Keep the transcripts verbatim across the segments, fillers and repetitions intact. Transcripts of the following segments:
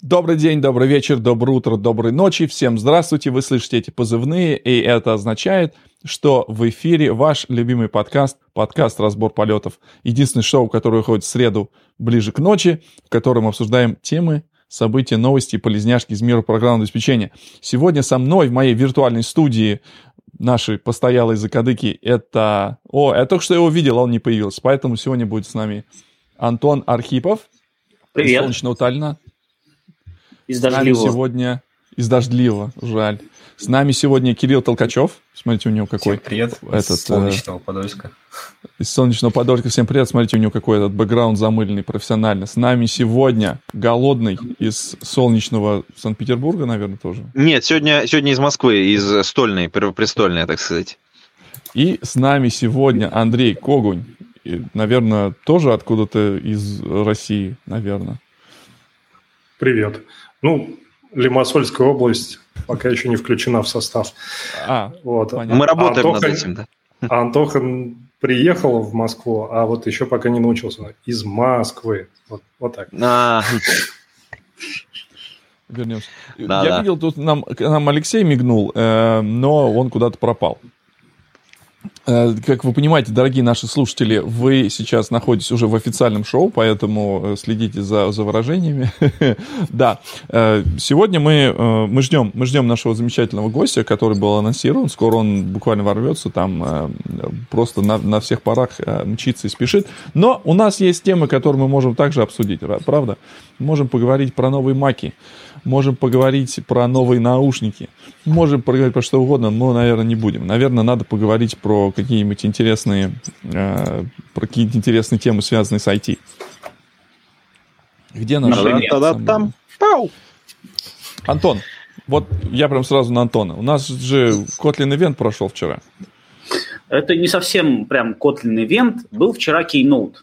Добрый день, добрый вечер, доброе утро, доброй ночи. Всем здравствуйте. Вы слышите эти позывные, и это означает, что в эфире ваш любимый подкаст, подкаст «Разбор полетов». Единственное шоу, которое выходит в среду ближе к ночи, в котором обсуждаем темы, события, новости и полезняшки из мира программного обеспечения. Сегодня со мной в моей виртуальной студии наши постоялые закадыки это... О, я только что его видел, он не появился. Поэтому сегодня будет с нами Антон Архипов. Привет. Из солнечного Таллина. Из С дождливого. нами сегодня... Из дождливого, жаль. С нами сегодня Кирилл Толкачев. Смотрите, у него какой... Всем привет. Этот, из солнечного Подольска. Из солнечного Подольска. Всем привет. Смотрите, у него какой этот бэкграунд замыленный, профессионально. С нами сегодня Голодный из солнечного Санкт-Петербурга, наверное, тоже. Нет, сегодня, сегодня из Москвы, из Стольной, Первопрестольной, так сказать. И с нами сегодня Андрей Когунь. И, наверное, тоже откуда-то из России, наверное. Привет. Ну, Лимассольская область пока еще не включена в состав. А, вот. Мы работаем Антоха, над этим, да. Антоха приехал в Москву, а вот еще пока не научился. Из Москвы. Вот, вот так. А. Вернемся. Да, Я да. видел, тут нам, нам Алексей мигнул, э, но он куда-то пропал. Как вы понимаете, дорогие наши слушатели, вы сейчас находитесь уже в официальном шоу, поэтому следите за, за выражениями. Да, сегодня мы, мы, ждем, мы ждем нашего замечательного гостя, который был анонсирован. Скоро он буквально ворвется, там просто на, на всех парах мчится и спешит. Но у нас есть темы, которые мы можем также обсудить, правда? Можем поговорить про новые маки, можем поговорить про новые наушники, можем поговорить про что угодно, но, наверное, не будем. Наверное, надо поговорить про какие-нибудь интересные, э, про какие-то интересные темы, связанные с ай ти. Где наш... Та-да-та-да-там. Пау! Антон, вот я прям сразу на Антона. У нас же Kotlin Event прошел вчера. Это не совсем прям Kotlin Event. Был вчера Keynote.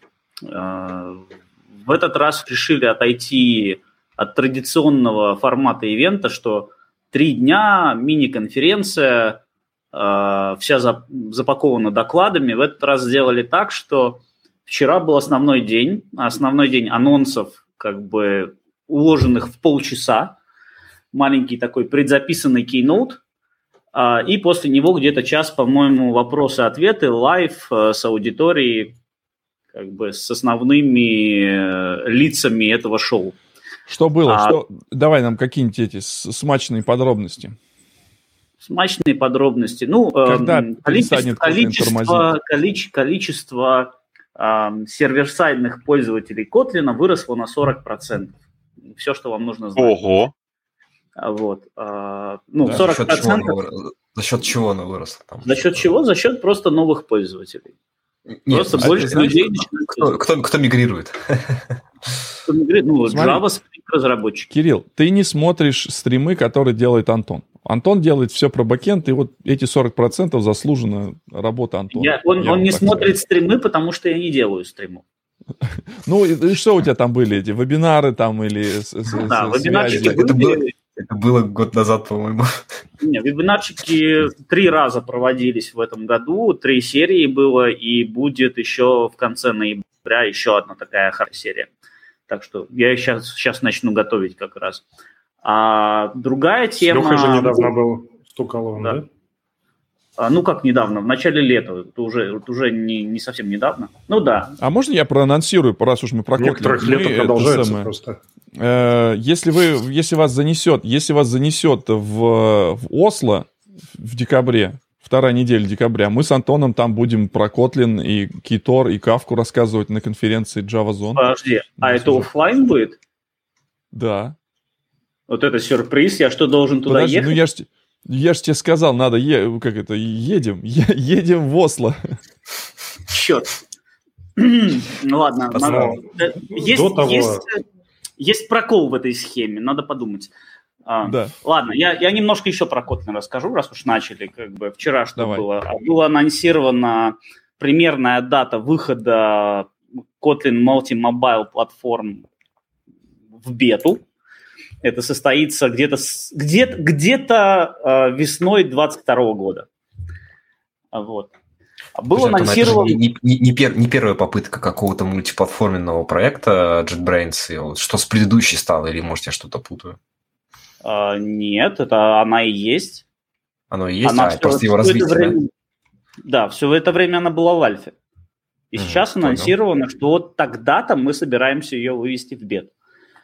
В этот раз решили отойти от традиционного формата ивента, что три дня, мини-конференция, э, вся за, запакована докладами. В этот раз сделали так, что вчера был основной день, основной день анонсов, как бы уложенных в полчаса, маленький такой предзаписанный кейноут, э, и после него где-то час, по-моему, вопросы-ответы, лайв э, с аудиторией, как бы с основными э, лицами этого шоу. Что было? А... Что... Давай нам какие-нибудь эти смачные подробности. Смачные подробности. Ну, Когда э, количество, количество, количество, количество э, сервер-сайдных пользователей Kotlin выросло на сорок процентов. Все, что вам нужно знать. Ого! Вот. Э, ну, да, сорок процентов. За счет чего, за счет чего оно выросло? Там? За счет чего? За счет просто новых пользователей. Нет, просто а больше знаешь, людей кто, кто, кто мигрирует? Кто мигрирует? Ну, JavaScript разработчики. Кирилл, ты не смотришь стримы, которые делает Антон. Антон делает все про бэкэнд, и вот эти сорок процентов заслужена работа Антона. Я, он я он не смотрит скажу. стримы, потому что я не делаю стримов. Ну, и что у тебя там были, эти вебинары там или Да, вебинарчики это было, это было год назад, по-моему. Не, вебинарчики три раза проводились в этом году, три серии было, и будет еще в конце ноября еще одна такая серия. Так что я сейчас, сейчас начну готовить как раз. А другая тема... Леха же недавно был в Тукаловом, да? да? А, ну, как недавно, в начале лета, это уже, это уже не, не совсем недавно. Ну, да. А можно я проанонсирую, раз уж мы про Kotlin? Некоторых лето продолжается самое, просто. Э, если, вы, если вас занесет, если вас занесет в, в Осло в декабре, вторая неделя декабря, мы с Антоном там будем про Kotlin и Keytor и Kafka рассказывать на конференции JavaZone. Подожди, а это офлайн будет? Да. Вот это сюрприз, я что, должен туда Подожди, ехать? ну я ж, я ж тебе сказал, надо, е, как это, едем, е, едем в Осло. Черт. Ну ладно, надо... есть, того... есть, есть прокол в этой схеме, надо подумать. А, да. Ладно, я, я немножко еще про Kotlin расскажу, раз уж начали. Как бы вчера что Давай. было? Была анонсирована примерная дата выхода Kotlin Multi-Mobile платформ в бету. Это состоится где-то, где-то, где-то э, весной двадцать второго года. Вот. Был анонсирован... Это не, не, не, пер, не первая попытка какого-то мультиплатформенного проекта JetBrains. Вот что с предыдущей стало, или, может, я что-то путаю? А, нет, это она и есть. Оно и есть, она а все, просто его развитие, время... да? Да, все это время она была в альфе. И mm, сейчас анонсировано, понял. Что вот тогда-то мы собираемся ее вывести в бета.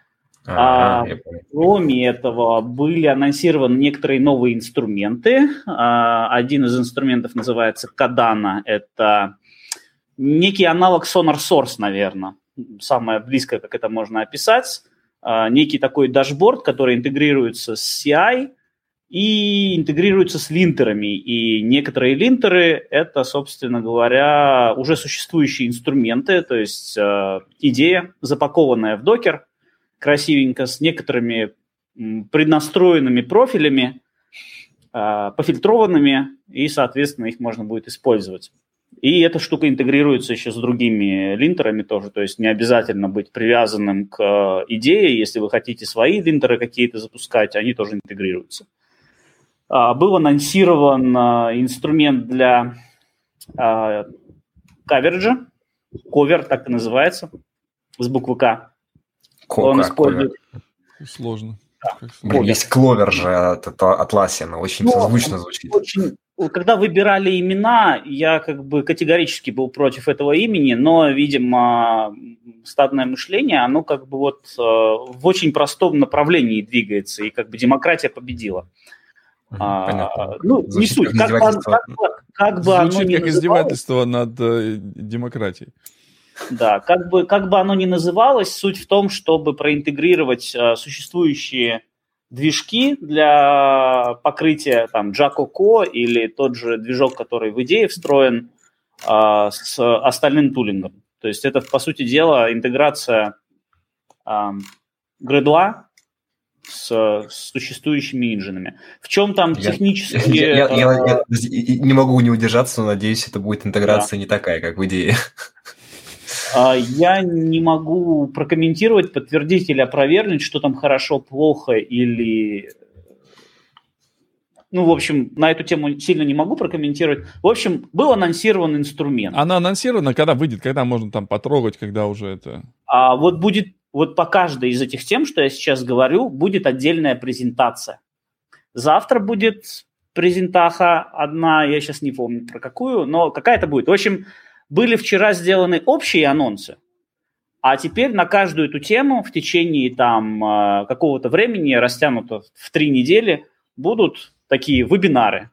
А, а, кроме этого, были анонсированы некоторые новые инструменты. А, один из инструментов называется Kadana. Это некий аналог Sonar Source, наверное. Самое близкое, как это можно описать. А, некий такой дашборд, который интегрируется с си ай и интегрируется с линтерами. И некоторые линтеры – это, собственно говоря, уже существующие инструменты, то есть а, идея, запакованная в докер, красивенько, с некоторыми преднастроенными профилями, э, пофильтрованными, и, соответственно, их можно будет использовать. И эта штука интегрируется еще с другими линтерами тоже, то есть не обязательно быть привязанным к э, идее, если вы хотите свои линтеры какие-то запускать, они тоже интегрируются. Э, был анонсирован э, инструмент для э, каверджа, ковер, так и называется, с буквы К. Он использует... Сложно. Да. Есть кловер же от, от Atlassian, очень ну, созвучно звучит. Очень... Когда выбирали имена, я как бы категорически был против этого имени, но, видимо, стадное мышление, оно как бы вот э, в очень простом направлении двигается, и как бы демократия победила. Понятно. А, ну, звучит не суть. Как, как, как, как бы звучит оно ни как издевательство над э, демократией. Да, как бы, как бы оно ни называлось, суть в том, чтобы проинтегрировать э, существующие движки для покрытия там Jacoco или тот же движок, который в идее встроен э, с остальным тулингом. То есть это, по сути дела, интеграция э, Gradle с, с существующими инжинами. В чем там я, технически... Я, я, я, я, я не могу не удержаться, но надеюсь, это будет интеграция да. не такая, как в идее. Я не могу прокомментировать, подтвердить или опровергнуть, что там хорошо, плохо или... Ну, в общем, на эту тему сильно не могу прокомментировать. В общем, был анонсирован инструмент. Она анонсирована, когда выйдет, когда можно там потрогать, когда уже это... А вот будет, вот по каждой из этих тем, что я сейчас говорю, будет отдельная презентация. Завтра будет презентаха одна, я сейчас не помню про какую, но какая-то будет. В общем... Были вчера сделаны общие анонсы, а теперь на каждую эту тему в течение там какого-то времени, растянуто в три недели, будут такие вебинары.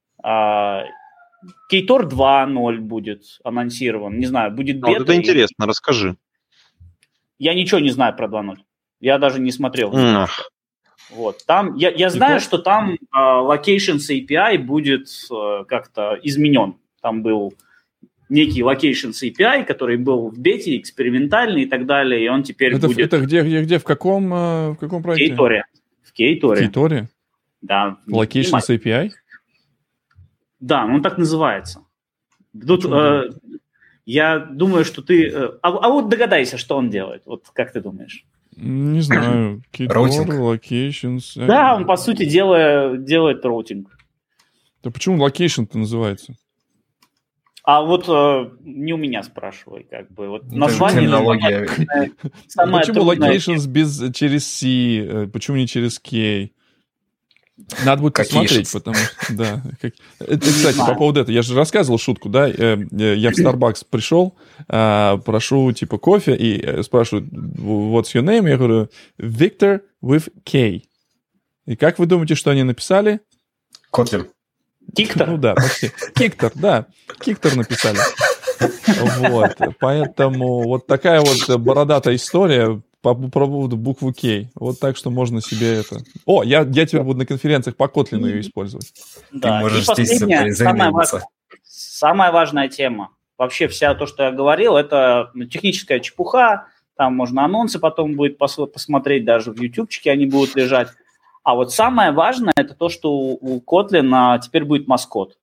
Кейтор два ноль будет анонсирован, не знаю, будет бета. Вот это интересно, и... расскажи. Я ничего не знаю про два ноль, я даже не смотрел. Mm. Вот, там, я, я знаю, что там uh, Locations эй пи ай будет uh, как-то изменен. Там был... некий Locations эй пи ай, который был в бете, экспериментальный и так далее, и он теперь это, будет... Это где, где, где, в каком, в каком проекте? В Кейторе. В Кейторе. В Кейторе? Да. Locations эй пи ай? Да, он так называется. Тут э, я думаю, что ты... Э, а, а вот догадайся, что он делает. Вот как ты думаешь? Не знаю. Кейтор, Locations... Да, он, по сути, делает, делает роутинг. Да почему Location-то называется? А вот э, не у меня спрашивай, как бы. Вот название... Терминология. Почему Locations без, через C? Почему не через K? Надо будет посмотреть, потому что... Да. Как... Это, кстати, по поводу этого. Я же рассказывал шутку, да? Я в Starbucks пришел, прошу, типа, кофе, и спрашивают, what's your name? Я говорю, Victor with K. И как вы думаете, что они написали? Котлин. Киктор? Ну да, почти. Киктор, да. Киктор написали. Вот. Поэтому вот такая вот бородатая история по, по поводу буквы К. Вот так, что можно себе это... О, я, я теперь буду на конференциях по Котлину ее использовать. Да, ты можешь и последняя, самая, важ... самая важная тема. Вообще вся то, что я говорил, это техническая чепуха. Там можно анонсы потом будет пос- посмотреть, даже в ютубчике они будут лежать. А вот самое важное, это то, что у Kotlin теперь будет маскот.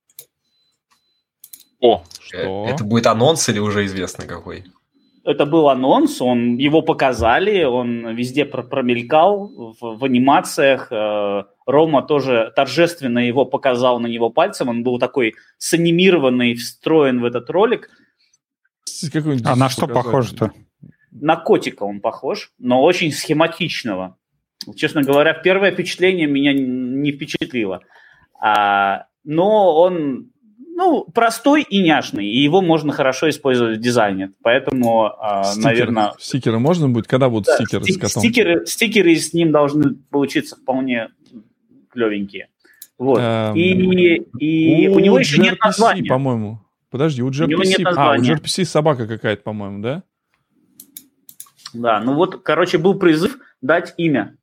О, что? Это будет анонс или уже известно какой? Это был анонс, он, его показали, он везде промелькал в, в анимациях. Рома тоже торжественно его показал на него пальцем. Он был такой санимированный, встроен в этот ролик. А на что похоже-то? На котика он похож, но очень схематичного. Честно говоря, первое впечатление меня не впечатлило. А, но он ну, простой и няшный, и его можно хорошо использовать в дизайне. Поэтому, а, стикеры, наверное... Стикеры можно будет? Когда будут да, стикеры стик- с котом? Стикеры, стикеры с ним должны получиться вполне клевенькие. Вот. Эм, и и у, у него еще нет названия. По-моему. Подожди, у джи ар пи си... А, у джи ар пи си собака какая-то, по-моему, да? Да, ну вот, короче, был призыв дать имя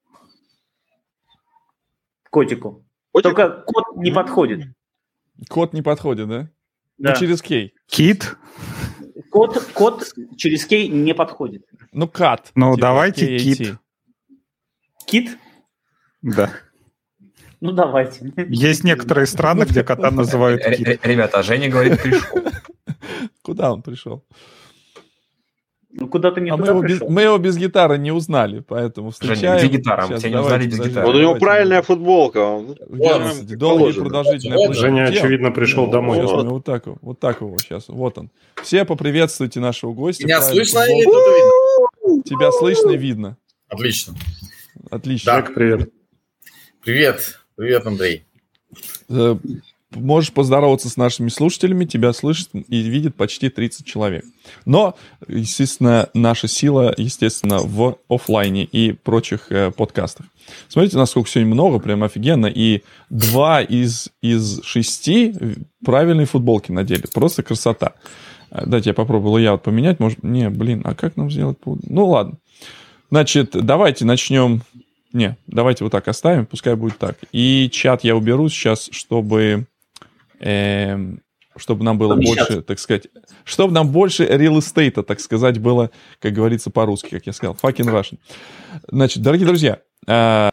котику. Котик? Только кот не подходит. Кот не подходит, да? Да. Ну, через кей. Кит? Кот, кот через кей не подходит. Ну, кат. Ну, типа, давайте кит. Кит? Да. Ну, давайте. Есть некоторые страны, где кота называют кит. Ребята, Женя говорит, пришел. Куда он пришел? Ну, куда-то не а туда мы его, пришел. без, мы его без гитары не узнали, поэтому встречаем. Женя, где гитара? Мы тебя не узнали без гитары. Вот у него правильная футболка. Долгий продолжительный. Женя, очевидно, пришел домой. Вот, вот так вот, вот так его сейчас. Вот он. Все поприветствуйте нашего гостя. Меня слышно или тут видно? Тебя слышно и видно. Отлично. Отлично. Так, привет. Привет. Привет, Андрей. Можешь поздороваться с нашими слушателями, тебя слышит и видит почти тридцать человек. Но, естественно, наша сила, естественно, в офлайне и прочих э, подкастах. Смотрите, насколько сегодня много, прям офигенно. И два из, из шести правильные футболки надели. Просто красота. Дайте я попробую я вот поменять. Может, не, блин, а как нам сделать? Ну, ладно. Значит, давайте начнем... Не, давайте вот так оставим, пускай будет так. И чат я уберу сейчас, чтобы... Э, чтобы нам было больше, так сказать, чтобы нам больше real estate, так сказать, было, как говорится по-русски, как я сказал, fucking Russian. Значит, дорогие друзья, э,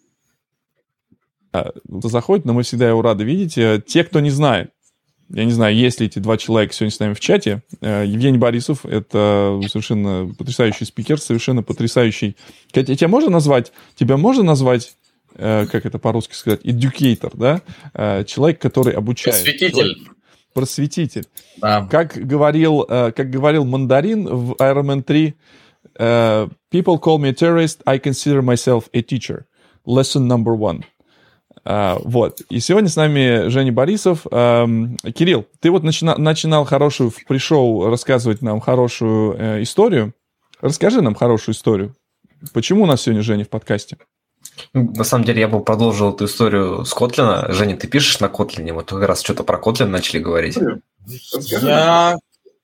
э, заходит, но мы всегда его рады видеть. Те, кто не знает, я не знаю, есть ли эти два человека сегодня с нами в чате. Э, Евгений Борисов, это совершенно потрясающий спикер, совершенно потрясающий... Катя, тебя можно назвать, тебя можно назвать, как это по-русски сказать, educator, да? Человек, который обучает. Просветитель. Человек, просветитель. Да. Как говорил, как говорил Мандарин в Iron Man три, people call me a terrorist, I consider myself a teacher. Lesson number one. Вот. И сегодня с нами Женя Борисов. Кирилл, ты вот начина, начинал хорошую, пришел рассказывать нам хорошую историю. Расскажи нам хорошую историю. Почему у нас сегодня Женя в подкасте? На самом деле, я бы продолжил эту историю с Kotlin. Женя, ты пишешь на Kotlin? Вот как раз что-то про Kotlin начали говорить. Я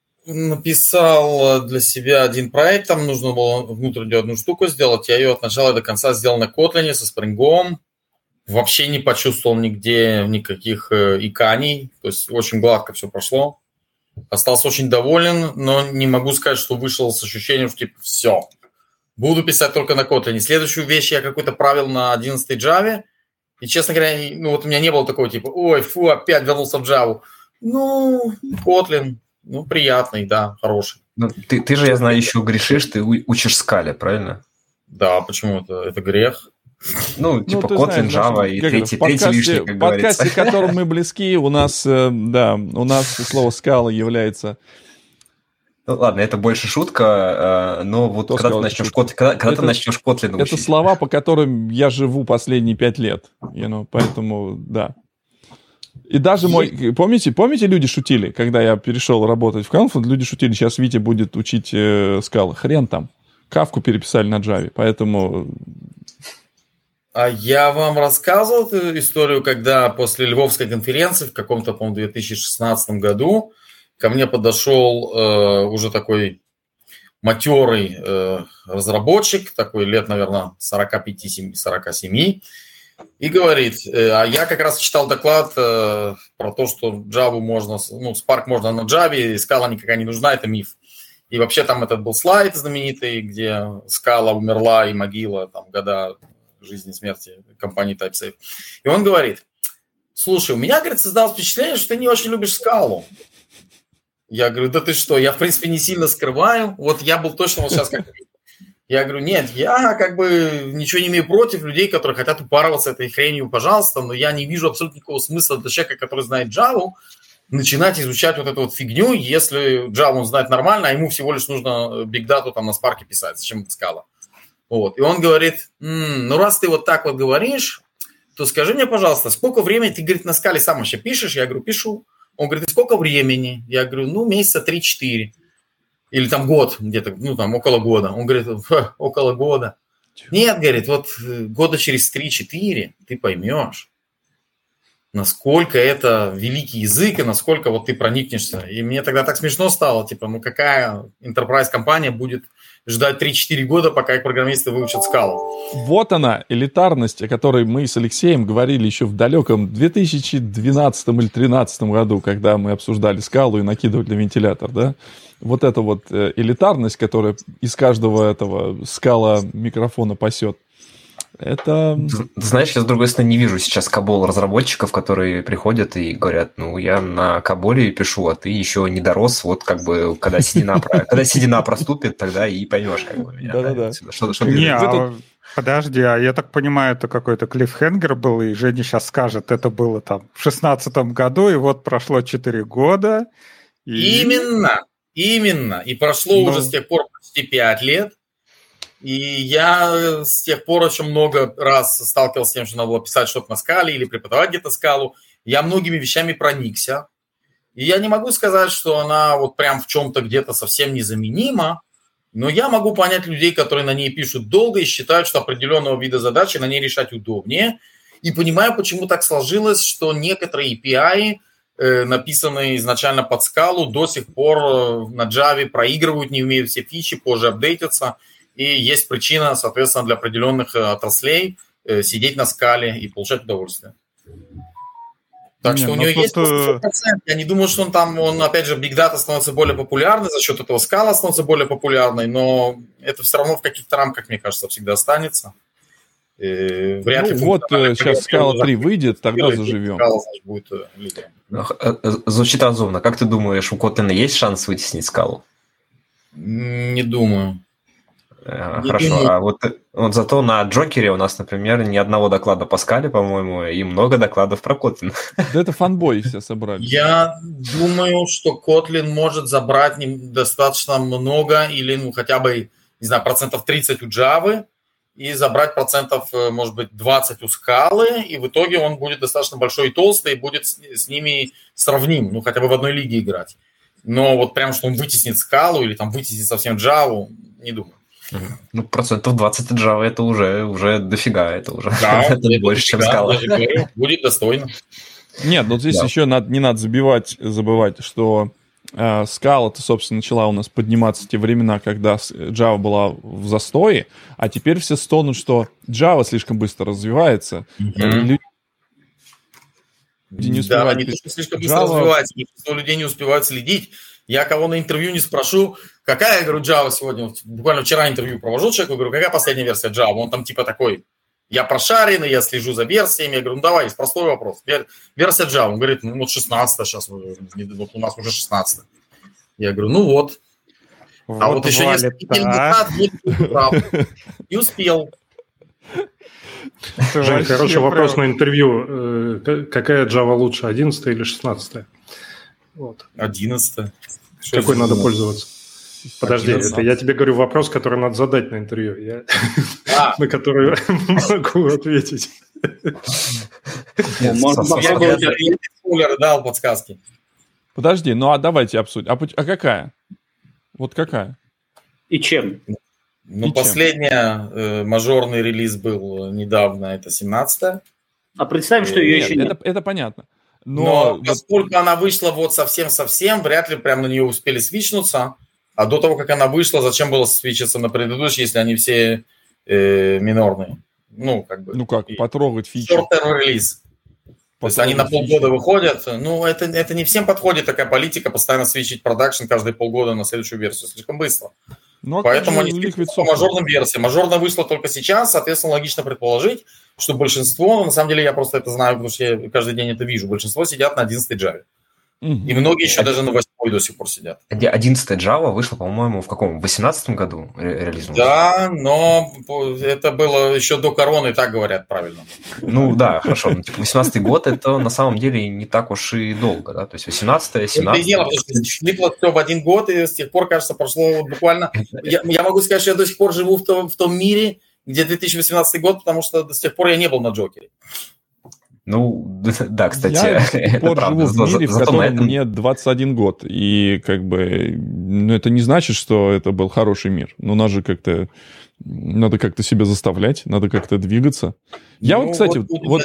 написал для себя один проект, там нужно было внутреннюю одну штуку сделать. Я ее от начала до конца сделал на Kotlin со Spring. Вообще не почувствовал нигде никаких иканий. То есть очень гладко все прошло. Остался очень доволен, но не могу сказать, что вышел с ощущением, что типа все. Буду писать только на Kotlin. Следующую вещь я какой-то правил на одиннадцатой Java. И, честно говоря, ну вот у меня не было такого типа, ой, фу, опять вернулся в Java. Ну, Kotlin, ну, приятный, да, хороший. Ну, ты, ты же, я знаю, еще грешишь, ты учишь скале, правильно? Да, почему это? Это грех. Ну, типа ну, Kotlin, знаешь, Java и третий, подкасте, третий лишний, как в говорится. подкасте, к которому мы близки, у нас, да, у нас слово скала является... Ну, ладно, это больше шутка, но вот Кто когда сказал, ты начнешь шутка? Kotlin, когда, когда это, ты начнешь Kotlin учить? Это слова, по которым я живу последние пять лет, you know, поэтому, да. И даже мой... Помните, помните, люди шутили, когда я перешел работать в Confluent, люди шутили, сейчас Витя будет учить э, скалы. Хрен там. Кавку переписали на Java, поэтому... А я вам рассказывал эту историю, когда после Львовской конференции в каком-то, по-моему, две тысячи шестнадцатом году ко мне подошел э, уже такой матерый э, разработчик, такой лет, наверное, сорок пять - сорок семь, и говорит, э, а я как раз читал доклад э, про то, что Java можно, ну, Spark можно на Java, и Scala никакая не нужна, это миф. И вообще там этот был слайд знаменитый, где Scala умерла и могила, там, года жизни и смерти компании TypeSafe. И он говорит, слушай, у меня, говорит, создалось впечатление, что ты не очень любишь Scala. Я говорю, да ты что, я, в принципе, не сильно скрываю. Вот я был точно вот сейчас как... Я говорю, нет, я как бы ничего не имею против людей, которые хотят упарываться этой хренью, пожалуйста, но я не вижу абсолютно никакого смысла для человека, который знает Java, начинать изучать вот эту вот фигню, если Java он знает нормально, а ему всего лишь нужно Big Data там на Spark писать, зачем Scala. Вот. И он говорит, м-м, ну раз ты вот так вот говоришь, то скажи мне, пожалуйста, сколько времени ты, говорит, на Scala сам вообще пишешь? Я говорю, пишу. Он говорит, сколько времени? Я говорю, ну, месяца три-четыре. Или там год где-то, ну, там около года. Он говорит, около года. Нет, говорит, вот года через три-четыре ты поймешь, насколько это великий язык и насколько вот ты проникнешься. И мне тогда так смешно стало, типа, ну какая enterprise-компания будет ждать три-четыре года, пока их программисты выучат скалу. Вот она, элитарность, о которой мы с Алексеем говорили еще в далеком две тысячи двенадцатом или две тысячи тринадцатом году, когда мы обсуждали скалу и накидывали вентилятор, да? Вот эта вот элитарность, которая из каждого этого скала микрофона пасет. Это... Знаешь, я, с другой стороны, не вижу сейчас кабол разработчиков, которые приходят и говорят, ну, я на каболе пишу, а ты еще не дорос, вот как бы, когда седина, когда седина проступит, тогда и поймешь, как бы, меня. Да-да-да. Не, подожди, а я так понимаю, это какой-то клиффхенгер был, и Женя сейчас скажет, это было там в шестнадцатом году, и вот прошло четыре года. И... Именно, именно. И прошло ну... уже с тех пор почти пять лет. И я с тех пор очень много раз сталкивался с тем, что надо было писать что-то на скале или преподавать где-то скалу. Я многими вещами проникся. И я не могу сказать, что она вот прям в чем-то где-то совсем незаменима, но я могу понять людей, которые на ней пишут долго и считают, что определенного вида задачи на ней решать удобнее. И понимаю, почему так сложилось, что некоторые эй пи ай, э, написанные изначально под скалу, до сих пор на Java проигрывают, не умеют все фичи, позже апдейтятся. И есть причина, соответственно, для определенных отраслей э, сидеть на скале и получать удовольствие. Так не, что у него есть сто процентов. Я не думаю, что он там, он, опять же, Big Data становится более популярной, за счет этого скала становится более популярной, но это все равно в каких-то рамках, мне кажется, всегда останется. И вряд ну, ли вот сейчас скала три выйдет, тогда заживем. Скала, значит, будет Звучит разумно. Как ты думаешь, у Kotlin есть шанс вытеснить скалу? Не думаю. Хорошо, а вот, вот зато на Джокере у нас, например, ни одного доклада по скале, по-моему, и много докладов про Kotlin. Да это фанбои все собрали. Я думаю, что Kotlin может забрать достаточно много, или ну хотя бы, не знаю, процентов тридцать у Java, и забрать процентов, может быть, двадцать у скалы, и в итоге он будет достаточно большой и толстый, и будет с, с ними сравним, ну хотя бы в одной лиге играть. Но вот прям, что он вытеснит скалу или там вытеснит совсем Java, не думаю. Ну, процентов двадцать от Java это уже, уже дофига, это уже да, это это больше, чем скала. Будет достойно. Нет, но здесь да. еще надо, не надо забивать, забывать, что э, скала-то, собственно, начала у нас подниматься в те времена, когда Java была в застое, а теперь все стонут, что Java слишком быстро развивается. Mm-hmm. Люди не успевают... Да, не то, что слишком быстро Java... развивается, что людей не успевают следить. Я кого на интервью не спрошу, какая, я говорю, Java сегодня, вот, буквально вчера интервью провожу человеку, говорю, какая последняя версия Java? Он там типа такой, я прошаренный, я слежу за версиями. Я говорю, ну давай, есть простой вопрос. Версия Java. Он говорит, ну вот шестнадцатая сейчас, вот у нас уже шестнадцатая. Я говорю, ну вот. вот а вот еще несколько недель назад не успел. Жень, хороший вопрос на интервью. Какая Java лучше, одиннадцатая или шестнадцатая? Вот. одиннадцатая. Какой надо пользоваться? Подожди, это я тебе говорю вопрос, который надо задать на интервью, я... а. на который могу ответить. Я дал подсказки. Подожди, ну а давайте обсудим. А, а какая? Вот какая? И чем? Ну, И последняя э, мажорный релиз был недавно, это семнадцатая. А представим, что ее нет, еще нет. Это, это понятно. Но, Но вот... поскольку она вышла вот совсем-совсем, вряд ли прям на нее успели свичнуться. А до того, как она вышла, зачем было свичиться на предыдущей, если они все э, минорные? Ну, как бы. Ну как, и... потрогать фичи. Short-term релиз. То есть они на полгода фичи. Выходят. Ну, это, это не всем подходит такая политика, постоянно свичить продакшн каждые полгода на следующую версию. Слишком быстро. Ну, а поэтому они свичатся по мажорным версиям. Мажорная вышла только сейчас, соответственно, логично предположить, что большинство, ну, на самом деле я просто это знаю, потому что я каждый день это вижу, большинство сидят на одиннадцатой Java. Угу. И многие еще даже на восьмой до сих пор сидят. одиннадцатая Java вышла, по-моему, в каком? В восемнадцатом году релизнулась? Да, но это было еще до короны, так говорят правильно. Ну да, хорошо. Но, типа, восемнадцатый год, это на самом деле не так уж и долго, да? То есть восемнадцатая, семнадцатая... Это дело, потому что влипло все в один год, и с тех пор, кажется, прошло вот буквально... Я, я могу сказать, что я до сих пор живу в том, в том мире, где две тысячи восемнадцатый год, потому что с тех пор я не был на Джокере. Ну, да, кстати, я до сих пор живу в мире, за, в котором этом... мне двадцать один год, и как бы ну, это не значит, что это был хороший мир. Ну, надо же как-то, надо как-то себя заставлять, надо как-то двигаться. Я ну, вот, кстати, вот... вот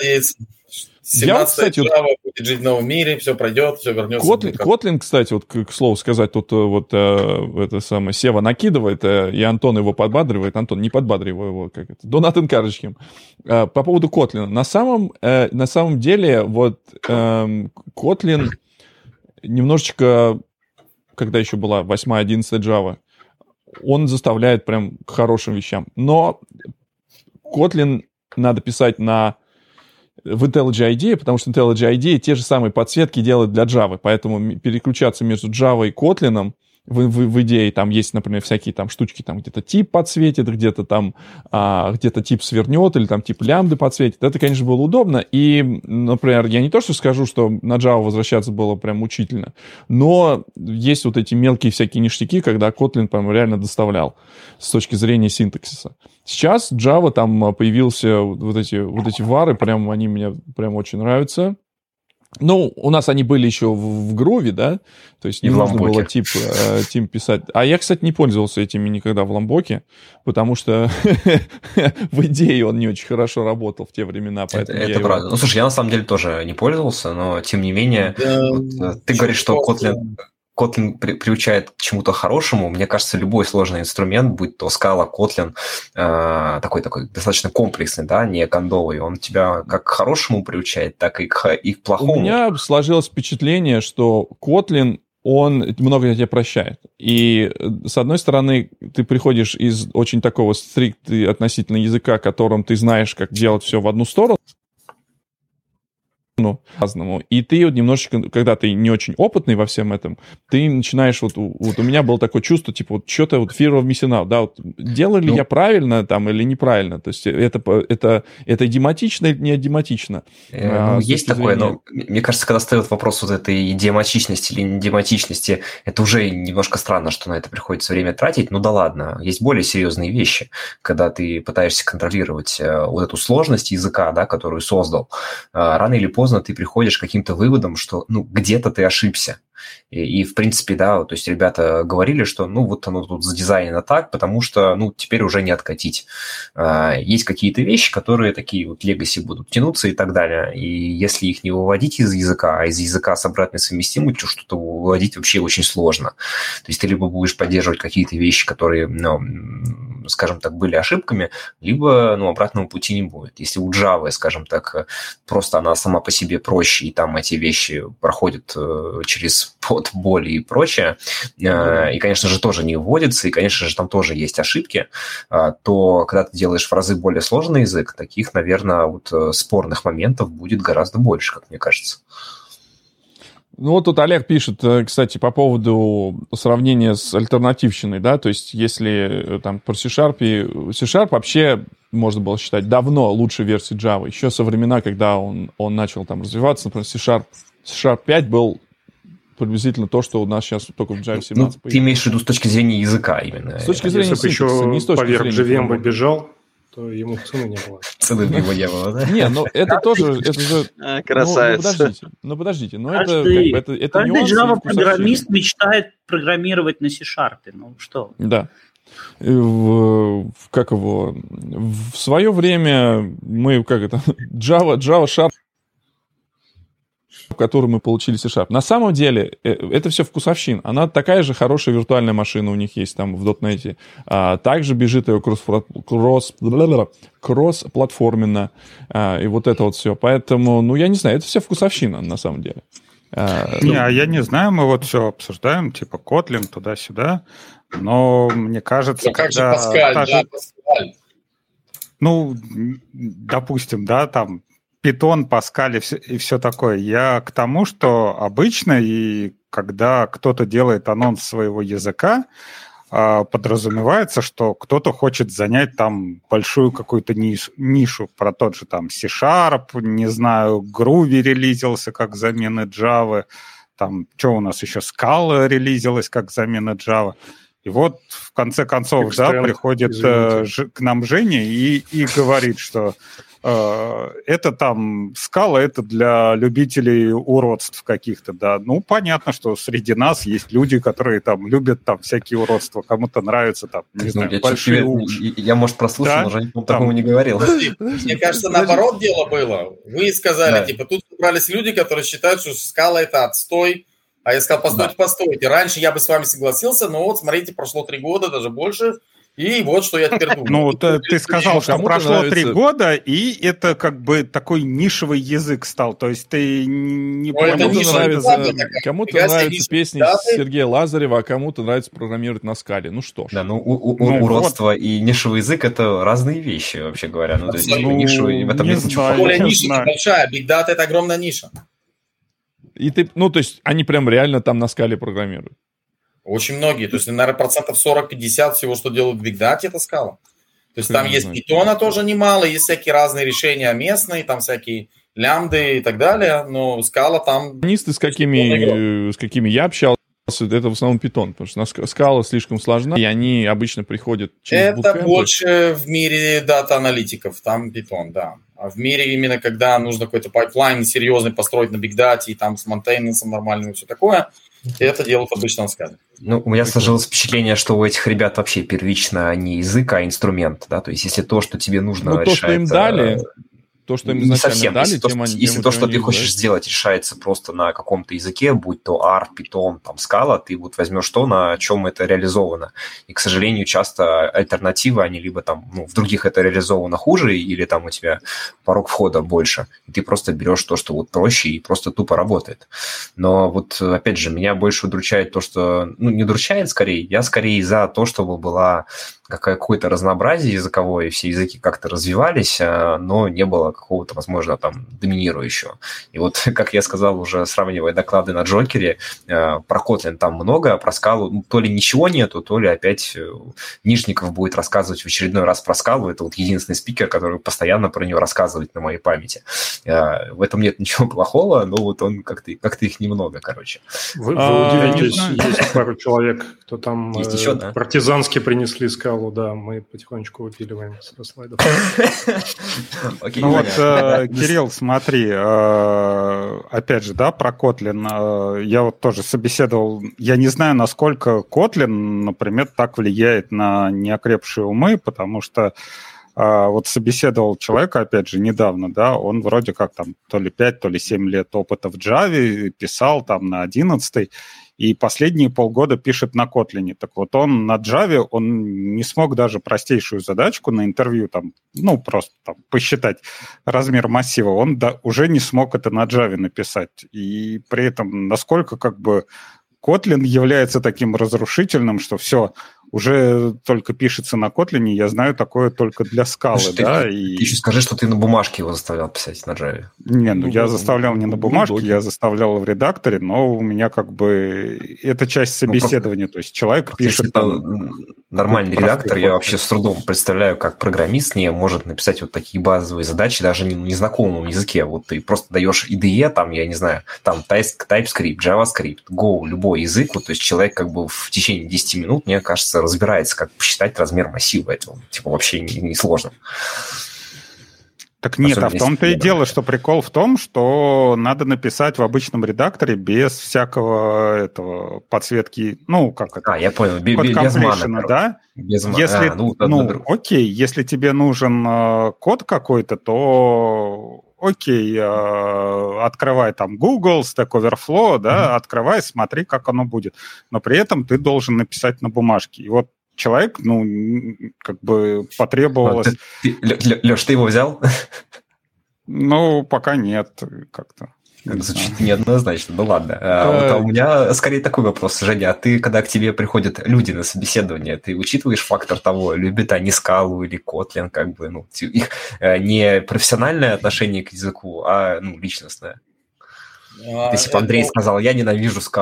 я, кстати, Java будет жить в новом мире, все пройдет, все вернется. Kotlin, Kotlin, кстати, вот к, к слову сказать, тут вот э, это самое Сева накидывает, э, и Антон его подбадривает. Антон, не подбадривай его, как это, Донат Энкарочкин. Э, по поводу Kotlin. На самом, э, на самом деле, вот э, Kotlin немножечко, когда еще была восьмая, одиннадцатая Java, он заставляет прям к хорошим вещам. Но Kotlin надо писать на в IntelliJ ай ди, потому что IntelliJ ай ди те же самые подсветки делает для Java, поэтому переключаться между Java и Kotlin в, в, в идее там есть, например, всякие там штучки, там где-то тип подсветит, где-то там а, где-то тип свернет или там тип лямбды подсветит. Это, конечно, было удобно. И, например, я не то, что скажу, что на Java возвращаться было прям мучительно, но есть вот эти мелкие всякие ништяки, когда Kotlin прям реально доставлял с точки зрения синтаксиса. Сейчас Java там появился вот эти, вот эти вары, прям они мне прям очень нравятся. Ну, у нас они были еще в, в Groovy, да, то есть не нужно было тип, э, тип писать. А я, кстати, не пользовался этими никогда в Ламбоке, потому что в идее он не очень хорошо работал в те времена. Это, это правда. Его... Ну, слушай, я на самом деле тоже не пользовался, но тем не менее, да, вот, ты говоришь, что Kotlin... Kotlin при, приучает к чему-то хорошему. Мне кажется, любой сложный инструмент, будь то Scala, Kotlin, э, такой, такой достаточно комплексный, да, не кондовый, он тебя как к хорошему приучает, так и к, и к плохому. У меня сложилось впечатление, что Kotlin, он много тебе прощает. И, с одной стороны, ты приходишь из очень такого стрикта относительно языка, которым ты знаешь, как делать все в одну сторону, ну, разному. И ты вот немножечко, когда ты не очень опытный во всем этом, ты начинаешь, вот, вот у меня было такое чувство, типа, вот что-то вот fear of missing out, да, вот делаю ли ну, я правильно там или неправильно, то есть это, это, это идиоматично или не идиоматично? Э, а, ну, есть такое, зрения... но мне кажется, когда встает вопрос вот этой идиоматичности или не идиоматичности, это уже немножко странно, что на это приходится время тратить, ну да ладно, есть более серьезные вещи, когда ты пытаешься контролировать вот эту сложность языка, да, которую создал, рано или поздно ты приходишь к каким-то выводам, что, ну, где-то ты ошибся. И, и, в принципе, да, то есть ребята говорили, что, ну, вот оно тут задизайнено так, потому что, ну, теперь уже не откатить. А, есть какие-то вещи, которые такие вот легаси будут тянуться и так далее. И если их не выводить из языка, а из языка с обратной совместимостью что-то выводить вообще очень сложно. То есть ты либо будешь поддерживать какие-то вещи, которые, ну, скажем так, были ошибками, либо, ну, обратного пути не будет. Если у Java, скажем так, просто она сама по себе проще, и там эти вещи проходят через под боли и прочее, mm-hmm. и, конечно же, тоже не вводится, и, конечно же, там тоже есть ошибки, то когда ты делаешь в разы более сложный язык, таких, наверное, вот спорных моментов будет гораздо больше, как мне кажется. Ну, вот тут Олег пишет, кстати, по поводу сравнения с альтернативщиной, да, то есть если там про C-Sharp, C-Sharp вообще можно было считать давно лучшей версией Java, еще со времена, когда он, он начал там развиваться, например, C-Sharp, C-Sharp пять был приблизительно то, что у нас сейчас только в Java семнадцать. Ну, ты имеешь в виду с точки зрения языка именно. С точки зрения Если бы еще не с точки поверх зрения джи ви эм бы бежал, то ему цены не было. Цены бы его не было, да? Не, ну это тоже... Это же, красавец. Ну, подождите, ну подождите, ну это, каждый, как бы, это, это каждый Java-программист мечтает программировать на C-Sharp, ну что? Да. В, как его... В свое время мы, как это, Java, Java Sharp, который мы получили C-Sharp. На самом деле, это все вкусовщина. Она такая же хорошая виртуальная машина у них есть там в .дот нет. А, также бежит ее кросс, кросс, кросс-платформенно. А, и вот это вот все. Поэтому, ну, я не знаю, это все вкусовщина на самом деле. А, не, а я не знаю, мы вот все обсуждаем, типа Kotlin туда-сюда, но мне кажется, ну, как когда... же Паскаль, та да, же... Паскаль. Ну, допустим, да, там Python, Pascal и все, и все такое. Я к тому, что обычно и когда кто-то делает анонс своего языка, подразумевается, что кто-то хочет занять там большую какую-то нишу про тот же там C-Sharp, не знаю, Groovy релизился как замена Java, там, что у нас еще, Scala релизилась как замена Java. И вот, в конце концов, Extend, да, приходит э, ж, к нам Женя и, и говорит, что э, это там Scala, это для любителей уродств каких-то, да. Ну, понятно, что среди нас есть люди, которые там любят там всякие уродства, кому-то нравятся там, не ну, знаю, я большие уши. Я, я, может, прослушал, да? но Женя там, такому не говорил. Мне кажется, наоборот дело было. Вы сказали, да. типа, тут собрались люди, которые считают, что Scala это отстой. А я сказал, постойте, да. постойте. Раньше я бы с вами согласился, но вот, смотрите, прошло три года, даже больше, и вот что я теперь думаю. Ну, ты, ты сказал, что прошло три года, и это как бы такой нишевый язык стал. То есть ты не понял, кому-то нравится, кому-то нравятся песни Сергея Лазарева, а кому-то нравится программировать на скале. Ну что ж. Да, ну, у, у, ну уродство вот. И нишевый язык – это разные вещи, вообще говоря. Ну, то есть, ну, нишевый, в этом не нет знаю, ничего. Более ниша большая, Big Data – это огромная ниша. И ты, ну, то есть они прям реально там на скале программируют? Очень многие. То есть, наверное, процентов сорок-пятьдесят всего, что делают в Big Data, это скала. То есть там есть питона тоже немало, есть всякие разные решения местные, там всякие лямбды и так далее, но скала там... Программисты, с какими, с какими я общался, это в основном питон, потому что скала слишком сложна, и они обычно приходят через буткемпы. Это больше в мире дата-аналитиков, там питон, да. А в мире именно, когда нужно какой-то пайплайн серьезный построить на Big Data, и там с монтейненсом нормальным и все такое, это делают обычно на скале. Ну, у меня сложилось впечатление, что у этих ребят вообще первично не язык, а инструмент, да, то есть если то, что тебе нужно, ну, то, что им дали... То, что им не совсем. Дали, если тем, то, тем, если тем, то что ты знаешь. Хочешь сделать, решается просто на каком-то языке, будь то R, Python, там, Scala, ты вот возьмешь то, на чем это реализовано. И, к сожалению, часто альтернативы, они либо там, ну, в других это реализовано хуже, или там у тебя порог входа больше. И ты просто берешь то, что вот проще и просто тупо работает. Но вот, опять же, меня больше удручает то, что... Ну, не удручает скорее, я скорее за то, чтобы была... какое-то разнообразие языковое, и все языки как-то развивались, но не было какого-то, возможно, там, доминирующего. И вот, как я сказал, уже сравнивая доклады на Джокере, про Kotlin там много, про Scala ну, то ли ничего нету, то ли опять Нижников будет рассказывать в очередной раз про Scala. Это вот единственный спикер, который постоянно про нее рассказывает на моей памяти. В этом нет ничего плохого, но вот он как-то, как-то их немного, короче. Вы, вы удивитесь, есть пару человек, кто там есть еще, да? партизански принесли Scala. Да, мы потихонечку выпиливаем со слайдов. Ну вот, Кирилл, смотри, опять же, да, про Kotlin. Я вот тоже собеседовал, я не знаю, насколько Kotlin, например, так влияет на неокрепшие умы, потому что вот собеседовал человека, опять же, недавно, да, он вроде как там то ли пять, то ли семь лет опыта в Java, писал там на одиннадцатой, и последние полгода пишет на Kotlin. Так вот он на Java, он не смог даже простейшую задачку на интервью, там, ну, просто там, посчитать размер массива, он да, уже не смог это на Java написать. И при этом насколько как бы Kotlin является таким разрушительным, что все, уже только пишется на Kotlin, я знаю такое только для Scala, да. Ты, и... ты еще скажи, что ты на бумажке его заставлял писать на Java. Не, ну, ну я заставлял не на бумажке, ну, я заставлял в редакторе, но у меня как бы это часть собеседования, ну, то есть человек пишет... Там, нормальный редактор, я вообще с трудом представляю, как программист не может написать вот такие базовые задачи даже на незнакомом языке. Вот ты просто даешь ай ди и, там, я не знаю, там TypeScript, JavaScript, Go, любой язык, вот, то есть человек как бы в течение десяти минут, мне кажется, разбирается, как посчитать размер массива этого. Типа вообще несложно. Так нет, а в том-то и дело, что прикол в том, что надо написать в обычном редакторе без всякого этого подсветки, ну, как это? А, я понял, без, без мана, да? Без мана. Если, а, ну, ну окей, если тебе нужен э, код какой-то, то окей, э, открывай там Google, Stack Overflow, да, mm-hmm. открывай, смотри, как оно будет. Но при этом ты должен написать на бумажке. И вот человек, ну, как бы потребовалось... А, ты, ты, Леш, ты его взял? Ну, пока нет, как-то. Как звучит неоднозначно, ну ладно. А, вот, а у меня скорее такой вопрос, Женя, а ты, когда к тебе приходят люди на собеседование, ты учитываешь фактор того, любят они Scala или Kotlin, как бы, ну, их не профессиональное отношение к языку, а, ну, личностное? А, Если бы Андрей это... сказал, я ненавижу Scala,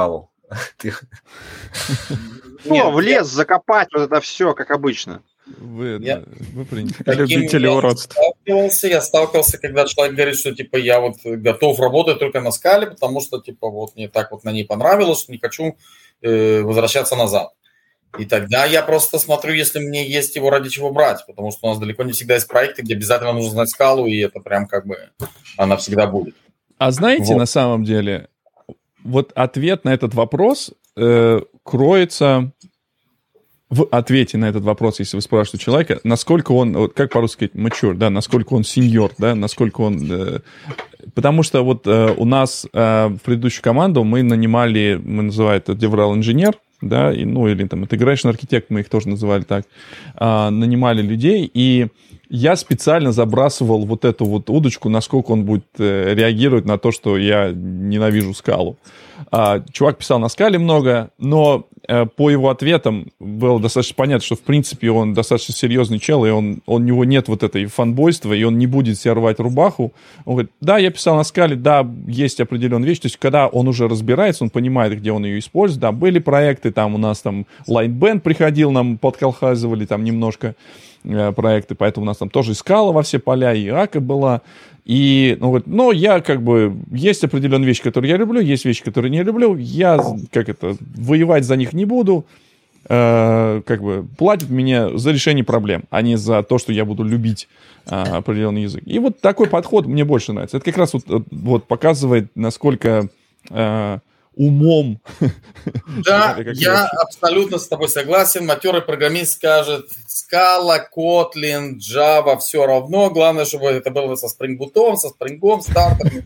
Ну, в лес закопать, вот это все, как обычно. Вы, Я... вы приняли. Любители уродства. Сталкивался, я сталкивался, когда человек говорит, что типа я вот готов работать только на скале, потому что типа вот мне так вот на ней понравилось, что не хочу э, возвращаться назад. И тогда я просто смотрю, если мне есть его ради чего брать, потому что у нас далеко не всегда есть проекты, где обязательно нужно знать скалу, и это прям как бы она всегда будет. А знаете, вот. На самом деле, вот ответ на этот вопрос э, кроется в ответе на этот вопрос, если вы спрашиваете человека, насколько он, вот как по-русски сказать, mature, да, насколько он сеньор, да, насколько он... Э, потому что вот э, у нас э, в предыдущую команду мы нанимали, мы называем это DevRel-инженер, да, и, ну, или там Integration Architect, мы их тоже называли так, э, нанимали людей, и я специально забрасывал вот эту вот удочку, насколько он будет э, реагировать на то, что я ненавижу скалу. А, чувак писал на скале много, но э, по его ответам было достаточно понятно, что в принципе он достаточно серьезный чел, и он, он, у него нет вот этой фанбойства, и он не будет себе рвать рубаху. Он говорит, да, я писал на скале, да, есть определенная вещь, то есть когда он уже разбирается, он понимает, где он ее использует, да, были проекты, там у нас там Lightband приходил, нам подколхазывали там немножко э, проекты, поэтому у нас там тоже и скала во все поля, и Ака была. И, ну, вот, но я как бы, есть определенные вещи, которые я люблю, есть вещи, которые не люблю, я, как это, воевать за них не буду, э, как бы, платят мне за решение проблем, а не за то, что я буду любить э, определенный язык. И вот такой подход мне больше нравится. Это как раз вот, вот показывает, насколько э, умом... Да, я абсолютно с тобой согласен. Матерый программист скажет, Scala, Kotlin, Java, все равно. Главное, чтобы это было со Spring Boot, со Spring, стартером.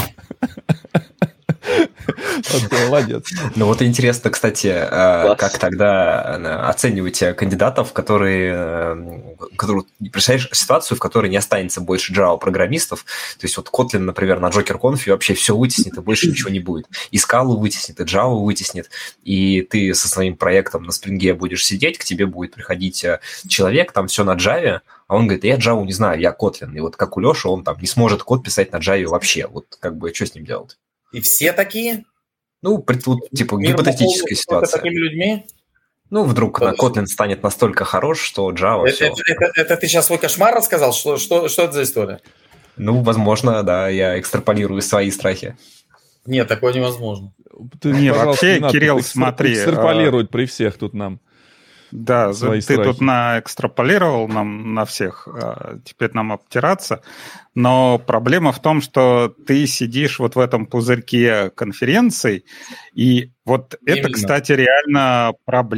Молодец. Ну вот интересно, кстати, Класс. Как тогда оцениваете кандидатов, которые, которые представляешь ситуацию, в которой не останется больше Java-программистов, то есть вот Kotlin, например, на JokерConf вообще все вытеснит, и больше ничего не будет. И Scala вытеснит, и Java вытеснит, и ты со своим проектом на Spring будешь сидеть, к тебе будет приходить человек, там все на Java, а он говорит, я Java не знаю, я Kotlin. И вот как у Леши, он там не сможет код писать на Java вообще. Вот как бы что с ним делать? И все такие? Ну, тут, типа, Мир гипотетическая ситуация. Такими людьми? Ну, вдруг на Kotlin станет настолько хорош, что Java это, все. Это, это, это ты сейчас свой кошмар рассказал? Что, что, что это за история? Ну, возможно, да, я экстраполирую свои страхи. Нет, такое невозможно. Ты, не, вообще, не Кирилл, смотри. Экстраполировать а... при всех тут нам. Да, ты страхи. Тут наэкстраполировал нам на всех, теперь нам обтираться. Но проблема в том, что ты сидишь вот в этом пузырьке конференций, и вот Именно. Это, кстати, реально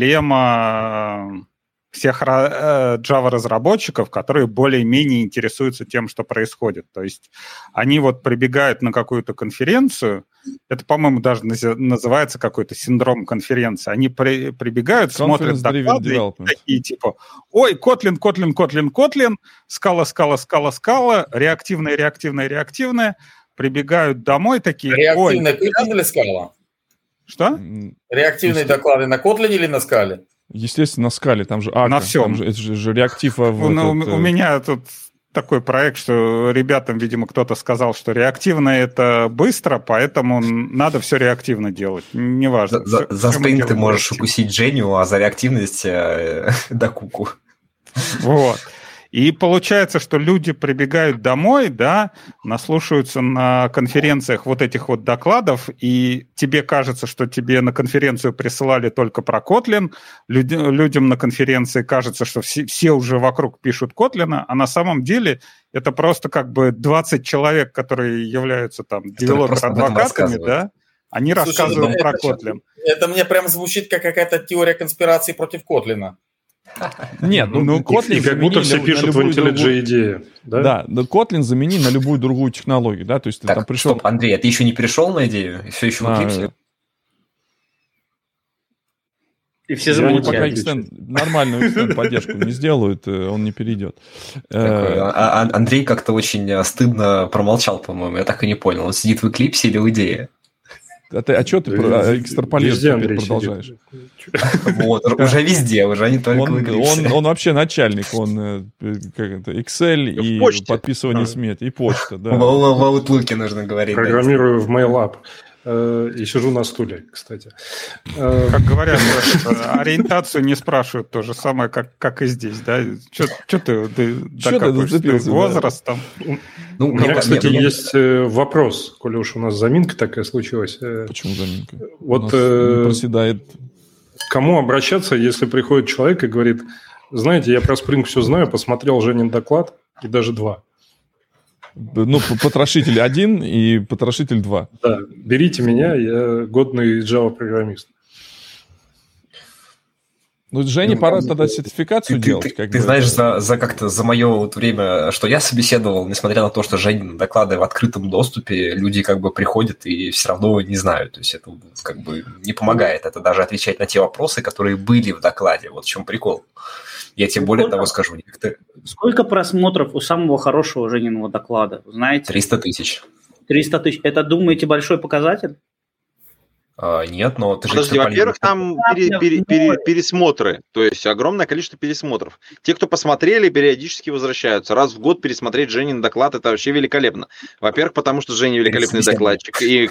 проблема всех Java-разработчиков, которые более-менее интересуются тем, что происходит. То есть они вот прибегают на какую-то конференцию, это, по-моему, даже называется какой-то синдром конференции. Они при, прибегают, смотрят доклады и такие типа, ой, Kotlin, Kotlin, Kotlin, Kotlin, скала, скала, скала, скала, реактивная, реактивная, реактивная, прибегают домой такие, реактивная Kotlin или скала? Что? Реактивные доклады на Kotlin или на скале? Естественно, на скале, там же Ака. На всем. Там же, это же, же реактив. В у, этот... у меня тут такой проект, что ребятам, видимо, кто-то сказал, что реактивно это быстро, поэтому надо все реактивно делать. Неважно. За, за спринт ты можешь реактивно. Укусить Женю, а за реактивность э, да куку. Вот. И получается, что люди прибегают домой, да, наслушаются на конференциях вот этих вот докладов, и тебе кажется, что тебе на конференцию присылали только про Kotlin, Люд, людям на конференции кажется, что все, все уже вокруг пишут Kotlin, а на самом деле это просто как бы двадцать человек, которые являются там девелопер-адвокатами, да, они Слушай, рассказывают это, про Kotlin. Это мне прям звучит как какая-то теория конспирации против Kotlin. Нет, ну, ну Kotlin как будто все на, пишут на в IntelliJ идею. Да, да, но Kotlin замени на любую другую технологию, да, то есть ты так, там пришел... Стоп, Андрей, а ты еще не пришел на идею? Все еще а, в Eclipse? И все замолчали. Пока экстенд, нормальную экстенд поддержку не сделают, он не перейдет. Такой, а, Андрей как-то очень стыдно промолчал, по-моему, я так и не понял, он сидит в Eclipse или в идее? А, ты, а что ты про, экстраполируешь, продолжаешь? Вот, уже везде, уже не только он, в Eclipse. Он, он вообще начальник, он как это, Excel и подписывание смет, и почта. Да. В Outlook нужно говорить. Программирую в MailUp. и сижу на стуле, кстати. Как говорят, ориентацию не спрашивают, то же самое, как, как и здесь, да? Что ты, ты докапываешься возрастом? Ну, у меня, кстати, нет, есть нет. вопрос, коли уж у нас заминка такая случилась. Почему заминка? Вот у нас не проседает. К кому обращаться, если приходит человек и говорит, знаете, я про Spring все знаю, посмотрел Женин доклад, и даже два. Ну, потрошитель один и потрошитель два. Да, берите меня, я годный Java-программист. Ну, Жене ну, пора тогда сертификацию ты, делать. Ты, как ты бы знаешь, это... за, за как-то за мое вот время, что я собеседовал, несмотря на то, что Женя доклады в открытом доступе, люди как бы приходят и все равно не знают. То есть это как бы не помогает. Это даже отвечать на те вопросы, которые были в докладе. Вот в чем прикол. Я тебе более сколько, того скажу. Некоторые... Сколько просмотров у самого хорошего Жениного доклада, знаете? триста тысяч. триста тысяч. Это, думаете, большой показатель? А, нет, но... Ты Подожди, же во-первых, там пере, пере, пере, пересмотры, то есть огромное количество пересмотров. Те, кто посмотрели, периодически возвращаются. Раз в год пересмотреть Женин доклад, это вообще великолепно. Во-первых, потому что Женя великолепный докладчик, и,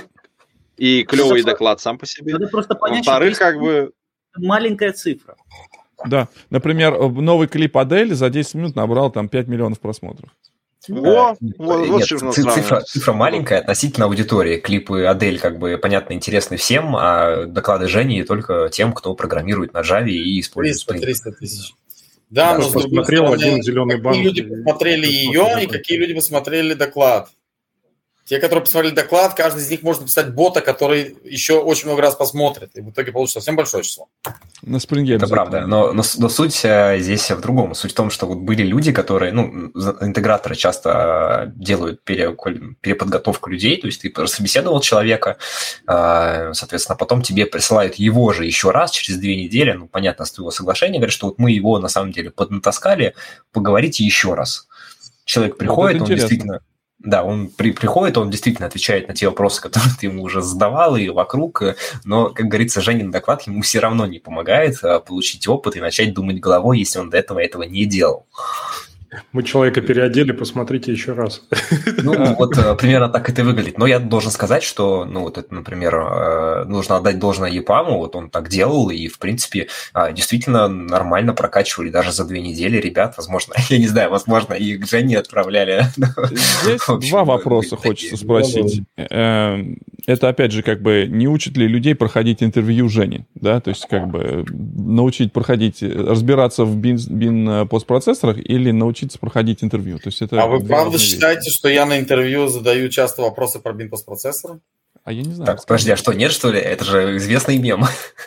и клевый доклад сам по себе. Надо просто понять, во-вторых, как бы... маленькая цифра. Да, например, новый клип Адель за десять минут набрал там пять миллионов просмотров. О, Нет, вот цифра, цифра маленькая относительно аудитории. Клипы Адель, как бы, понятно, интересны всем, а доклады Жени только тем, кто программирует на Java и использует Spring. триста тысяч. Да, да, но посмотрел один зеленый банк. Какие люди посмотрели ее и какие люди посмотрели доклад. Те, которые посмотрели доклад, каждый из них может написать бота, который еще очень много раз посмотрит. И в итоге получится совсем большое число. На спринге. Это правда. Но, но, но суть здесь в другом. Суть в том, что вот были люди, которые... Ну, интеграторы часто делают пере, переподготовку людей. То есть ты собеседовал человека, соответственно, потом тебе присылают его же еще раз через две недели. Ну, понятно, с твоего соглашения. Говорят, что вот мы его на самом деле поднатаскали, поговорите еще раз. Человек приходит, вот он действительно... Да, он при, приходит, он действительно отвечает на те вопросы, которые ты ему уже задавал и вокруг, но, как говорится, Женин доклад ему все равно не помогает получить опыт и начать думать головой, если он до этого этого не делал. Мы человека переодели, посмотрите еще раз. Ну, вот примерно так это выглядит. Но я должен сказать, что, ну, вот это, например, нужно отдать должное Епаму, вот он так делал, и, в принципе, действительно нормально прокачивали даже за две недели ребят, возможно, я не знаю, возможно, и к Жене отправляли. Здесь два вопроса хочется спросить. Это, опять же, как бы, не учат ли людей проходить интервью Жени, да, то есть, как бы, научить проходить, разбираться в бин-постпроцессорах или научить проходить интервью. То есть это а вы правда считаете, вещи. Что я на интервью задаю часто вопросы про бин-постпроцессоры? А я не знаю. Так, подожди, а что, нет, что ли? Это же известный мем.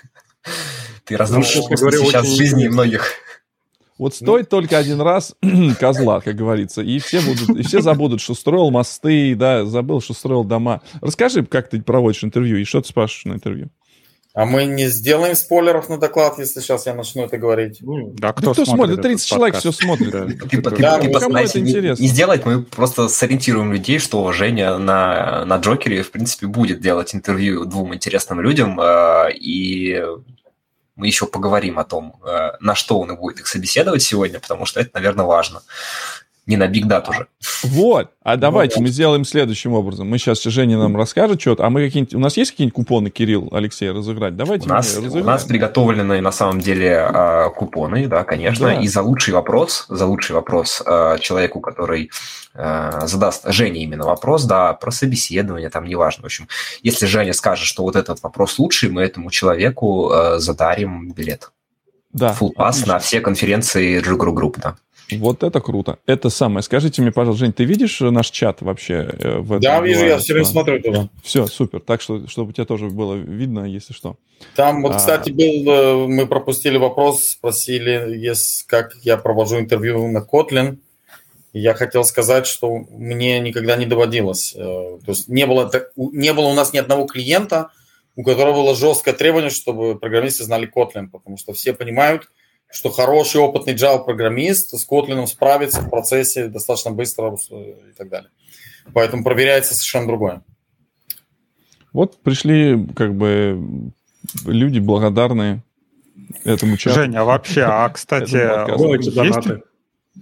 Ты разрушил сейчас жизни многих. Вот стоит только один раз козла, как говорится, и все будут, и все забудут, что строил мосты, да, забыл, что строил дома. Расскажи, как ты проводишь интервью и что ты спрашиваешь на интервью. А мы не сделаем спойлеров на доклад, если сейчас я начну это говорить. Да, кто, да кто смотрит? тридцать человек все смотрит. Да. Ты, ты, да, ты кому это интересно? Не, не сделать, мы просто сориентируем людей, что Женя на, на Джокере, в принципе, будет делать интервью двум интересным людям, э, и мы еще поговорим о том, э, на что он и будет их собеседовать сегодня, потому что это, наверное, важно. Не на биг дату же. Вот. А давайте вот. Мы сделаем следующим образом. Мы сейчас Женя нам расскажет что-то, а мы какие-нибудь... У нас есть какие-нибудь купоны, Кирилл, Алексей, разыграть? Давайте у нас, у нас приготовлены, на самом деле, купоны, да, конечно. Да. И за лучший вопрос, за лучший вопрос человеку, который задаст Жене именно вопрос, да, про собеседование, там, неважно. В общем, если Женя скажет, что вот этот вопрос лучший, мы этому человеку задарим билет. Да. Full pass на все конференции Джигру Групп, да. Вот это круто. Это самое. Скажите мне, пожалуйста, Жень, ты видишь наш чат вообще? В да, вижу, я все время смотрю туда. Все, супер. Так что, чтобы у тебя тоже было видно, если что. Там вот, кстати, был, мы пропустили вопрос, спросили, есть, как я провожу интервью на Kotlin. Я хотел сказать, что мне никогда не доводилось. То есть не было, не было у нас ни одного клиента, у которого было жесткое требование, чтобы программисты знали Kotlin, потому что все понимают, что хороший, опытный Java-программист с Kotlin справится в процессе достаточно быстро и так далее. Поэтому проверяется совершенно другое. Вот пришли как бы люди благодарные этому чату. Женя, а вообще, а, кстати, есть,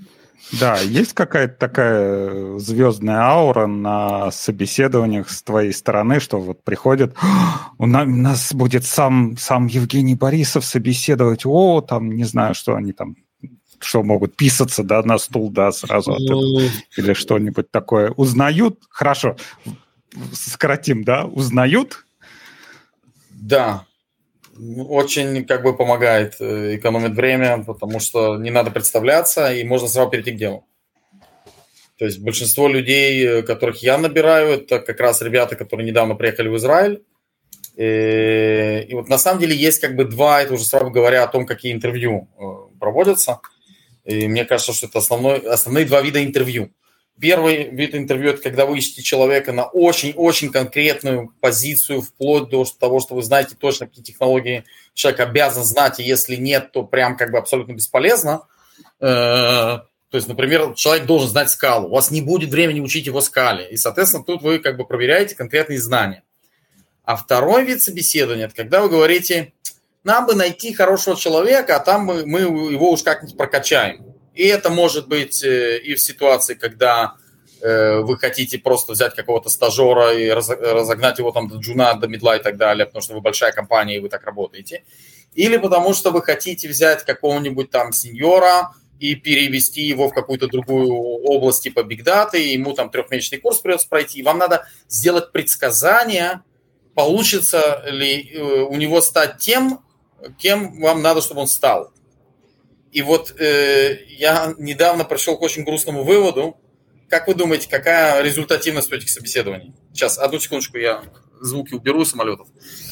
Да, есть какая-то такая звездная аура на собеседованиях с твоей стороны, что вот приходит, у нас будет сам, сам Евгений Борисов собеседовать, о, там, не знаю, что они там, что могут писаться, да, на стул, да, сразу от этого, или что-нибудь такое. Узнают? Хорошо, сократим, да, узнают? Да. Очень как бы помогает, экономит время, потому что не надо представляться, и можно сразу перейти к делу. То есть большинство людей, которых я набираю, это как раз ребята, которые недавно приехали в Израиль. И, и вот на самом деле есть как бы два, это уже сразу говоря о том, какие интервью проводятся. И мне кажется, что это основной, основные два вида интервью. Первый вид интервью – это когда вы ищете человека на очень-очень конкретную позицию, вплоть до того, что вы знаете точно, какие технологии человек обязан знать, и если нет, то прям как бы абсолютно бесполезно. То есть, например, человек должен знать скалу, у вас не будет времени учить его скале, и, соответственно, тут вы как бы проверяете конкретные знания. А второй вид собеседования – это когда вы говорите, нам бы найти хорошего человека, а там мы, мы его уж как-нибудь прокачаем. И это может быть и в ситуации, когда э, вы хотите просто взять какого-то стажера и раз, разогнать его там до джуна, до мидла и так далее, потому что вы большая компания и вы так работаете. Или потому что вы хотите взять какого-нибудь там сеньора и перевести его в какую-то другую область типа Big Data, и ему там трехмесячный курс придется пройти. И вам надо сделать предсказание, получится ли у него стать тем, кем вам надо, чтобы он стал. И вот э, я недавно пришел к очень грустному выводу. Как вы думаете, какая результативность у этих собеседований? Сейчас, одну секундочку, я звуки уберу самолетов.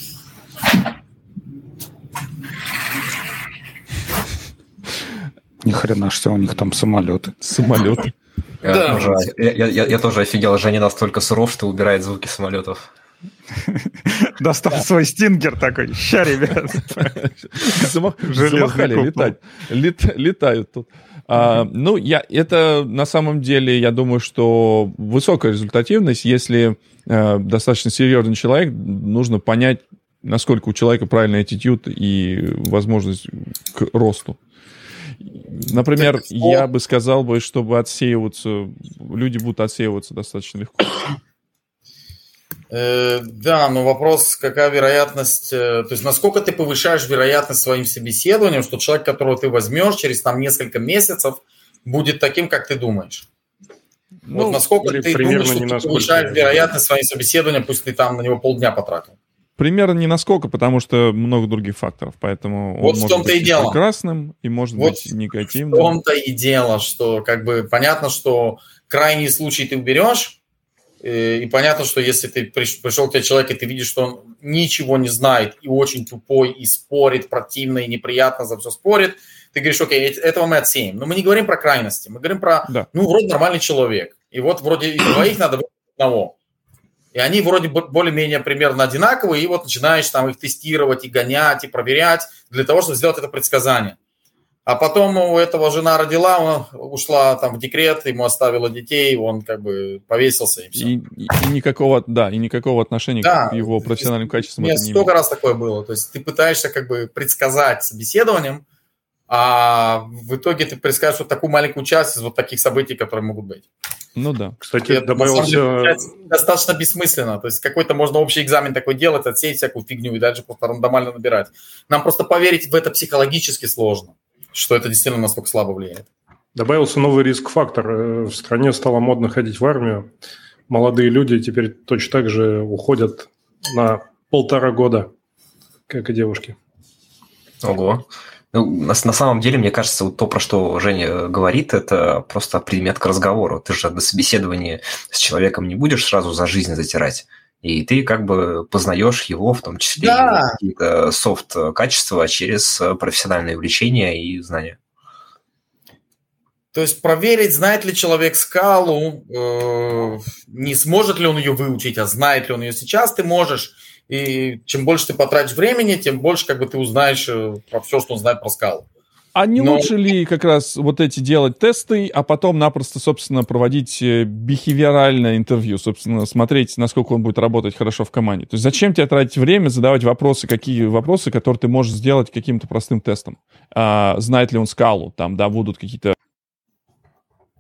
Ни хрена, что у них там самолеты. Самолеты. Я, Да. тоже, я, я, я тоже офигел. Женя настолько суров, что убирает звуки самолетов. Достал свой стингер такой. Ща, ребят. Замахали летать. Летают тут. А, ну, я, это на самом деле, я думаю, что высокая результативность, если э, достаточно серьезный человек, нужно понять, насколько у человека правильный аттитюд и возможность к росту. Например, так, я бы сказал, бы, чтобы отсеиваться, люди будут отсеиваться достаточно легко. Э, да, но вопрос, какая вероятность, э, то есть насколько ты повышаешь вероятность своим собеседованием, что человек, которого ты возьмешь через там несколько месяцев, будет таким, как ты думаешь. Ну, вот насколько ты думаешь, что ты повышаешь вероятность своим собеседованием, пусть ты там на него полдня потратил. Примерно не насколько, потому что много других факторов, поэтому вот он в том-то может быть и дело. прекрасным и может вот быть негативным. В том-то и дело, что как бы понятно, что крайний случай ты уберешь, и понятно, что если ты пришел к тебе человек, и ты видишь, что он ничего не знает, и очень тупой, и спорит, противно, и неприятно за все спорит, ты говоришь, окей, этого мы отсеем. Но мы не говорим про крайности, мы говорим про, да. ну, вроде нормальный человек. И вот вроде из двоих надо выбрать одного. И они вроде более-менее примерно одинаковые, и вот начинаешь там их тестировать, и гонять, и проверять, для того, чтобы сделать это предсказание. А потом у этого жена родила, ушла там в декрет, ему оставила детей, он как бы повесился, и все. И, и, и никакого, да, и никакого отношения да, к его профессиональным качествам. У меня столько раз такое было. То есть ты пытаешься как бы предсказать собеседованием, а в итоге ты предскажешь вот такую маленькую часть из вот таких событий, которые могут быть. Ну да. Кстати, это добавился... достаточно бессмысленно. То есть какой-то можно общий экзамен такой делать, отсеять всякую фигню и дальше просто рандомально набирать. Нам просто поверить в это психологически сложно, что это действительно настолько слабо влияет. Добавился новый риск-фактор. В стране стало модно ходить в армию. Молодые люди теперь точно так же уходят на полтора года, как и девушки. Ого. Ну, на, на самом деле, мне кажется, вот то, про что Женя говорит, это просто предмет к разговору. Ты же на собеседовании с человеком не будешь сразу за жизнь затирать. И ты как бы познаешь его, в том числе да. какие-то софт-качества через профессиональные увлечения и знания. То есть проверить, знает ли человек скалу, э, не сможет ли он ее выучить, а знает ли он ее сейчас, ты можешь. И чем больше ты потратишь времени, тем больше как бы ты узнаешь про все, что он знает про скалу. А не Но... лучше ли как раз вот эти делать тесты, а потом напросто, собственно, проводить бихевиоральное интервью, собственно, смотреть, насколько он будет работать хорошо в команде? То есть зачем тебе тратить время, задавать вопросы, какие вопросы, которые ты можешь сделать каким-то простым тестом? А, знает ли он скалу? Там, да, будут какие-то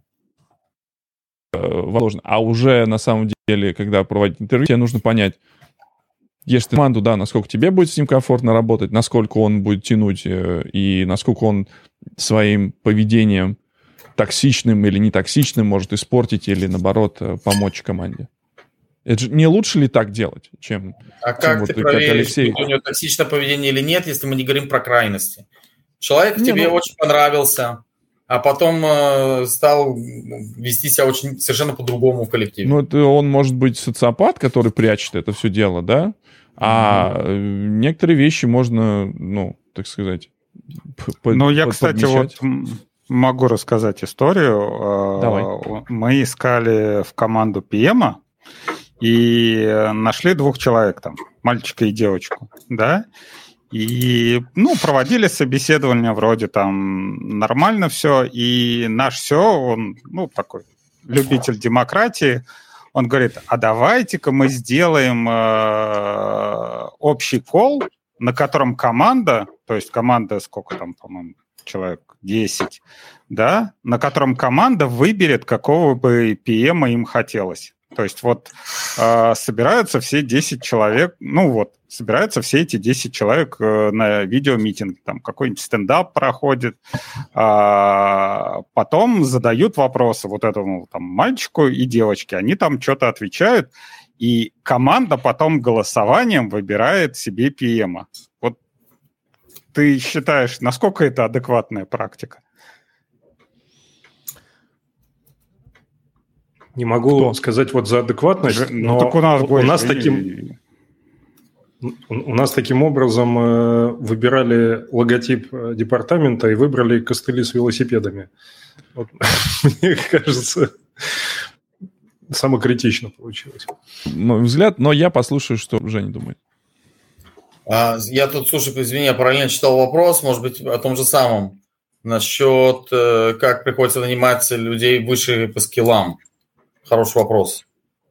возможно. А уже на самом деле, когда проводить интервью, тебе нужно понять, если ты команду, да, насколько тебе будет с ним комфортно работать, насколько он будет тянуть и насколько он своим поведением токсичным или не токсичным может испортить или, наоборот, помочь команде. Это же не лучше ли так делать, чем... А чем как вот ты как проверишь, Алексей... у него токсичное поведение или нет, если мы не говорим про крайности? Человек не, тебе ну... очень понравился, а потом э, стал вести себя очень совершенно по-другому в коллективе. Ну, это он может быть социопат, который прячет это все дело, да? А mm-hmm. некоторые вещи можно, ну, так сказать, по- Ну, я, кстати, вот могу рассказать историю. Давай. Мы искали в команду пи эм и нашли двух человек там, мальчика и девочку, да? И, ну, проводили собеседование, вроде там нормально все, и наш сё, он, ну, такой любитель демократии, он говорит, а давайте-ка мы сделаем э, общий колл, на котором команда, то есть команда, сколько там, по-моему, человек, десять, да, на котором команда выберет, какого бы пи эм им хотелось. То есть вот э, собираются все десять человек, ну вот, собираются все эти десять человек э, на видеомитинг, там какой-нибудь стендап проходит, а потом задают вопросы вот этому там мальчику и девочке, они там что-то отвечают, и команда потом голосованием выбирает себе пи эм. Вот ты считаешь, насколько это адекватная практика? Не могу Кто? сказать вот за адекватность, но ну, у нас, у, у, нас таким, у нас таким образом э, выбирали логотип департамента и выбрали костыли с велосипедами. Вот, мне кажется, самое критично получилось. Мой взгляд, но я послушаю, что Женя думает. А, я тут, слушай, извини, я параллельно читал вопрос, может быть, о том же самом, насчет э, как приходится нанимать людей выше по скиллам. Хороший вопрос.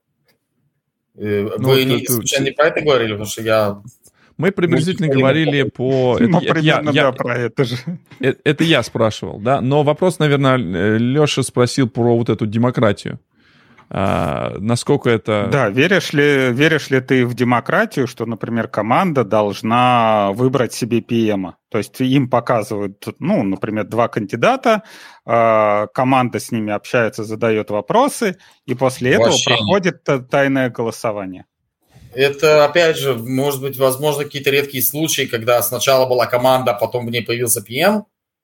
Вы ну, не, это, случайно не про это говорили? Потому что я... Мы приблизительно ну, говорили по... Ну, это, примерно, я, да, я, про это же. Это, это я спрашивал, да? Но вопрос, наверное, Леша спросил про вот эту демократию. А, насколько это... Да, веришь ли, веришь ли ты в демократию, что, например, команда должна выбрать себе пи эм? То есть им показывают, ну, например, два кандидата, э, команда с ними общается, задает вопросы, и после этого Вообще проходит нет. тайное голосование. Это, опять же, может быть, возможно, какие-то редкие случаи, когда сначала была команда, а потом в ней появился пи эм.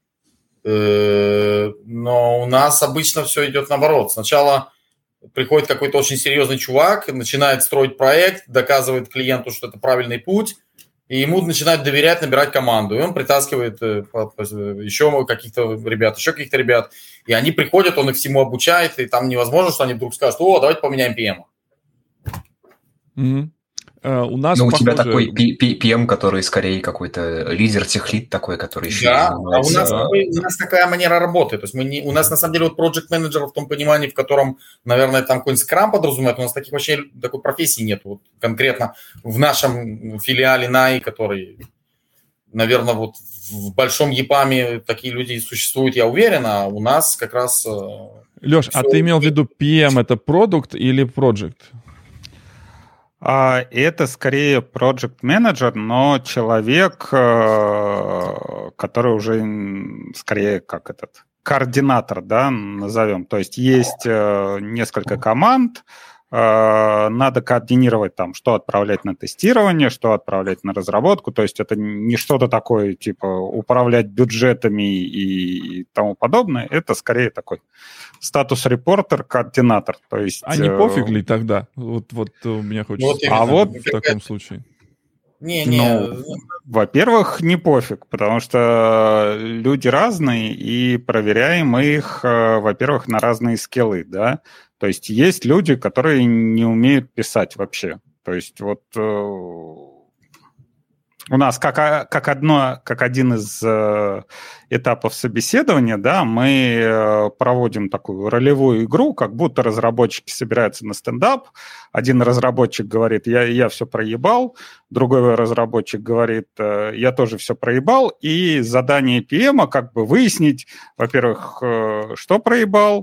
Э, но у нас обычно все идет наоборот. Сначала приходит какой-то очень серьезный чувак, начинает строить проект, доказывает клиенту, что это правильный путь, и ему начинают доверять, набирать команду. И он притаскивает еще каких-то ребят, еще каких-то ребят. И они приходят, он их всему обучает, и там невозможно, что они вдруг скажут, о, давайте поменяем пи эм. Mm-hmm. Uh, у нас ну, у похоже... тебя такой пи эм, который скорее какой-то лидер, техлид такой, который еще да, занимается... а у нас, такой, у нас такая манера работы. То есть мы не, у нас, на самом деле, вот project manager в том понимании, в котором, наверное, там какой-нибудь скрам подразумевает, у нас таких вообще такой профессии нет. Вот конкретно в нашем филиале НАИ, который, наверное, вот в большом ЕПАМе такие люди существуют, я уверен, а у нас как раз... Леш, а ты имел в виду пи эм это продукт или project? Это скорее project manager, но человек, который уже скорее как этот координатор, да, назовем. То есть есть несколько команд, надо координировать там, что отправлять на тестирование, что отправлять на разработку. То есть это не что-то такое, типа управлять бюджетами и тому подобное. Это скорее такой статус-репортер, координатор. То есть, а не пофиг ли тогда? Вот, вот у меня хочется... Вот а вот в таком случае. Не, не. Ну, во-первых, не пофиг, потому что люди разные, и проверяем их, во-первых, на разные скиллы, да. То есть есть люди, которые не умеют писать вообще. То есть вот э, у нас как, как, одно, как один из э, этапов собеседования, да, мы э, проводим такую ролевую игру, как будто разработчики собираются на стендап. Один разработчик говорит, я, я все проебал, другой разработчик говорит, э, я тоже все проебал. И задание пи эм как бы выяснить, во-первых, э, что проебал,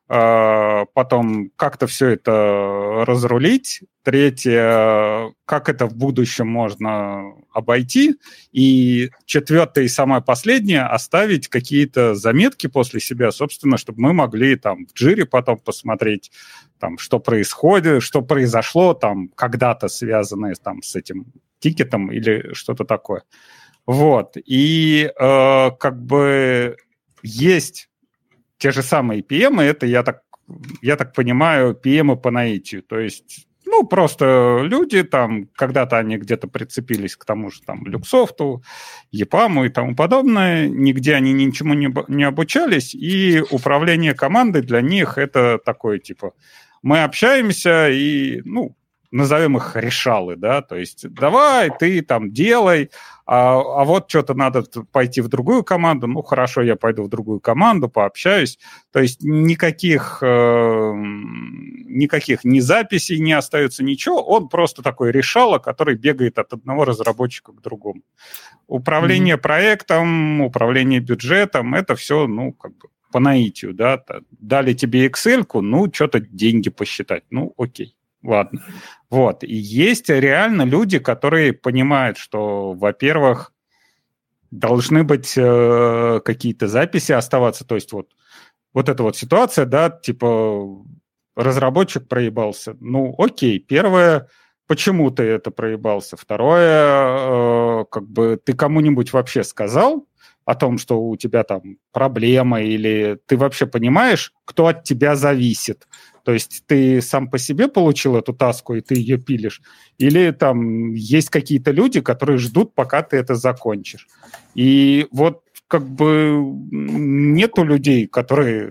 потом как-то все это разрулить, третье, как это в будущем можно обойти, и четвертое и самое последнее, оставить какие-то заметки после себя, собственно, чтобы мы могли там в джире потом посмотреть, там, что происходит, что произошло там когда-то связанное там с этим тикетом или что-то такое. Вот. И э, как бы есть те же самые пи эм, это, я так, я так понимаю, пи эм по наитию. То есть, ну, просто люди там, когда-то они где-то прицепились к тому же там Люксофту, ЕПАМу и тому подобное, нигде они ничему не, не обучались, и управление командой для них это такое, типа, мы общаемся и, ну, назовем их решалы, да, то есть давай, ты там делай, а, а вот что-то надо пойти в другую команду, ну, хорошо, я пойду в другую команду, пообщаюсь, то есть никаких, э, никаких ни записей не остается, ничего, он просто такой решала, который бегает от одного разработчика к другому. Управление mm-hmm. проектом, управление бюджетом, это все, ну, как бы по наитию, да, дали тебе Excel-ку, ну, что-то деньги посчитать, ну, окей. Ладно. Вот. И есть реально люди, которые понимают, что, во-первых, должны быть э, какие-то записи оставаться. То есть вот, вот эта вот ситуация, да, типа разработчик проебался. Ну, окей. Первое, почему ты это проебался? Второе, э, как бы ты кому-нибудь вообще сказал о том, что у тебя там проблема, или ты вообще понимаешь, кто от тебя зависит? То есть ты сам по себе получил эту таску, и ты ее пилишь, или там есть какие-то люди, которые ждут, пока ты это закончишь. И вот как бы нету людей, которые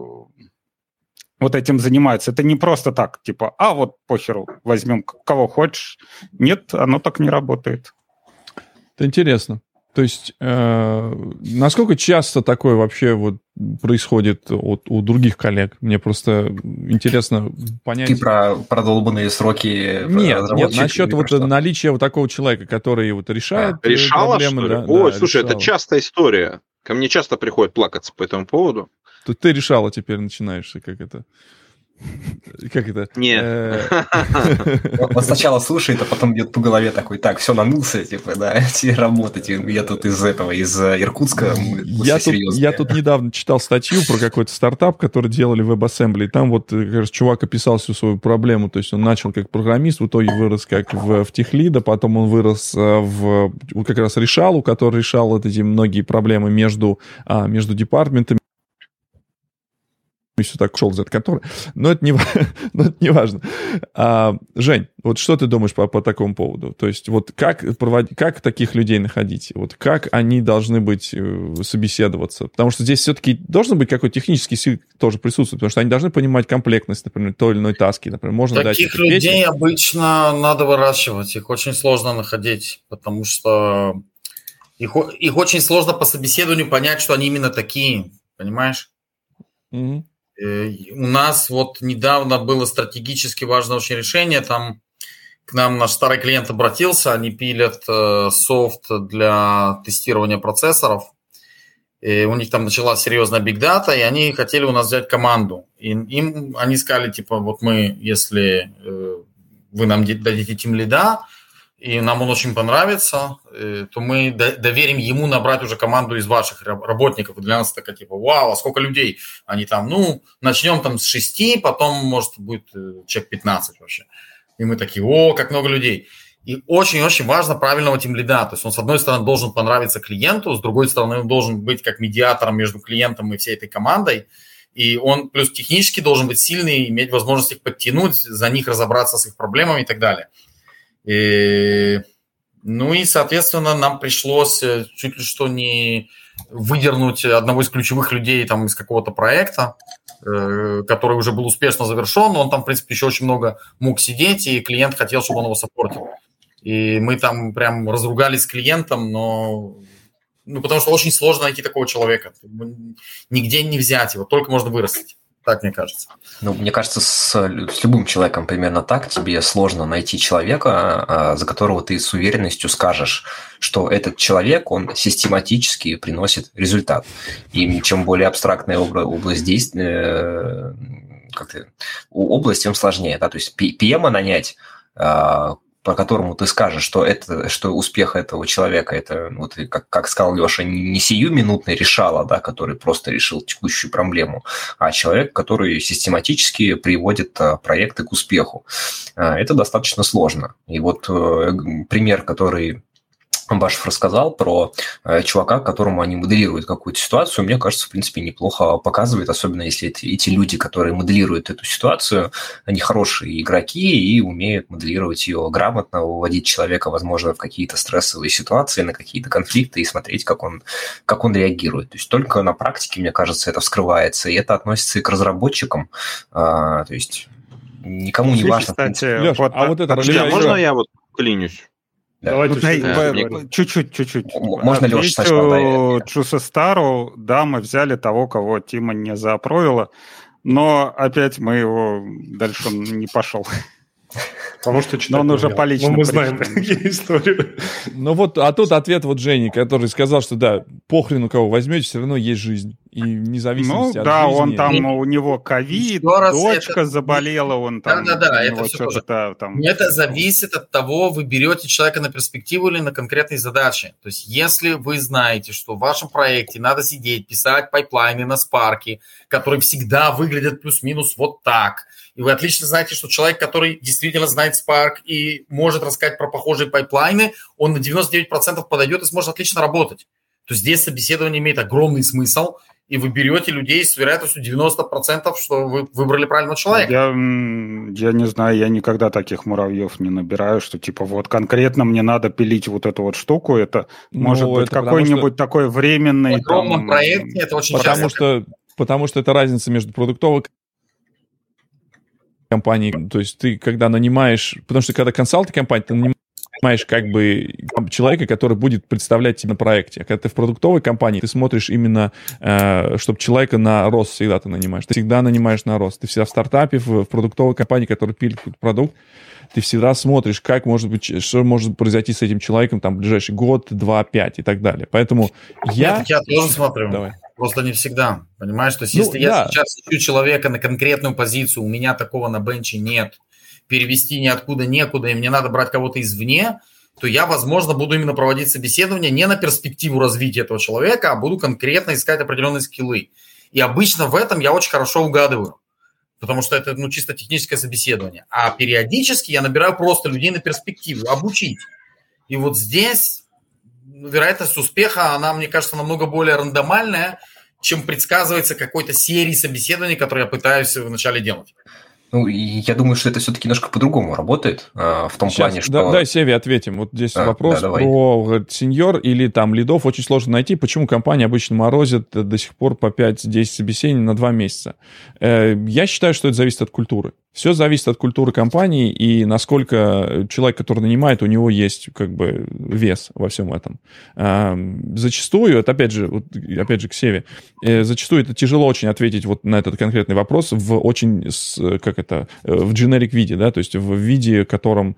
вот этим занимаются. Это не просто так, типа, а вот похеру, возьмем кого хочешь. Нет, оно так не работает. Это интересно. То есть, э, насколько часто такое вообще вот происходит от, у других коллег? Мне просто интересно понять. Ты про, про долбанные сроки Нет, нет, насчет вот наличия вот такого человека, который вот решает а, решала, проблемы. Что ли? Да, Ой, да, слушай, решала. Это частая история. Ко мне часто приходят плакаться по этому поводу. Тут ты решала теперь начинаешься, как это... Как это? Нет. Вот сначала слушает, а потом бьет по голове такой, так, все, нанылся, типа, да, теперь работать. Я тут из этого, из Иркутска. Я тут, я тут недавно читал статью про какой-то стартап, который делали WebAssembly. Там вот, кажется, чувак описал всю свою проблему. То есть он начал как программист, в итоге вырос как в, в техлида, потом он вырос в как раз решалу, который решал вот эти многие проблемы между, между департаментами. И все так шел за конторы. Но это не, но это не важно. А, Жень, вот что ты думаешь по, по такому поводу? То есть вот как, проводить, как таких людей находить? Вот как они должны быть собеседоваться? Потому что здесь все-таки должен быть какой-то технический сил тоже присутствовать, потому что они должны понимать комплектность, например, той или иной таски. Например, можно таких дать людей песни. Обычно надо выращивать. Их очень сложно находить, потому что их, их очень сложно по собеседованию понять, что они именно такие. Понимаешь? Mm-hmm. У нас вот недавно было стратегически важное очень решение. Там к нам наш старый клиент обратился. Они пилят софт для тестирования процессоров. И у них там началась серьезная бигдата, и они хотели у нас взять команду. И им они сказали, типа, вот мы, если вы нам дадите тимлида, и нам он очень понравится, то мы доверим ему набрать уже команду из ваших работников. И для нас такая типа, вау, а сколько людей? Они там, ну, начнем там с шести, потом, может, будет человек пятнадцать вообще. И мы такие, о, как много людей. И очень-очень важно правильного тимлида. То есть он, с одной стороны, должен понравиться клиенту, с другой стороны, он должен быть как медиатором между клиентом и всей этой командой. И он плюс технически должен быть сильный, иметь возможность их подтянуть, за них разобраться с их проблемами и так далее. И, ну и, соответственно, нам пришлось чуть ли что не выдернуть одного из ключевых людей там, из какого-то проекта, э, который уже был успешно завершен, но он там, в принципе, еще очень много мог сидеть, и клиент хотел, чтобы он его саппортил. И мы там прям разругались с клиентом, но... Ну, потому что очень сложно найти такого человека. Нигде не взять его, только можно вырастить. Так мне кажется. Ну, мне кажется, с, с любым человеком примерно так. Тебе сложно найти человека, за которого ты с уверенностью скажешь, что этот человек, он систематически приносит результат. И чем более абстрактная область действия, как-то, область, тем сложнее. Да? То есть пи эм нанять, по которому ты скажешь, что, это, что успех этого человека, это, вот, как, как сказал Леша, не сиюминутное решало, да, который просто решил текущую проблему, а человек, который систематически приводит проекты к успеху. Это достаточно сложно. И вот пример, который Башев рассказал про э, чувака, которому они моделируют какую-то ситуацию, мне кажется, в принципе, неплохо показывает, особенно если эти, эти люди, которые моделируют эту ситуацию, они хорошие игроки и умеют моделировать ее грамотно, выводить человека, возможно, в какие-то стрессовые ситуации, на какие-то конфликты и смотреть, как он, как он реагирует. То есть только на практике, мне кажется, это вскрывается, и это относится и к разработчикам, а, то есть никому не важно. Кстати, Леш, вот, а вот это Подожди, а можно я вот клянусь? Да. Давайте Дай, чуть-чуть, чуть-чуть. Можно Леша сначала? Чуса Стару, да, мы взяли того, кого Тима не заапровила, но опять мы его дальше он не пошел. Потому что Но он уже по личным мы знаем историю. Ну вот, а тут ответ вот Жени, который сказал, что да, похрен у кого возьмете, все равно есть жизнь. И независимости ну, от да, жизни... он там, у него ковид, дочка это... заболела, он там... Да-да-да, это все тоже. Там... Это зависит от того, вы берете человека на перспективу или на конкретные задачи. То есть если вы знаете, что в вашем проекте надо сидеть, писать пайплайны на Spark, которые всегда выглядят плюс-минус вот так, и вы отлично знаете, что человек, который действительно знает Spark и может рассказать про похожие пайплайны, он на девяносто девять процентов подойдет и сможет отлично работать. То есть здесь собеседование имеет огромный смысл, и вы берете людей с вероятностью девяносто процентов, что вы выбрали правильного человека. Я, я не знаю, я никогда таких муравьев не набираю, что типа вот конкретно мне надо пилить вот эту вот штуку, это ну, может быть какой-нибудь что... такой временный... В огромном там... проекте это очень потому часто. Что, потому что это разница между продуктовой компанией, то есть ты когда нанимаешь... Потому что когда консалтинг компания, ты нанимаешь понимаешь, как бы человека, который будет представлять тебя на проекте. А когда ты в продуктовой компании, ты смотришь именно, э, чтобы человека на рост всегда ты нанимаешь. Ты всегда нанимаешь на рост. Ты всегда в стартапе, в, в продуктовой компании, которая пилит продукт, ты всегда смотришь, как может быть, что может произойти с этим человеком там в ближайший год, два, пять и так далее. Поэтому я... Нет, я тоже смотрю. Давай. Просто не всегда. Понимаешь? То есть, если ну, я да. сейчас ищу человека на конкретную позицию, у меня такого на бенче нет, перевести ниоткуда некуда, и мне надо брать кого-то извне, то я, возможно, буду именно проводить собеседование не на перспективу развития этого человека, а буду конкретно искать определенные скиллы. И обычно в этом я очень хорошо угадываю, потому что это ну, чисто техническое собеседование. А периодически я набираю просто людей на перспективу, обучить. И вот здесь вероятность успеха, она, мне кажется, намного более рандомальная, чем предсказывается какой-то серией собеседований, которые я пытаюсь вначале делать. Ну, я думаю, что это все-таки немножко по-другому работает, в том Сейчас, плане, что... Да, дай Севе ответим. Вот здесь а, вопрос да, про сеньор или там лидов очень сложно найти. Почему компания обычно морозит до сих пор по пять-десять собеседований на два месяца? Я считаю, что это зависит от культуры. Все зависит от культуры компании и насколько человек, который нанимает, у него есть как бы вес во всем этом. Зачастую, это опять же, вот, опять же к Севе, зачастую это тяжело очень ответить вот на этот конкретный вопрос в очень, как это, в generic виде, да, то есть в виде, в котором...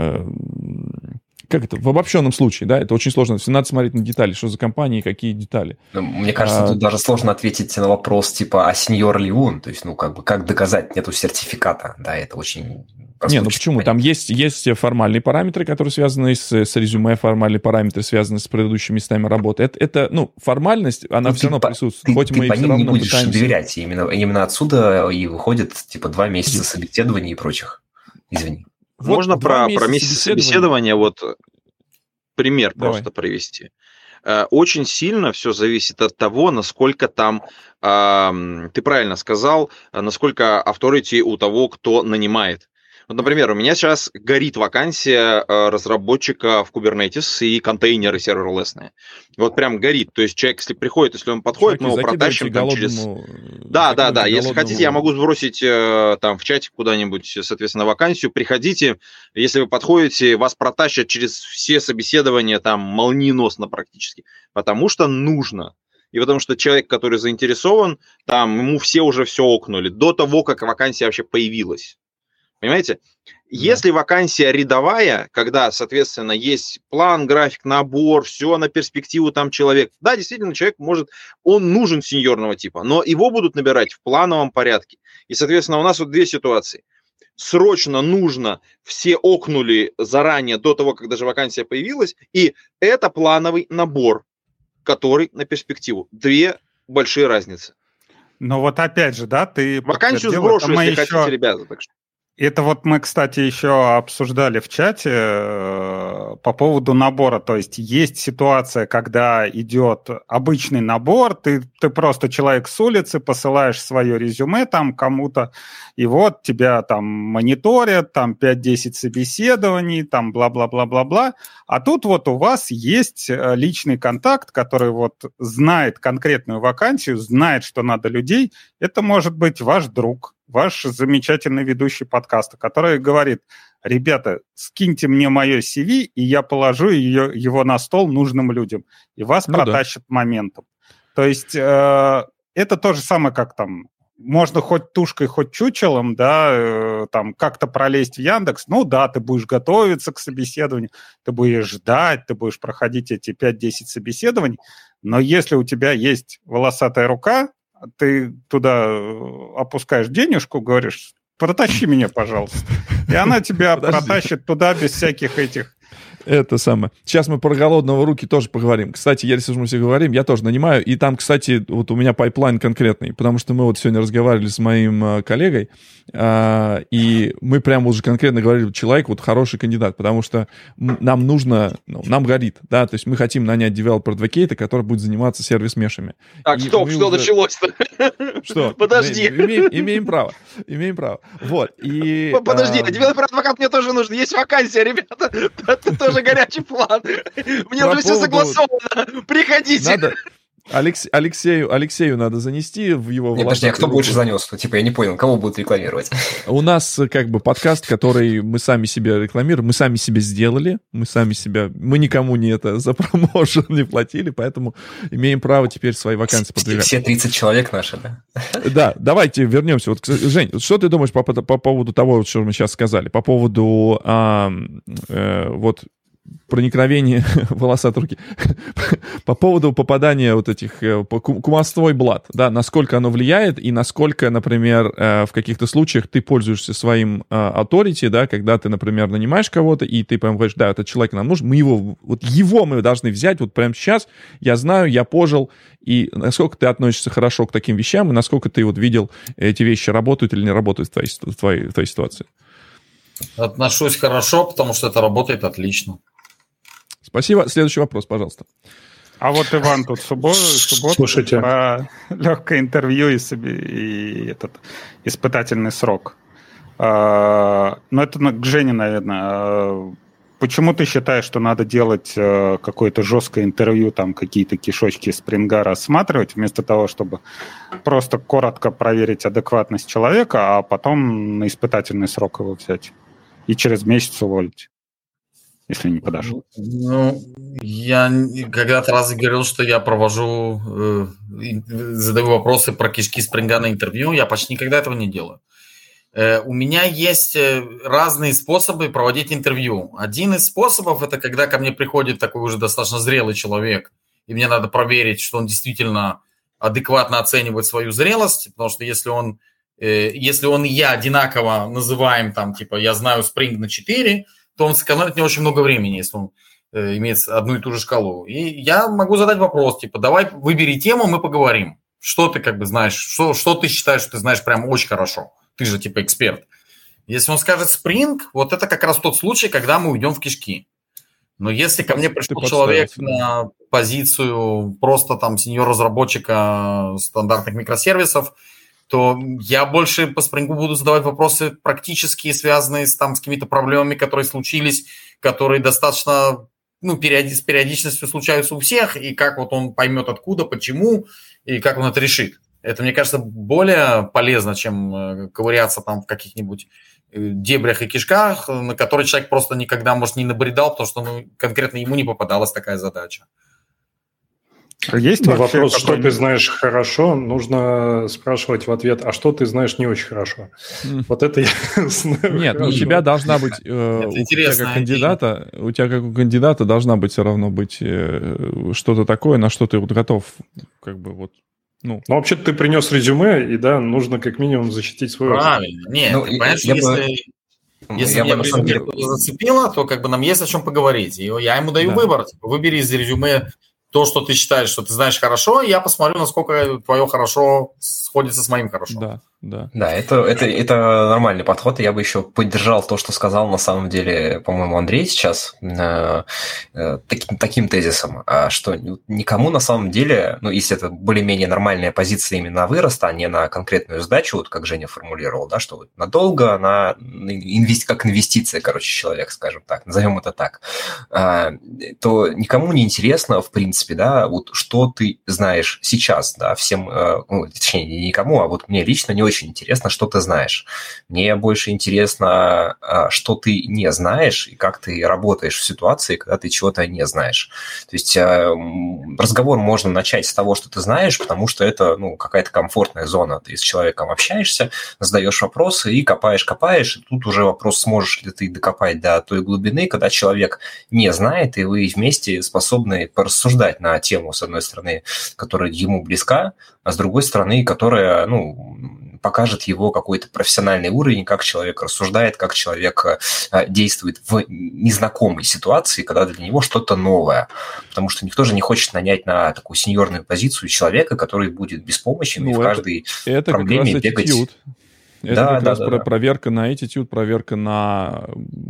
Как это? В обобщенном случае, да, это очень сложно. Надо смотреть на детали, что за компания и какие детали. Мне кажется, а... тут даже сложно ответить на вопрос, типа, а сеньор ли он? То есть, ну, как бы, как доказать, нету сертификата, да, это очень... Не, ну почему? Понятно. Там есть, есть формальные параметры, которые связаны с, с резюме, формальные параметры, связаны с предыдущими местами работы. Это, это ну, формальность, она ну, все равно по, присутствует. Ты, Хоть ты мы по все ним равно не будешь пытаемся... доверять. Именно, именно отсюда и выходит, типа, два месяца собеседований и прочих. Извини. Вот можно про, про месяц собеседования, собеседования вот... пример Давай. Просто привести. Очень сильно все зависит от того, насколько там, ты правильно сказал, насколько авторити у того, кто нанимает. Вот, например, у меня сейчас горит вакансия разработчика в Kubernetes и контейнеры серверлесные. Вот прям горит. То есть человек, если приходит, если он подходит, Чуваки, мы его протащим там через... Да, да, да. Если голодному... хотите, я могу сбросить там в чатик куда-нибудь, соответственно, вакансию. Приходите, если вы подходите, вас протащат через все собеседования там молниеносно практически. Потому что нужно. и потому что человек, который заинтересован, там ему все уже все окнули до того, как вакансия вообще появилась. Понимаете? Если да. вакансия рядовая, когда, соответственно, есть план, график, набор, все на перспективу там человек, да, действительно, человек может, он нужен сеньорного типа, но его будут набирать в плановом порядке. И, соответственно, у нас вот две ситуации. Срочно нужно, все окнули заранее до того, как даже вакансия появилась, и это плановый набор, который на перспективу. Две большие разницы. Но вот опять же, да, ты... Вакансию сброшу, если еще... хотите, ребята, так что... Это вот мы, кстати, еще обсуждали в чате э, по поводу набора. То есть есть ситуация, когда идет обычный набор, ты, ты просто человек с улицы, посылаешь свое резюме там кому-то, и вот тебя там мониторят, там пять-десять собеседований, там бла-бла-бла-бла-бла. А тут вот у вас есть личный контакт, который вот знает конкретную вакансию, знает, что надо людей. Это может быть ваш друг, ваш замечательный ведущий подкаста, который говорит: ребята, скиньте мне мое си ви, и я положу ее, его на стол нужным людям, и вас ну протащат да. моментом. То есть э, это то же самое, как там, можно хоть тушкой, хоть чучелом, да, э, там как-то пролезть в Яндекс, ну да, ты будешь готовиться к собеседованию, ты будешь ждать, ты будешь проходить эти пять-десять собеседований, но если у тебя есть волосатая рука, ты туда опускаешь денежку, говоришь: протащи меня, пожалуйста. И она тебя протащит туда без всяких этих... Это самое. Сейчас мы про голодного руки тоже поговорим. Кстати, если уж мы все говорим, я тоже нанимаю. И там, кстати, вот у меня пайплайн конкретный, потому что мы вот сегодня разговаривали с моим э, коллегой, э, и мы прямо уже конкретно говорили: человек вот хороший кандидат, потому что нам нужно, ну, нам горит, да, то есть мы хотим нанять девелопер-адвокейта, который будет заниматься сервис-мешами. Так, и стоп, что уже... началось-то? Что? Подожди. Имеем, имеем право, имеем право. Вот, и... Подожди, а... девелопер-адвокат мне тоже нужен, есть вакансия, ребята, это тоже горячий план. Мне Про уже поводу... все согласовано. Приходите. Надо... Алекс... Алексею, Алексею надо занести в его... Не, подожди, а кто руку. Больше занес? Типа, я не понял, кого будут рекламировать? У нас как бы подкаст, который мы сами себе рекламируем, мы сами себе сделали, мы сами себя... Мы никому не это за промоушен не платили, поэтому имеем право теперь свои вакансии продвигать. Все тридцать человек наши, да? Да, давайте вернемся. Вот, Жень, что ты думаешь по, по, по поводу того, что мы сейчас сказали? По поводу а, э, вот... проникновение волосатой руки. По поводу попадания вот этих кумовство и блат, да, насколько оно влияет и насколько, например, в каких-то случаях ты пользуешься своим authority, да, когда ты, например, нанимаешь кого-то, и ты прям говоришь: да, этот человек нам нужен, мы его, вот его мы должны взять вот прямо сейчас, я знаю, я пожил, и насколько ты относишься хорошо к таким вещам, и насколько ты вот видел, эти вещи работают или не работают в твоей, в твоей, в твоей ситуации? Отношусь хорошо, потому что это работает отлично. Спасибо. Следующий вопрос, пожалуйста. А вот Иван тут в субботу, субботу про легкое интервью и, и этот испытательный срок. А, ну, это к Жене, наверное. А, почему ты считаешь, что надо делать а, какое-то жесткое интервью, там какие-то кишочки спринга рассматривать, вместо того, чтобы просто коротко проверить адекватность человека, а потом на испытательный срок его взять и через месяц уволить, если не подошел? Ну, я когда-то раз говорил, что я провожу, э, задаю вопросы про кишки спринга на интервью. Я почти никогда этого не делаю. Э, у меня есть разные способы проводить интервью. Один из способов – это когда ко мне приходит такой уже достаточно зрелый человек, и мне надо проверить, что он действительно адекватно оценивает свою зрелость, потому что если он, э, если он и я одинаково называем, там, типа, я знаю спринг на четыре, то он сэкономит мне очень много времени, если он э, имеет одну и ту же шкалу. И я могу задать вопрос, типа: давай выбери тему, мы поговорим. Что ты как бы знаешь, что, что ты считаешь, что ты знаешь прям очень хорошо? Ты же типа эксперт. Если он скажет спринг, вот это как раз тот случай, когда мы уйдем в кишки. Но если ко мне пришел человек на позицию просто там сеньор-разработчика стандартных микросервисов, то я больше по спрингу буду задавать вопросы практические, связанные с, там, с какими-то проблемами, которые случились, которые достаточно, ну, периоди- с периодичностью случаются у всех, и как вот он поймет, откуда, почему, и как он это решит. Это, мне кажется, более полезно, чем ковыряться там в каких-нибудь дебрях и кишках, на которые человек просто никогда, может, не набредал, потому что ну, конкретно ему не попадалась такая задача. Есть ну, вопрос, что ты знаешь хорошо, нужно спрашивать в ответ, а что ты знаешь не очень хорошо. Mm. Вот это я знаю. Нет, хорошо. У тебя должна быть, э, у тебя как кандидата, у тебя как у кандидата должна быть все равно быть э, что-то такое, на что ты вот готов, как бы вот. Ну, ну вообще-то ты принес резюме, и да, нужно как минимум защитить свой. Правильно. Нет, ну, понимаешь, я если... Бы... Если я меня резюме деле... зацепило, то как бы нам есть о чем поговорить. И я ему даю да. выбор. Типа, выбери из резюме то, что ты считаешь, что ты знаешь хорошо, и я посмотрю, насколько твое хорошо сходится с моим хорошо. Да, да. Да, это, это, это нормальный подход. Я бы еще поддержал то, что сказал на самом деле, по-моему, Андрей сейчас, э, э, таким, таким тезисом, что никому на самом деле, ну, если это более-менее нормальная позиция именно на вырост, а не на конкретную сдачу, вот как Женя формулировал, да, что вот надолго, на инвести, как инвестиция, короче, человек, скажем так, назовем это так, э, то никому не интересно, в принципе, да, вот что ты знаешь сейчас, да, всем, ну, точнее, не никому, а вот мне лично не очень интересно, что ты знаешь. Мне больше интересно, что ты не знаешь и как ты работаешь в ситуации, когда ты чего-то не знаешь. То есть разговор можно начать с того, что ты знаешь, потому что это, ну, какая-то комфортная зона. Ты с человеком общаешься, задаешь вопросы и копаешь-копаешь, и тут уже вопрос, сможешь ли ты докопать до той глубины, когда человек не знает, и вы вместе способны порассуждать на тему, с одной стороны, которая ему близка, а с другой стороны, которая, ну, покажет его какой-то профессиональный уровень, как человек рассуждает, как человек действует в незнакомой ситуации, когда для него что-то новое. Потому что никто же не хочет нанять на такую сеньорную позицию человека, который будет беспомощен ну, и в это, каждой это проблеме бегать. Это да, как да, раз да, про- да. проверка на attitude, проверка на,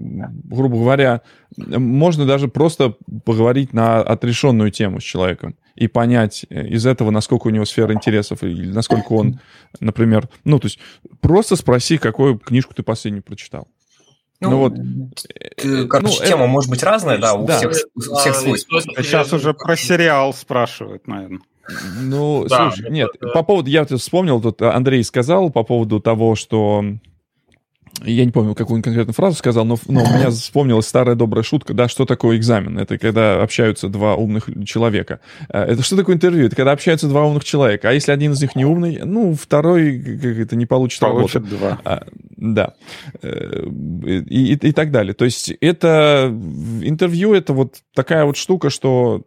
грубо говоря, можно даже просто поговорить на отрешенную тему с человеком и понять из этого, насколько у него сфера интересов, или насколько он, например, ну, то есть просто спроси, какую книжку ты последнюю прочитал. Ну, ну вот, короче, ну, тема это... может быть разная, да, у да. всех, у всех свой. Сейчас уже про сериал спрашивают, наверное. Ну, да, слушай, нет, это... по поводу, я вспомнил, тут Андрей сказал по поводу того, что, я не помню, какую он конкретную фразу сказал, но, но у меня вспомнилась старая добрая шутка, да, что такое экзамен? Это когда общаются два умных человека. Это что такое интервью? Это когда общаются два умных человека, а если один из них не умный, ну, второй как это не получит, получит работу. два. А, да. И, и, и так далее. То есть это, интервью это вот такая вот штука, что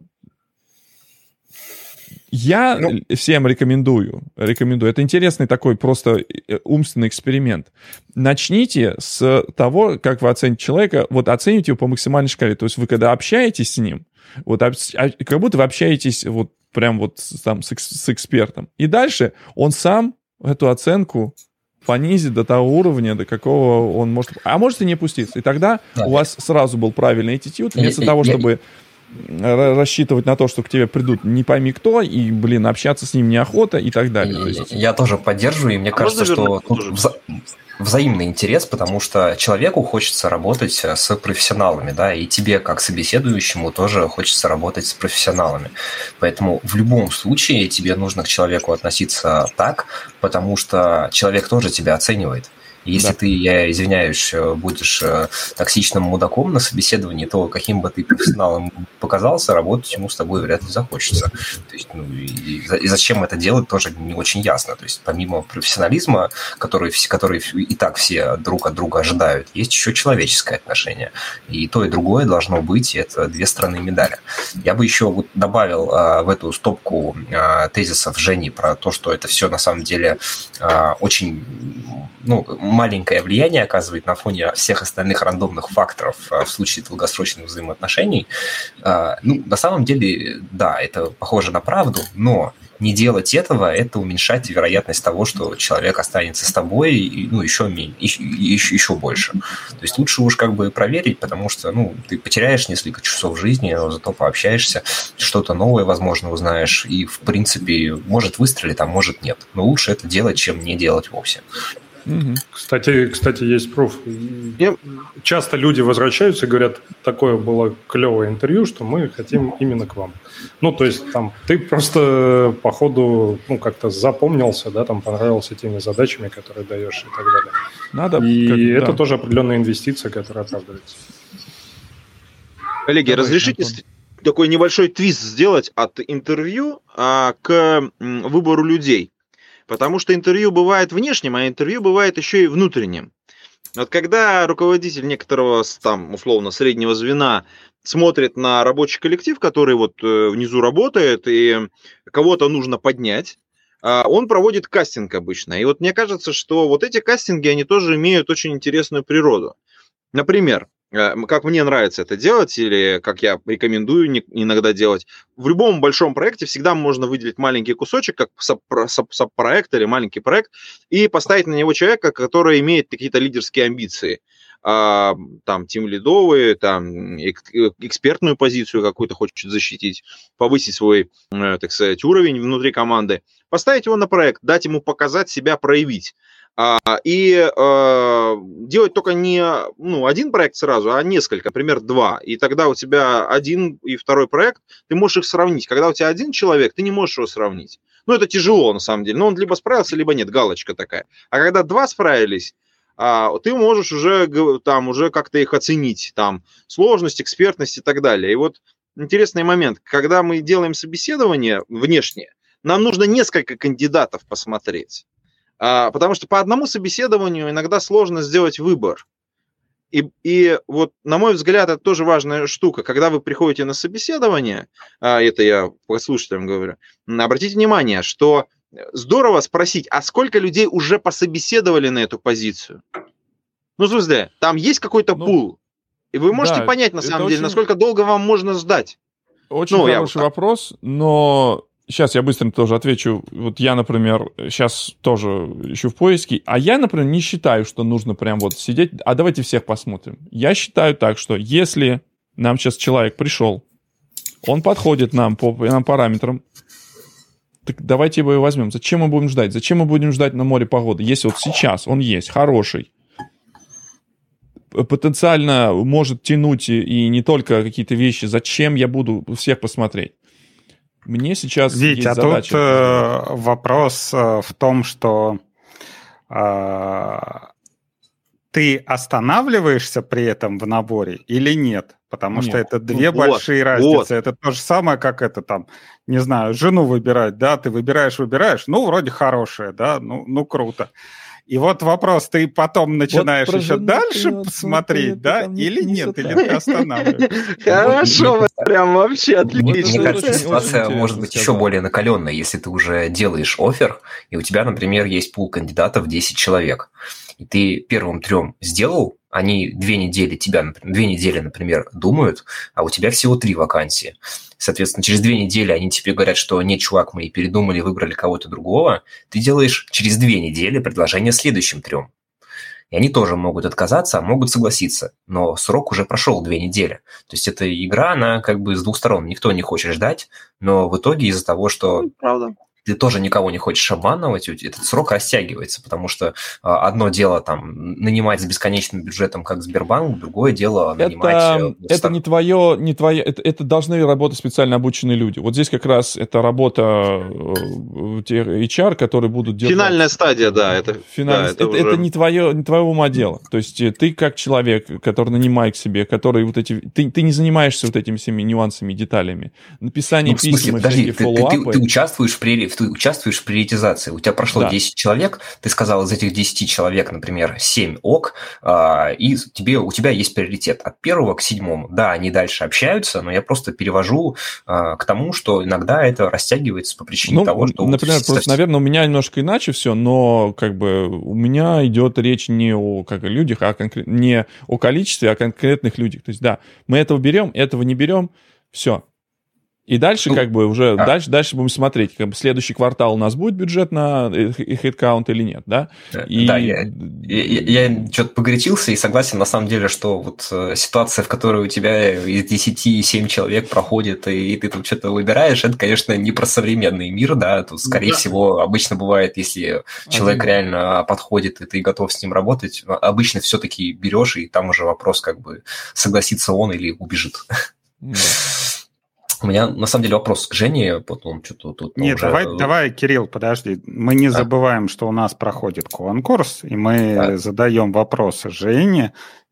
Я ну, всем рекомендую, рекомендую. Это интересный такой просто умственный эксперимент. Начните с того, как вы оцените человека, вот оцените его по максимальной шкале. То есть вы когда общаетесь с ним, вот как будто вы общаетесь вот прям вот там с, с экспертом. И дальше он сам эту оценку понизит до того уровня, до какого он может... А может и не опуститься. И тогда да. у вас сразу был правильный attitude, вместо я, того, я, чтобы... рассчитывать на то, что к тебе придут не пойми кто, и, блин, общаться с ним неохота и так далее. И, то есть... Я тоже поддерживаю, и мне а кажется, что тут вза- взаимный интерес, потому что человеку хочется работать с профессионалами, да, и тебе, как собеседующему, тоже хочется работать с профессионалами. Поэтому в любом случае тебе нужно к человеку относиться так, потому что человек тоже тебя оценивает. Если да. ты, я извиняюсь, будешь токсичным мудаком на собеседовании, то каким бы ты профессионалом показался, работать ему с тобой вряд ли захочется. То есть, ну, и, и зачем это делать, тоже не очень ясно. То есть помимо профессионализма, который, который и так все друг от друга ожидают, есть еще человеческое отношение. И то, и другое должно быть, и это две стороны медали. Я бы еще вот добавил а, в эту стопку а, тезисов Жени про то, что это все на самом деле а, очень... ну, маленькое влияние оказывает на фоне всех остальных рандомных факторов в случае долгосрочных взаимоотношений. Ну, на самом деле, да, это похоже на правду, но не делать этого – это уменьшать вероятность того, что человек останется с тобой, ну, еще, меньше, еще, еще больше. То есть лучше уж как бы проверить, потому что, ну, ты потеряешь несколько часов жизни, но зато пообщаешься, что-то новое, возможно, узнаешь, и, в принципе, может выстрелить, а может нет. Но лучше это делать, чем не делать вовсе. Кстати, кстати, есть пруф. Yep. Часто люди возвращаются и говорят, такое было клевое интервью, что мы хотим именно к вам. Ну, то есть, там, ты просто по ходу, ну, как-то запомнился, да, там, понравился теми задачами, которые даешь и так далее. Надо, и как, это да. тоже определенная инвестиция, которая оправдывается. Коллеги, разрешите, такой небольшой твист сделать от интервью а, к выбору людей. Потому что интервью бывает внешним, а интервью бывает еще и внутренним. Вот когда руководитель некоторого, там, условно, среднего звена смотрит на рабочий коллектив, который вот внизу работает, и кого-то нужно поднять, он проводит кастинг обычно. И вот мне кажется, что вот эти кастинги, они тоже имеют очень интересную природу. Например, как мне нравится это делать, или как я рекомендую иногда делать, в любом большом проекте всегда можно выделить маленький кусочек, как саб-проект или маленький проект, и поставить на него человека, который имеет какие-то лидерские амбиции. Там тимлидовые, там экспертную позицию какую-то хочет защитить, повысить свой, так сказать, уровень внутри команды, поставить его на проект, дать ему показать себя, проявить. И э, делать только не ну, один проект сразу, а несколько, например, два. И тогда у тебя один и второй проект, ты можешь их сравнить. Когда у тебя один человек, ты не можешь его сравнить. Ну, это тяжело, на самом деле. Но он либо справился, либо нет, галочка такая. А когда два справились, ты можешь уже, там, уже как-то их оценить. Там, сложность, экспертность и так далее. И вот интересный момент. Когда мы делаем собеседование внешнее, нам нужно несколько кандидатов посмотреть. Потому что по одному собеседованию иногда сложно сделать выбор. И, и вот, на мой взгляд, это тоже важная штука. Когда вы приходите на собеседование, это я по слушателям говорю, обратите внимание, что здорово спросить, а сколько людей уже пособеседовали на эту позицию? Ну, в смысле, там есть какой-то ну, пул, и вы можете да, понять, на самом деле, очень... насколько долго вам можно ждать. Очень ну, хороший я... вопрос, но... Сейчас я быстро тоже отвечу. Вот я, например, сейчас тоже ищу в поиске, а я, например, не считаю, что нужно прям вот сидеть. А давайте всех посмотрим. Я считаю так, что если нам сейчас человек пришел, он подходит нам по нам параметрам, так давайте его и возьмем. Зачем мы будем ждать? Зачем мы будем ждать на море погоды? Если вот сейчас он есть, хороший, потенциально может тянуть и не только какие-то вещи, зачем я буду всех посмотреть? Мне сейчас Вить, есть а задача. тут э, вопрос э, в том, что э, ты останавливаешься при этом в наборе или нет? Потому нет. что это две ну, большие вот, разницы. Вот. Это то же самое, как это там, не знаю, жену выбирать, да? Ты выбираешь, выбираешь, ну, вроде хорошая, да, ну, ну круто. И вот вопрос, ты потом начинаешь вот еще дальше посмотреть, да, или нет, или ты останавливаешься? Хорошо, прям вообще отлично. Мне кажется, ситуация может быть еще более накаленная, если ты уже делаешь оффер, и у тебя, например, есть пул кандидатов десять человек, и ты первым трем сделал, они две недели тебя, две недели, например, думают, а у тебя всего три вакансии. Соответственно, через две недели они тебе говорят, что нет, чувак, мы передумали, выбрали кого-то другого. Ты делаешь через две недели предложение следующим трем. И они тоже могут отказаться, а могут согласиться. Но срок уже прошел две недели. То есть эта игра, она как бы с двух сторон. Никто не хочет ждать, но в итоге из-за того, что... Правда. Ты тоже никого не хочешь обманывать, этот срок растягивается, потому что одно дело там нанимать с бесконечным бюджетом, как Сбербанк, другое дело нанимать... Это, это не твое, не твое это, это должны работать специально обученные люди. Вот здесь как раз это работа эйч ар, которые будут делать... Финальная стадия, да. Это, Финальная, да, это, это, уже... это не, твое, не твоего ума дело. То есть ты как человек, который нанимает к себе, который вот эти... Ты, ты не занимаешься вот этими всеми нюансами, деталями. Написание ну, писем и всякие фоллоуапы. Ты, ты, ты участвуешь в прерии ты участвуешь в приоритизации. У тебя прошло да. десять человек, ты сказал, из этих десяти человек, например, семь ок, и тебе, у тебя есть приоритет от первого к седьмому. Да, они дальше общаются, но я просто перевожу к тому, что иногда это растягивается по причине ну, того, что... Например, вот, просто, наверное, у меня немножко иначе все, но как бы у меня идет речь не о как, людях, а конкрет... не о количестве, а о конкретных людях. То есть, да, мы этого берем, этого не берем, все. И дальше, ну, как бы, уже да. дальше, дальше будем смотреть, как бы, следующий квартал у нас будет бюджет на хедкаунт или нет, да? И... Да, я, я, я что-то погорячился и согласен, на самом деле, что вот ситуация, в которой у тебя из десяти семь человек проходит, и ты тут что-то выбираешь, это, конечно, не про современный мир, да, тут, скорее да. всего, обычно бывает, если человек Один. реально подходит, и ты готов с ним работать, обычно все-таки берешь, и там уже вопрос, как бы, согласится он или убежит. Да. У меня, на самом деле, вопрос к Жене. Потом что-то тут Нет, уже... давай, давай, Кирилл, подожди. Мы не а? забываем, что у нас проходит конкурс, и мы а? задаем вопросы Жене,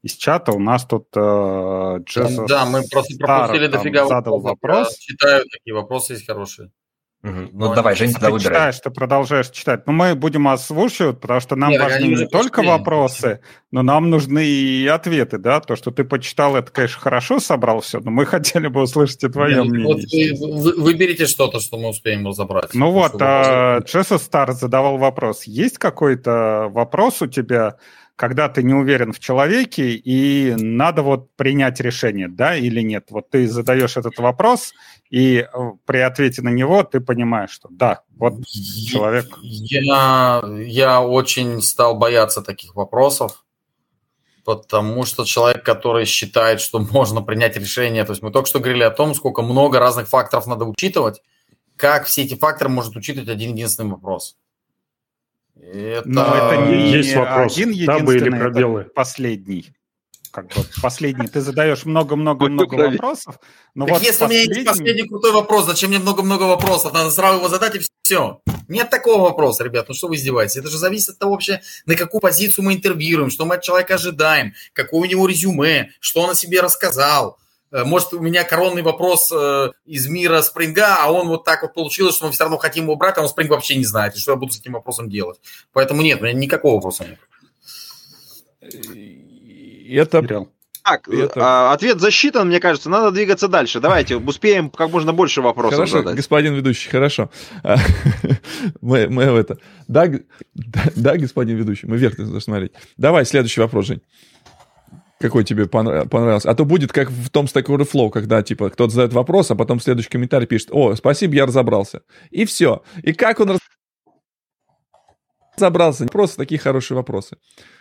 из чата. У нас тут э, Джесус Да, мы просто пропустили дофига задал вопрос. Я читаю, такие вопросы есть хорошие. Угу. Ну, давай, Жень, тогда выбирай. Ты читаешь, ты продолжаешь читать. Но мы будем озвучивать, потому что нам Нет, важны не только пошли. вопросы, но нам нужны и ответы, да? То, что ты почитал, это, конечно, хорошо собрал все, но мы хотели бы услышать и твое Нет, мнение. Вот вы, вы, выберите что-то, что мы успеем разобрать. Ну вот, а, Джесус Стар задавал вопрос. Есть какой-то вопрос у тебя, когда ты не уверен в человеке, и надо вот принять решение, да или нет? Вот ты задаешь этот вопрос, и при ответе на него ты понимаешь, что да, вот человек... Я, я очень стал бояться таких вопросов, потому что человек, который считает, что можно принять решение, то есть мы только что говорили о том, сколько много разных факторов надо учитывать, как все эти факторы может учитывать один единственный вопрос. Это... Но это не Есть вопрос, один табы или единственный, пробелы? это последний. Как бы последний. Ты задаешь много-много-много вопросов, но так вот если у меня есть последний крутой вопрос, зачем мне много-много вопросов? Надо сразу его задать и все. Нет такого вопроса, ребят. Ну что вы издеваетесь? Это же зависит от того вообще, на какую позицию мы интервьюируем, что мы от человека ожидаем, какое у него резюме, что он о себе рассказал. Может, у меня коронный вопрос э, из мира спринга, а он вот так вот получилось, что мы все равно хотим его брать, а он спринг вообще не знает, и что я буду с этим вопросом делать. Поэтому нет, у меня никакого вопроса нет. Это... Так, это... ответ засчитан, мне кажется, надо двигаться дальше. Давайте успеем как можно больше вопросов хорошо, задать. Господин ведущий, хорошо. мы, мы это... Да, да, да, господин ведущий, мы вверх должны смотреть. Давай, следующий вопрос, Жень. Какой тебе понравился? А то будет как в том Stack Overflow, когда типа кто-то задает вопрос, а потом следующий комментарий пишет: о, спасибо, я разобрался. И все. И как он разобрался? Просто такие хорошие вопросы.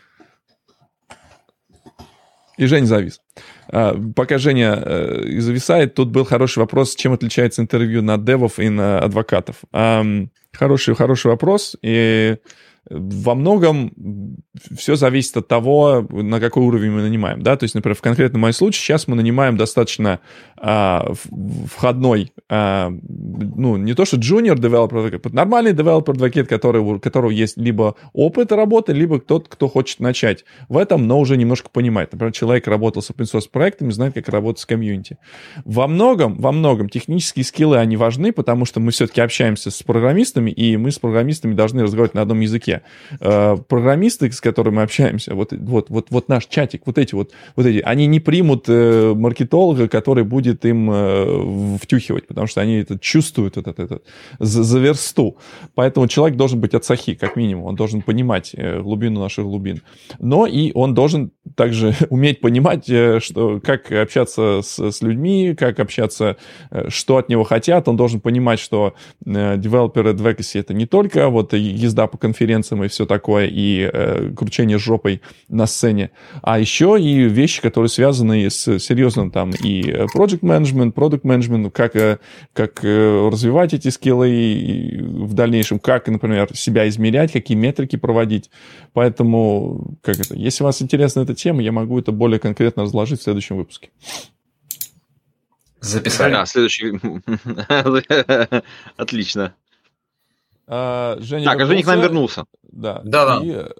И Женя завис. А, пока Женя э, зависает, тут был хороший вопрос, чем отличается интервью на девов и на адвокатов. А, хороший, хороший вопрос. И во многом все зависит от того, на какой уровень мы нанимаем. Да? То есть, например, в конкретном моем случае сейчас мы нанимаем достаточно а, входной, а, ну, не то что junior developer, а нормальный developer advocate, который, у которого есть либо опыт работы, либо тот, кто хочет начать в этом, но уже немножко понимает. Например, человек работал с open source проектами, знает, как работать с комьюнити. Во многом, во многом технические скиллы, они важны, потому что мы все-таки общаемся с программистами, и мы с программистами должны разговаривать на одном языке. Программисты, с которыми мы общаемся, вот, вот, вот, вот наш чатик, вот эти вот, вот эти, они не примут э, маркетолога, который будет им э, втюхивать, потому что они это чувствуют этот, этот, за, за версту. Поэтому человек должен быть отсахи, как минимум. Он должен понимать э, глубину наших глубин. Но и он должен также уметь понимать, э, что, как общаться с, с людьми, как общаться, э, что от него хотят. Он должен понимать, что э, developer advocacy — это не только вот езда по конференциям и все такое, и э, кручение жопой на сцене, а еще и вещи, которые связаны с серьезным там и project management, product management, как, как развивать эти скиллы в дальнейшем, как, например, себя измерять, какие метрики проводить. Поэтому, как это, если вас интересна эта тема, я могу это более конкретно разложить в следующем выпуске. Записали. А, следующий. Отлично. А, Женя так, а Женя к нам вернулся. Да. Да, и... да.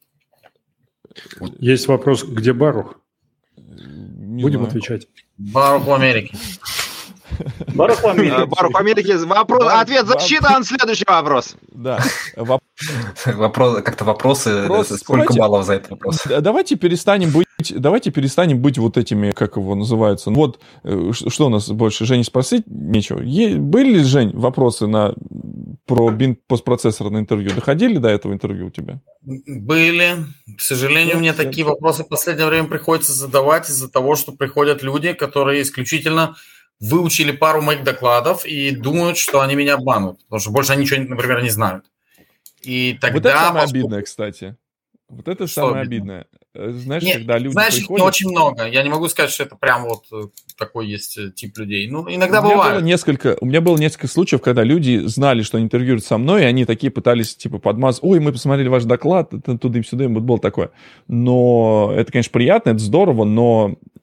Есть вопрос, где Барух? Не Будем знаю. отвечать. Барух в Америке. Барух в Америке. Барух в Америке. Вопрос, Бар- ответ засчитан. Следующий вопрос. Да. Воп- Вопрос, как-то вопросы, Вопрос, сколько давайте- баллов за этот вопрос? Да, Давайте перестанем быть, давайте перестанем быть вот этими, как его называются. Вот э, ш- что у нас больше, Жене спросить нечего. Е- были, Жень, вопросы на про бин постпроцессор на интервью? Доходили до этого интервью у тебя? Были. К сожалению, мне такие вопросы в последнее время приходится задавать из-за того, что приходят люди, которые исключительно выучили пару моих докладов и думают, что они меня обманут, потому что больше они ничего, например, не знают. И тогда... Вот это самое поскольку- обидное, кстати. Вот это Что самое обидно? обидное. Э, Знаешь, Не, когда люди знаешь, их приходят... не очень много. Я не могу сказать, что это прям вот э, такой есть э, тип людей. Ну, иногда у меня бывает. было несколько, у меня было несколько случаев, когда люди знали, что они интервьюируют со мной, и они такие пытались, типа, подмазать. Ой, мы посмотрели ваш доклад, туда-сюда, вот было такое. Но это, конечно, приятно, это здорово, но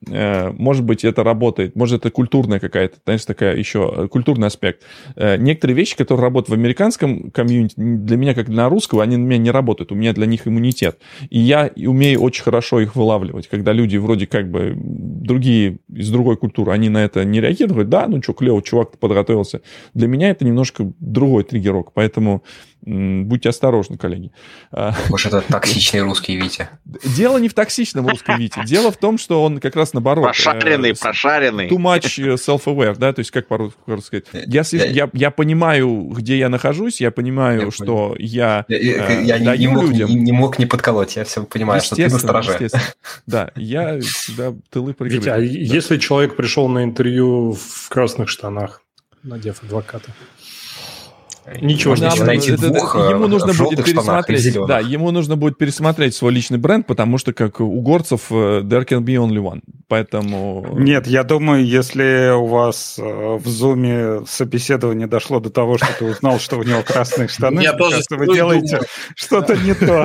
э, может быть, это работает, может, это культурная какая-то, знаешь, такая еще культурный аспект. Э, некоторые вещи, которые работают в американском комьюнити, для меня, как для русского, они на меня не работают, у меня для них иммунитет. И я умею очень хорошо их вылавливать, когда люди вроде как бы другие, из другой культуры, они на это не реагируют, да, ну что, клево, чувак подготовился. Для меня это немножко другой триггерок, поэтому будьте осторожны, коллеги. Может, это токсичный русский Витя? Дело не в токсичном русском Вите. Дело в том, что он как раз наоборот. Прошаренный, э, прошаренный. Too much self-aware, да, то есть как по-русски сказать. Я, я, я, я понимаю, где я нахожусь, я понимаю, я что понял. я, я, э, я даю не, мог, людям. Не, не мог не подколоть, я все понимаю, что ты настороже. Да, я всегда тылы прикрыл. Витя, а да. Если человек пришел на интервью в красных штанах, надев адвоката? Ничего не найти двух, ему нужно будет пересмотреть, да, ему нужно будет пересмотреть свой личный бренд, потому что как у горцев there can be only one, поэтому. Нет, я думаю, если у вас в зуме собеседование дошло до того, что ты узнал, что у него красные штаны, я тоже вы делаете что-то не то.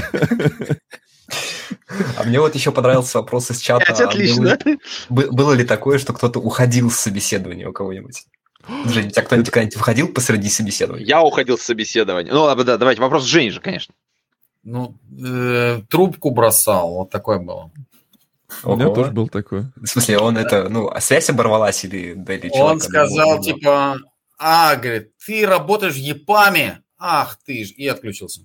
А мне вот еще понравился вопрос из чата. Это отлично. Было, было ли такое, что кто-то уходил с собеседования у кого-нибудь? Жень, у тебя кто-нибудь когда-нибудь выходил посреди собеседования? Я уходил с собеседования. Ну, да, давайте, вопрос Жени же, конечно. Ну, э, трубку бросал, вот такое было. У меня тоже был такой. В смысле, он это, ну, связь оборвалась или... Да, или он сказал, типа, а, говорит, ты работаешь в ЕПАМе? Ах ты ж, и отключился.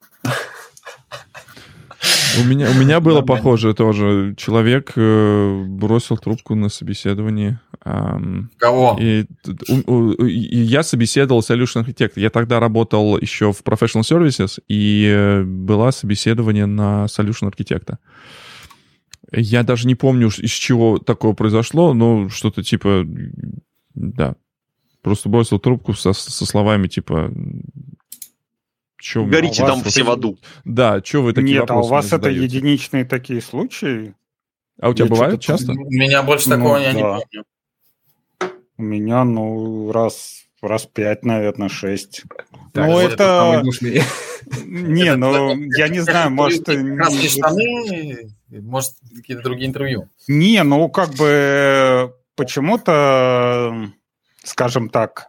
У меня, у меня было похоже тоже. Человек э, бросил трубку на собеседовании. Эм, Кого? И, у, у, и я собеседовал Solution Architect. Я тогда работал еще в Professional Services, и э, было собеседование на Solution Architect. Я даже не помню, из чего такое произошло, но что-то типа... Да. Просто бросил трубку со, со словами типа... Чё, Горите а там вас... все в аду. Да, что вы такие Нет, вопросы а у вас это задаете? единичные такие случаи? А у тебя Я бывает часто? У меня больше такого ну, я да. не помню. У меня, ну, раз, раз пять, наверное, шесть. Так, ну, вот это... Не, ну, я не знаю, может... Красные штаны, может, какие-то другие интервью. Не, ну, как бы почему-то, скажем так...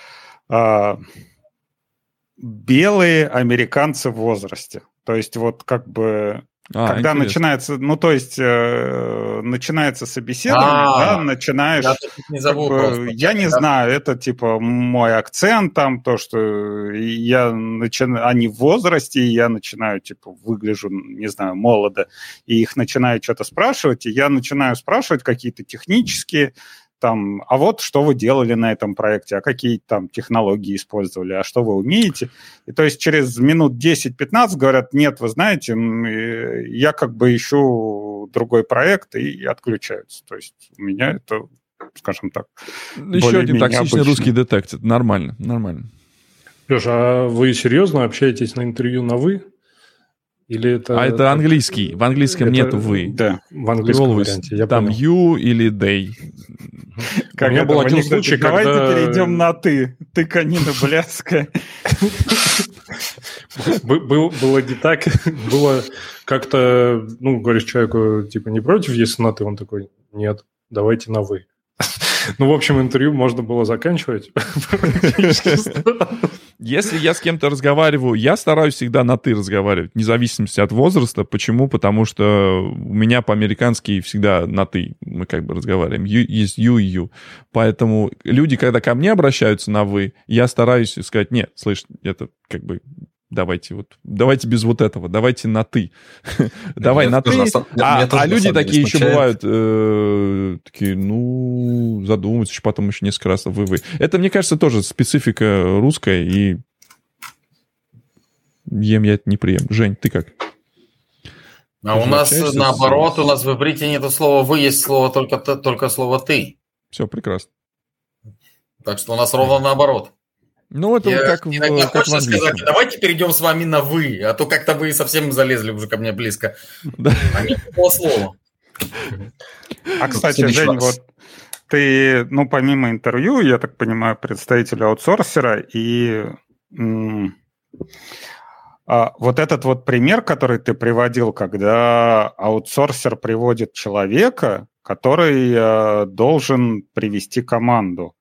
белые американцы в возрасте. То есть вот как бы, а, когда интересно. начинается, ну то есть э, начинается собеседование, А-а-а. да, начинаешь, я, не, как бы, я не да. знаю, это типа мой акцент там, то, что я начинаю, они в возрасте, и я начинаю, типа, выгляжу, не знаю, молодо, и их начинаю что-то спрашивать, и я начинаю спрашивать какие-то технические там, а вот что вы делали на этом проекте, а какие там технологии использовали, а что вы умеете. И то есть через минут десять-пятнадцать говорят, нет, вы знаете, я как бы ищу другой проект, и отключаются. То есть у меня это, скажем так, еще один токсичный русский детектив. Нормально, нормально. Леша, а вы серьезно общаетесь на интервью на «вы»? Или это... А это английский. В английском это... нету «вы». Да, в английском Always, варианте. Я там понял. «you» или «they». Как у меня был один случай, когда... Давайте перейдем на «ты». Ты, Канина Блядская. Было не так. Было как-то... Ну, говоришь человеку, типа, не против, если на «ты»? Он такой, нет, давайте на «вы». Ну, в общем, интервью можно было заканчивать. Если я с кем-то разговариваю, я стараюсь всегда на «ты» разговаривать, вне зависимости от возраста. Почему? Потому что у меня по-американски всегда на «ты» мы как бы разговариваем. You, есть «you» и «you». Поэтому люди, когда ко мне обращаются на «вы», я стараюсь сказать, нет, слышь, это как бы... Давайте вот, давайте без вот этого, давайте на «ты». Давай на «ты». А люди такие еще бывают, такие, ну, задумываются, еще потом еще несколько раз «вы-вы». Это, мне кажется, тоже специфика русская, и ем я это не прием. Жень, ты как? А у нас наоборот, у нас в иврите нету слова «вы», есть слово только, только слово «ты». Все, прекрасно. Так что у нас ровно наоборот. Ну, это я как, иногда в, как хочется сказать, давайте перейдем с вами на «вы», а то как-то вы совсем залезли уже ко мне близко. Да. А нет такого слова. А, кстати, Жень, вот ты, ну, помимо интервью, я так понимаю, представитель аутсорсера, и м- А, вот этот вот пример, который ты приводил, когда аутсорсер приводит человека, который а, должен привести команду.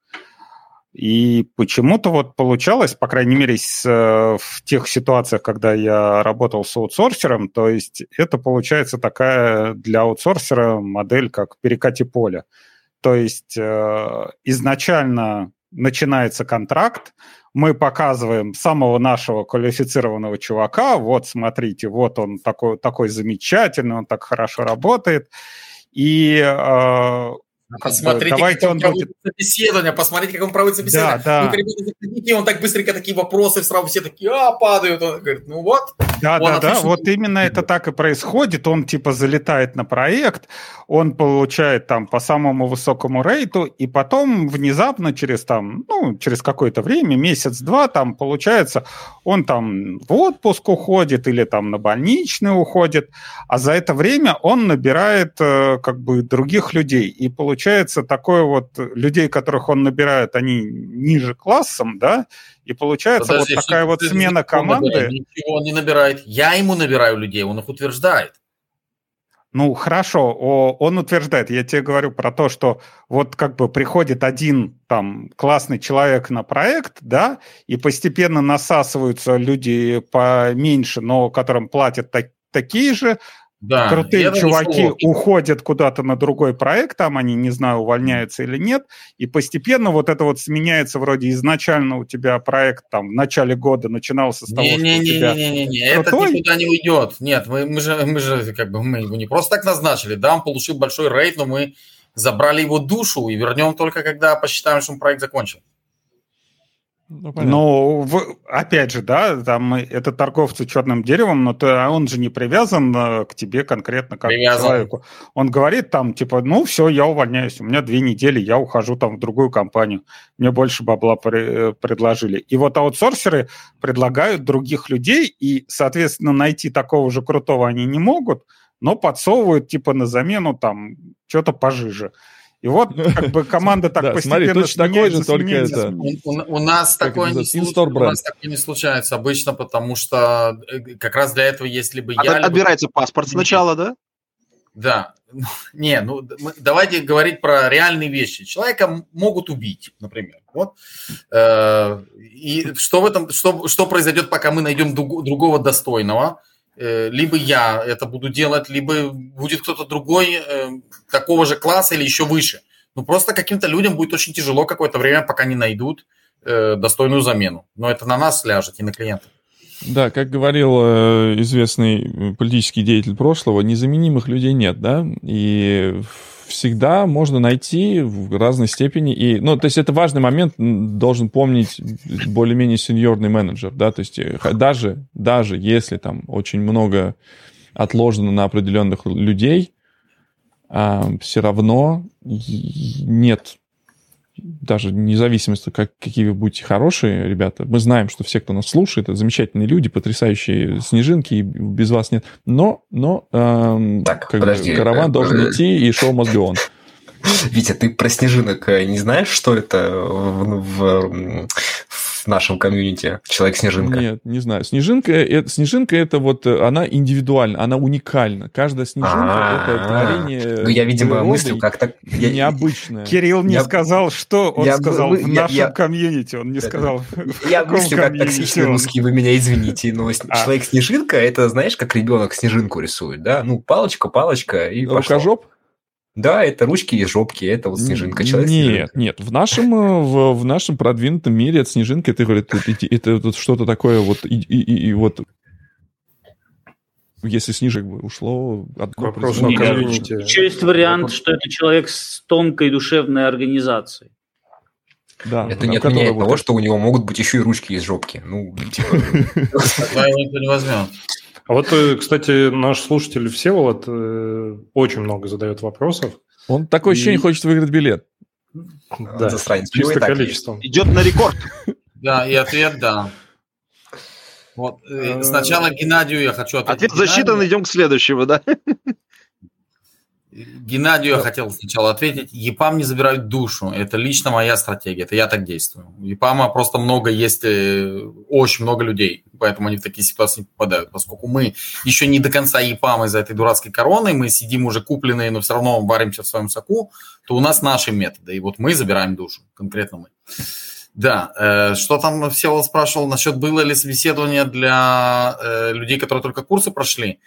И почему-то вот получалось, по крайней мере, с, в тех ситуациях, когда я работал с аутсорсером, то есть это получается такая для аутсорсера модель, как перекати поле. То есть э, изначально начинается контракт, мы показываем самого нашего квалифицированного чувака, вот смотрите, вот он такой, такой замечательный, он так хорошо работает, и... Э, Посмотрите, давайте как он, он проводит будет... собеседование, посмотрите, как он проводит собеседование. Да, да. Ну, ребята, заходите, он так быстренько такие вопросы, сразу все такие, а, падают. Он говорит, ну вот. Да, да, да, вот именно это так и происходит. Он типа залетает на проект, он получает там по самому высокому рейту, и потом внезапно через там, ну, через какое-то время, месяц-два, там получается, он там в отпуск уходит или там на больничный уходит, а за это время он набирает как бы других людей, и получается Получается такое вот, людей, которых он набирает, они ниже классом, да, и получается Подожди, вот такая вот смена команды. Ничего он не набирает, я ему набираю людей, он их утверждает. Ну, хорошо, он утверждает, я тебе говорю про то, что вот как бы приходит один там классный человек на проект, да, и постепенно насасываются люди поменьше, но которым платят так, такие же. Да, крутые чуваки уходят куда-то на другой проект, там они, не знаю, увольняются или нет, и постепенно вот это вот сменяется, вроде изначально у тебя проект там в начале года начинался с того, не, что не, у тебя Не-не-не, этот никуда не уйдет. Нет, мы, мы, же, мы же как бы мы его не просто так назначили, да, он получил большой рейт, но мы забрали его душу и вернем только, когда посчитаем, что проект закончен. Ну, но, в, опять же, да, там это торговцы черным деревом, но ты, он же не привязан к тебе конкретно как привязан. К человеку. Он говорит там, типа, ну, все, я увольняюсь, у меня две недели, я ухожу там в другую компанию, мне больше бабла при, предложили. И вот аутсорсеры предлагают других людей, и, соответственно, найти такого же крутого они не могут, но подсовывают, типа, на замену там что-то пожиже. И вот как бы команда так да, постепенно смотри, точно такой же, только это... У, у, у, нас такое не случ... у нас такое не случается обычно, потому что как раз для этого, если бы а я... Отбирается либо... паспорт сначала, да? Да. Не, ну давайте говорить про реальные вещи. Человека могут убить, например. Вот. И что в этом, что, что произойдет, пока мы найдем другого достойного? Либо я это буду делать, либо будет кто-то другой э, такого же класса или еще выше. Ну, просто каким-то людям будет очень тяжело какое-то время, пока не найдут э, достойную замену. Но это на нас ляжет и на клиентов. Да, как говорил э, известный политический деятель прошлого, незаменимых людей нет, да, и всегда можно найти в разной степени, и, ну, то есть это важный момент, должен помнить более-менее сеньорный менеджер, да, то есть даже, даже если там очень много отложено на определенных людей, а, все равно нет, даже независимости, как, какие вы будете хорошие ребята, мы знаем, что все, кто нас слушает, это замечательные люди, потрясающие снежинки, и без вас нет. Но, но эм, так, как подожди, бы, караван должен идти, и шоу must go on. Витя, ты про снежинок не знаешь, что это в, в, в нашем комьюнити? Человек-снежинка? Нет, не знаю. Снежинка это, снежинка это вот, она индивидуальна, она уникальна. Каждая снежинка это творение. Ну, я, видимо, мыслю как-то... Необычное. Кирилл не сказал, что он сказал в нашем комьюнити, он не сказал. Я мыслю как токсичный русский, вы меня извините, но Человек-снежинка, это, знаешь, как ребенок снежинку рисует, да? Ну, палочка, палочка и пошло. Рукожоп? Да, это ручки и жопки, это вот снежинка. Человек нет, снежинка. нет, в нашем, в, в нашем продвинутом мире это снежинка, это, это, это, это, это что-то такое вот, и, и, и вот, если снежек бы ушло... Вопрос на комьюнити. Еще есть вариант, что это человек с тонкой душевной организацией. Да, это не отменяет вот того, что у него могут быть еще и ручки из жопки. Ну, типа... никто не возьмет. А вот, кстати, наш слушатель Всеволод э, очень много задает вопросов. Он такое ощущение и... хочет выиграть билет. Да, засранец. Чисто количеством. Идет на рекорд. Да, и ответ да. Вот. Сначала Геннадию я хочу ответить. Ответ засчитан, идем к следующему, да? Геннадию я хотел сначала ответить. ЕПАМ не забирают душу. Это лично моя стратегия. Это я так действую. У ЕПАМа просто много есть, очень много людей. Поэтому они в такие ситуации не попадают. Поскольку мы еще не до конца ЕПАМ из-за этой дурацкой короны, мы сидим уже купленные, но все равно варимся в своем соку, то у нас наши методы. И вот мы забираем душу. Конкретно мы. Да, что там Всеволод спрашивал насчет, было ли собеседование для людей, которые только курсы прошли.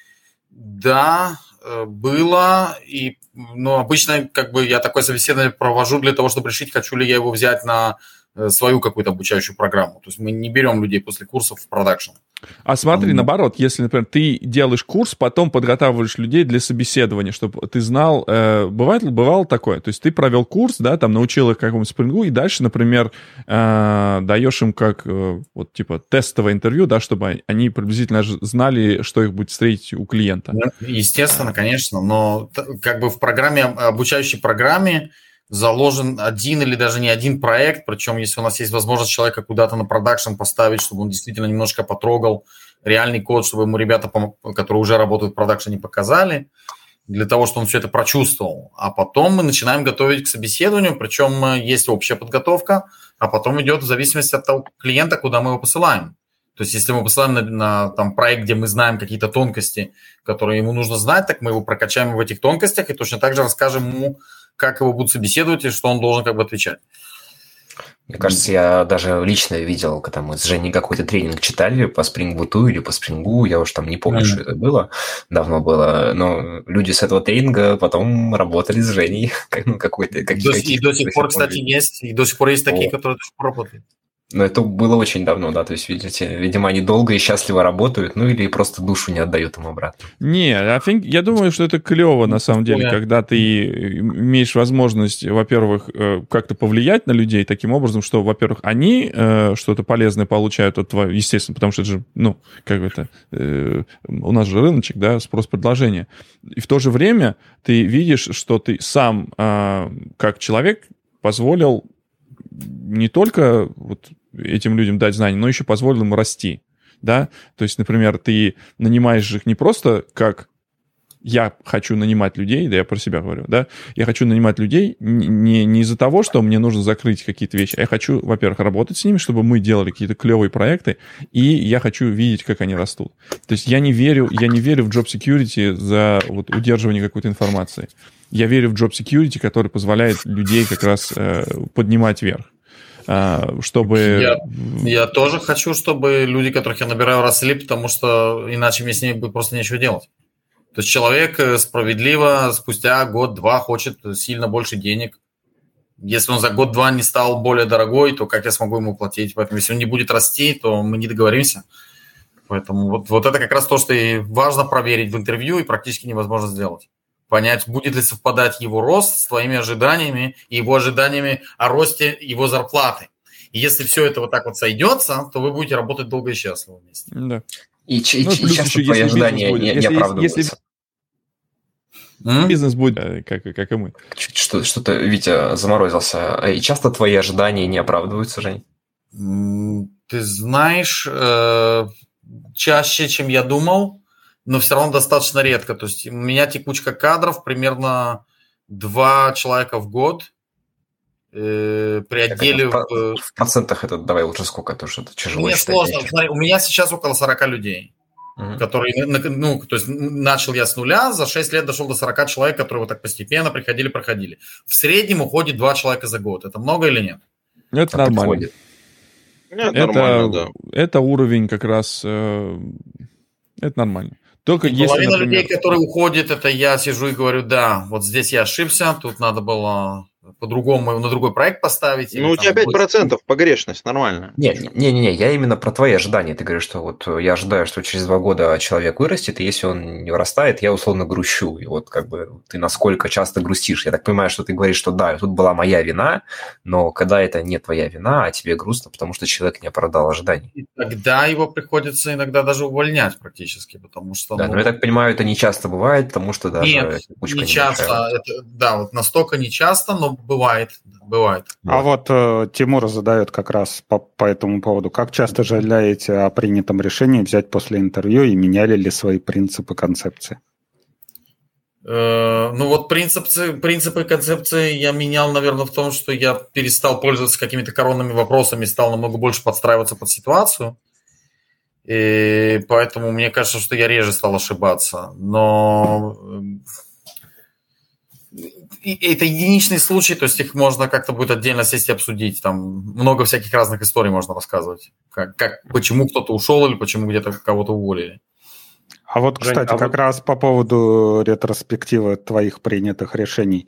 Да, было, и, ну, обычно как бы я такое собеседование провожу для того, чтобы решить, хочу ли я его взять на свою какую-то обучающую программу. То есть мы не берем людей после курсов в продакшн. А смотри, наоборот, если, например, ты делаешь курс, потом подготавливаешь людей для собеседования, чтобы ты знал, э, бывает ли, бывало такое? То есть ты провел курс, да, там научил их какому-нибудь спрингу, и дальше, например, э, даешь им как, э, вот, типа, тестовое интервью, да, чтобы они приблизительно знали, что их будет встретить у клиента. Естественно, конечно, но как бы в программе, обучающей программе, заложен один или даже не один проект, причем если у нас есть возможность человека куда-то на продакшн поставить, чтобы он действительно немножко потрогал реальный код, чтобы ему ребята, которые уже работают в продакшене, показали, для того, чтобы он все это прочувствовал. А потом мы начинаем готовить к собеседованию, причем есть общая подготовка, а потом идет в зависимости от того клиента, куда мы его посылаем. То есть если мы посылаем на, на там, проект, где мы знаем какие-то тонкости, которые ему нужно знать, так мы его прокачаем в этих тонкостях и точно так же расскажем ему, как его будут собеседовать и что он должен как бы отвечать. Мне кажется, я даже лично видел, когда мы с Женей какой-то тренинг читали по Spring Boot или по Spring, я уж там не помню, mm-hmm. что это было, давно было, но люди с этого тренинга потом работали с Женей. Ну, какой-то, как, до, и до сих пор, кстати, есть, и до сих пор есть такие, О. которые до сих пор работают. Но это было очень давно, да, то есть, видите, видимо, они долго и счастливо работают, ну или просто душу не отдают им обратно. Не, I think, я думаю, что это клево, на самом деле, yeah. когда ты имеешь возможность, во-первых, как-то повлиять на людей таким образом, что, во-первых, они э, что-то полезное получают от твоего, естественно, потому что это же, ну, как бы это, э, у нас же рыночек, да, спрос-предложение. И в то же время ты видишь, что ты сам, э, как человек, позволил не только вот этим людям дать знания, но еще позволил им расти, да, то есть, например, ты нанимаешь их не просто как я хочу нанимать людей, да, я про себя говорю, да, я хочу нанимать людей не, не из-за того, что мне нужно закрыть какие-то вещи, а я хочу, во-первых, работать с ними, чтобы мы делали какие-то клевые проекты, и я хочу видеть, как они растут. То есть я не верю, я не верю в job security за вот, удерживание какой-то информации. Я верю в job security, который позволяет людей как раз э, поднимать вверх. Чтобы... Я, я тоже хочу, чтобы люди, которых я набираю, росли, потому что иначе мне с ними будет просто нечего делать. То есть человек справедливо спустя год-два хочет сильно больше денег. Если он за год-два не стал более дорогой, то как я смогу ему платить? Поэтому если он не будет расти, то мы не договоримся. Поэтому вот, вот это как раз то, что и важно проверить в интервью и практически невозможно сделать. Понять, будет ли совпадать его рост с твоими ожиданиями и его ожиданиями о росте его зарплаты. И если все это вот так вот сойдется, то вы будете работать долго и счастливо вместе. Да. И, и, ну, и часто твои ожидания будет, не, если, не оправдываются. Если, если бизнес будет, как, как и мы. Что, что-то, Витя, заморозился. И часто твои ожидания не оправдываются, Жень? Ты знаешь, э, чаще, чем я думал. Но все равно достаточно редко. То есть у меня текучка кадров примерно два человека в год. Э, при отделе... В, в, в процентах это давай лучше сколько, потому что это тяжело мне считать. Сложно. Смотри, у меня сейчас около сорок людей, uh-huh. которые... Ну, то есть начал я с нуля, за шесть лет дошел до сорок человек, которые вот так постепенно приходили, проходили. В среднем уходит два человека за год. Это много или нет? Это а нормально. Это, это, нормально, да. Это уровень как раз... Э, это нормально. Только и если, половина например... людей, которые уходят, это я сижу и говорю, да, вот здесь я ошибся, тут надо было по-другому на другой проект поставить. Ну, у тебя пять процентов погрешность, нормально. Не-не-не, я именно про твои ожидания. Ты говоришь, что вот я ожидаю, что через два года человек вырастет, и если он не вырастает, я условно грущу. И вот как бы ты насколько часто грустишь. Я так понимаю, что ты говоришь, что да, тут была моя вина, но когда это не твоя вина, а тебе грустно, потому что человек не оправдал ожиданий. И тогда его приходится иногда даже увольнять практически, потому что... Да, ну, но я так понимаю, это не часто бывает, потому что даже... Нет, не часто. Это, да, вот настолько не часто, но бывает, бывает. А вот, вот э, Тимур задает как раз по, по этому поводу. Как часто жалеете о принятом решении взять после интервью и меняли ли свои принципы, концепции? Ну вот принцип, принципы и концепции я менял, наверное, в том, что я перестал пользоваться какими-то коронными вопросами, стал намного больше подстраиваться под ситуацию. И поэтому мне кажется, что я реже стал ошибаться. Но это единичный случай, то есть их можно как-то будет отдельно сесть и обсудить. Там много всяких разных историй можно рассказывать. Как, как, почему кто-то ушел или почему где-то кого-то уволили. А вот, кстати, Жень, а как вот... раз по поводу ретроспективы твоих принятых решений.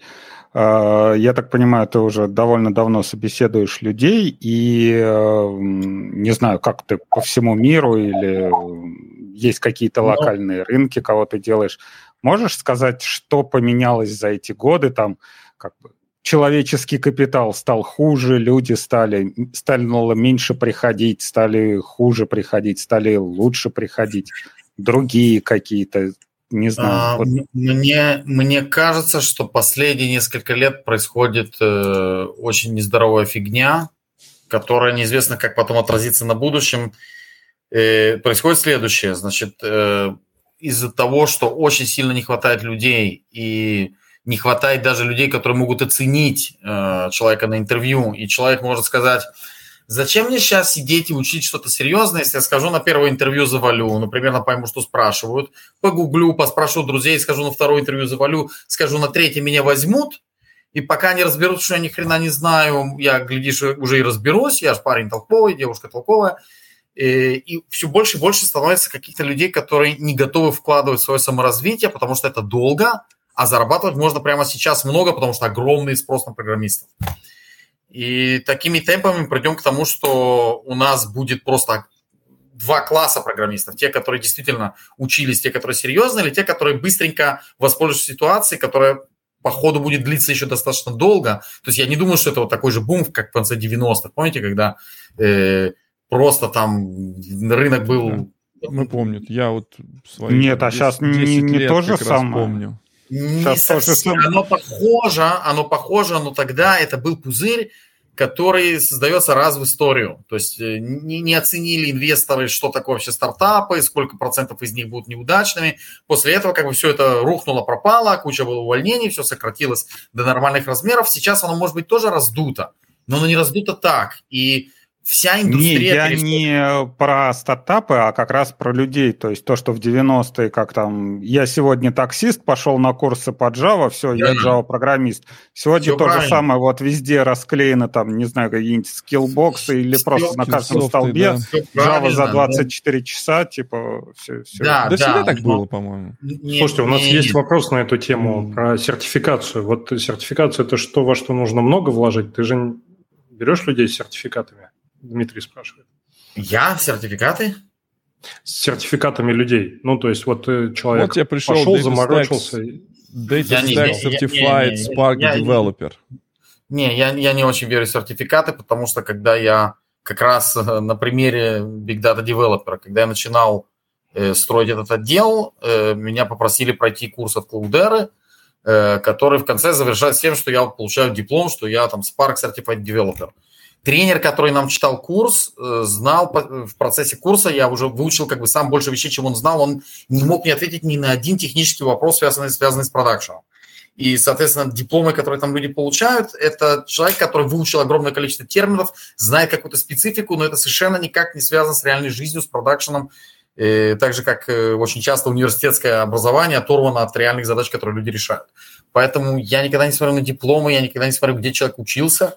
Я так понимаю, ты уже довольно давно собеседуешь людей, и не знаю, как ты по всему миру или есть какие-то ну... локальные рынки, кого ты делаешь. Можешь сказать, что поменялось за эти годы? Там как бы человеческий капитал стал хуже, люди стали, стали меньше приходить, стали хуже приходить, стали лучше приходить. Другие какие-то, не знаю. А, вот. мне, мне кажется, что последние несколько лет происходит э, очень нездоровая фигня, которая неизвестно, как потом отразится на будущем. Э, происходит следующее. Значит, э, из-за того, что очень сильно не хватает людей, и не хватает даже людей, которые могут оценить э, человека на интервью, и человек может сказать... Зачем мне сейчас сидеть и учить что-то серьезное, если я скажу на первое интервью завалю, ну, примерно пойму, что спрашивают, погуглю, поспрашиваю друзей, скажу на второе интервью завалю, скажу на третье меня возьмут, и пока не разберут, что я ни хрена не знаю, я, глядишь, уже и разберусь, я же парень толковый, девушка толковая, и, и все больше и больше становится каких-то людей, которые не готовы вкладывать в свое саморазвитие, потому что это долго, а зарабатывать можно прямо сейчас много, потому что огромный спрос на программистов. И такими темпами мы придем к тому, что у нас будет просто два класса программистов. Те, которые действительно учились, те, которые серьезные, или те, которые быстренько воспользуются ситуацией, которая по ходу будет длиться еще достаточно долго. То есть я не думаю, что это вот такой же бум, как в конце девяностых. Помните, когда э, просто там рынок был... Мы помним. Я вот свои... Нет, а сейчас не, не то же самое. Помню. Не совсем. Оно похоже, оно похоже, но тогда это был пузырь, который создается раз в историю. То есть не, не оценили инвесторы, что такое вообще стартапы, сколько процентов из них будут неудачными. После этого как бы все это рухнуло, пропало, куча было увольнений, все сократилось до нормальных размеров. Сейчас оно может быть тоже раздуто, но оно не раздуто так. И вся индустрия... Не, я перешла... не про стартапы, а как раз про людей. То есть то, что в девяностые, как там, я сегодня таксист, пошел на курсы по Java, все, я Java-программист. Сегодня все то правильно. Же самое, вот везде расклеено там, не знаю, какие-нибудь скиллбоксы или все, просто на каждом софты, столбе да. Java за двадцать четыре да. часа, типа, все. все. Да, да, всегда так было, по-моему. Не, Слушайте, у нас не, есть не. вопрос на эту тему mm. про сертификацию. Вот сертификация – это что, во что нужно много вложить? Ты же берешь людей с сертификатами? Дмитрий спрашивает. Я? Сертификаты? С сертификатами людей. Ну, то есть, вот человек вот я пришел, пошел, заморочился. Data Stack Certified Spark Developer. Не, я, я не очень верю в сертификаты, потому что когда я как раз на примере Big Data Developer, когда я начинал э, строить этот отдел, э, меня попросили пройти курс от Cloudera, э, который в конце завершается тем, что я получаю диплом, что я там Spark Certified Developer. Тренер, который нам читал курс, знал в процессе курса, я уже выучил как бы сам больше вещей, чем он знал, он не мог мне ответить ни на один технический вопрос, связанный, связанный с продакшеном. И, соответственно, дипломы, которые там люди получают, это человек, который выучил огромное количество терминов, знает какую-то специфику, но это совершенно никак не связано с реальной жизнью, с продакшеном, так же, как очень часто университетское образование оторвано от реальных задач, которые люди решают. Поэтому я никогда не смотрю на дипломы, я никогда не смотрю, где человек учился.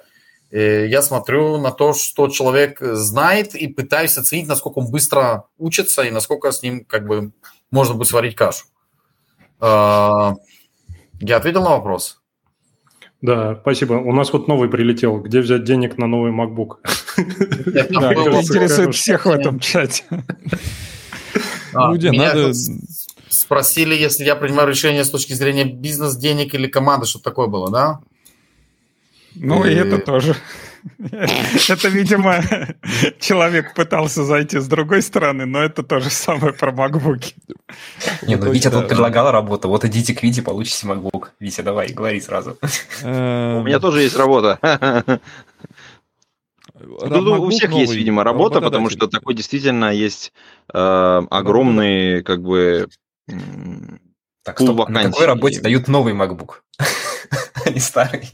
Я смотрю на то, что человек знает, и пытаюсь оценить, насколько он быстро учится и насколько с ним как бы можно будет сварить кашу. Я ответил на вопрос? Да, спасибо. У нас вот новый прилетел. Где взять денег на новый MacBook? Да, это интересует всех в этом чате. Меня спросили, если я принимаю решение с точки зрения бизнес-денег или команды, что такое было, да? Ну, и это тоже. Это, видимо, человек пытался зайти с другой стороны, но это то же самое про MacBook. Не, ну Витя тут предлагал работу. Вот идите к Вите, получите MacBook. Витя, давай, говори сразу. У меня тоже есть работа. У всех есть, видимо, работа, потому что такой действительно есть огромный, как бы... Так, стоп, на какой работе дают новый MacBook, а не старый?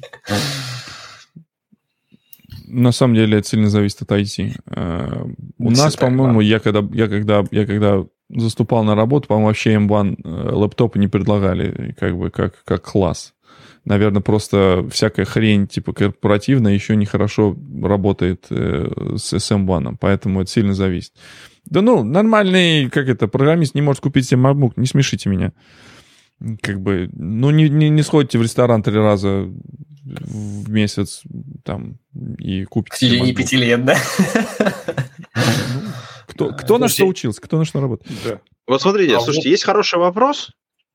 На самом деле это сильно зависит от ай ти. У нас, по-моему, я когда, я, когда, я когда заступал на работу, по-моему, вообще эм один лэптопы не предлагали как бы как, как класс. Наверное, просто всякая хрень типа корпоративная еще нехорошо работает с, с эм один, поэтому это сильно зависит. Да ну, нормальный, как это, программист не может купить себе MacBook, не смешите меня. Как бы, ну, не, не, не сходите в ресторан три раза в месяц там и купите. В течение пяти лет, да? Кто, кто на что учился, кто на что работает? Да. Вот смотрите, а слушайте, вот... есть хороший вопрос.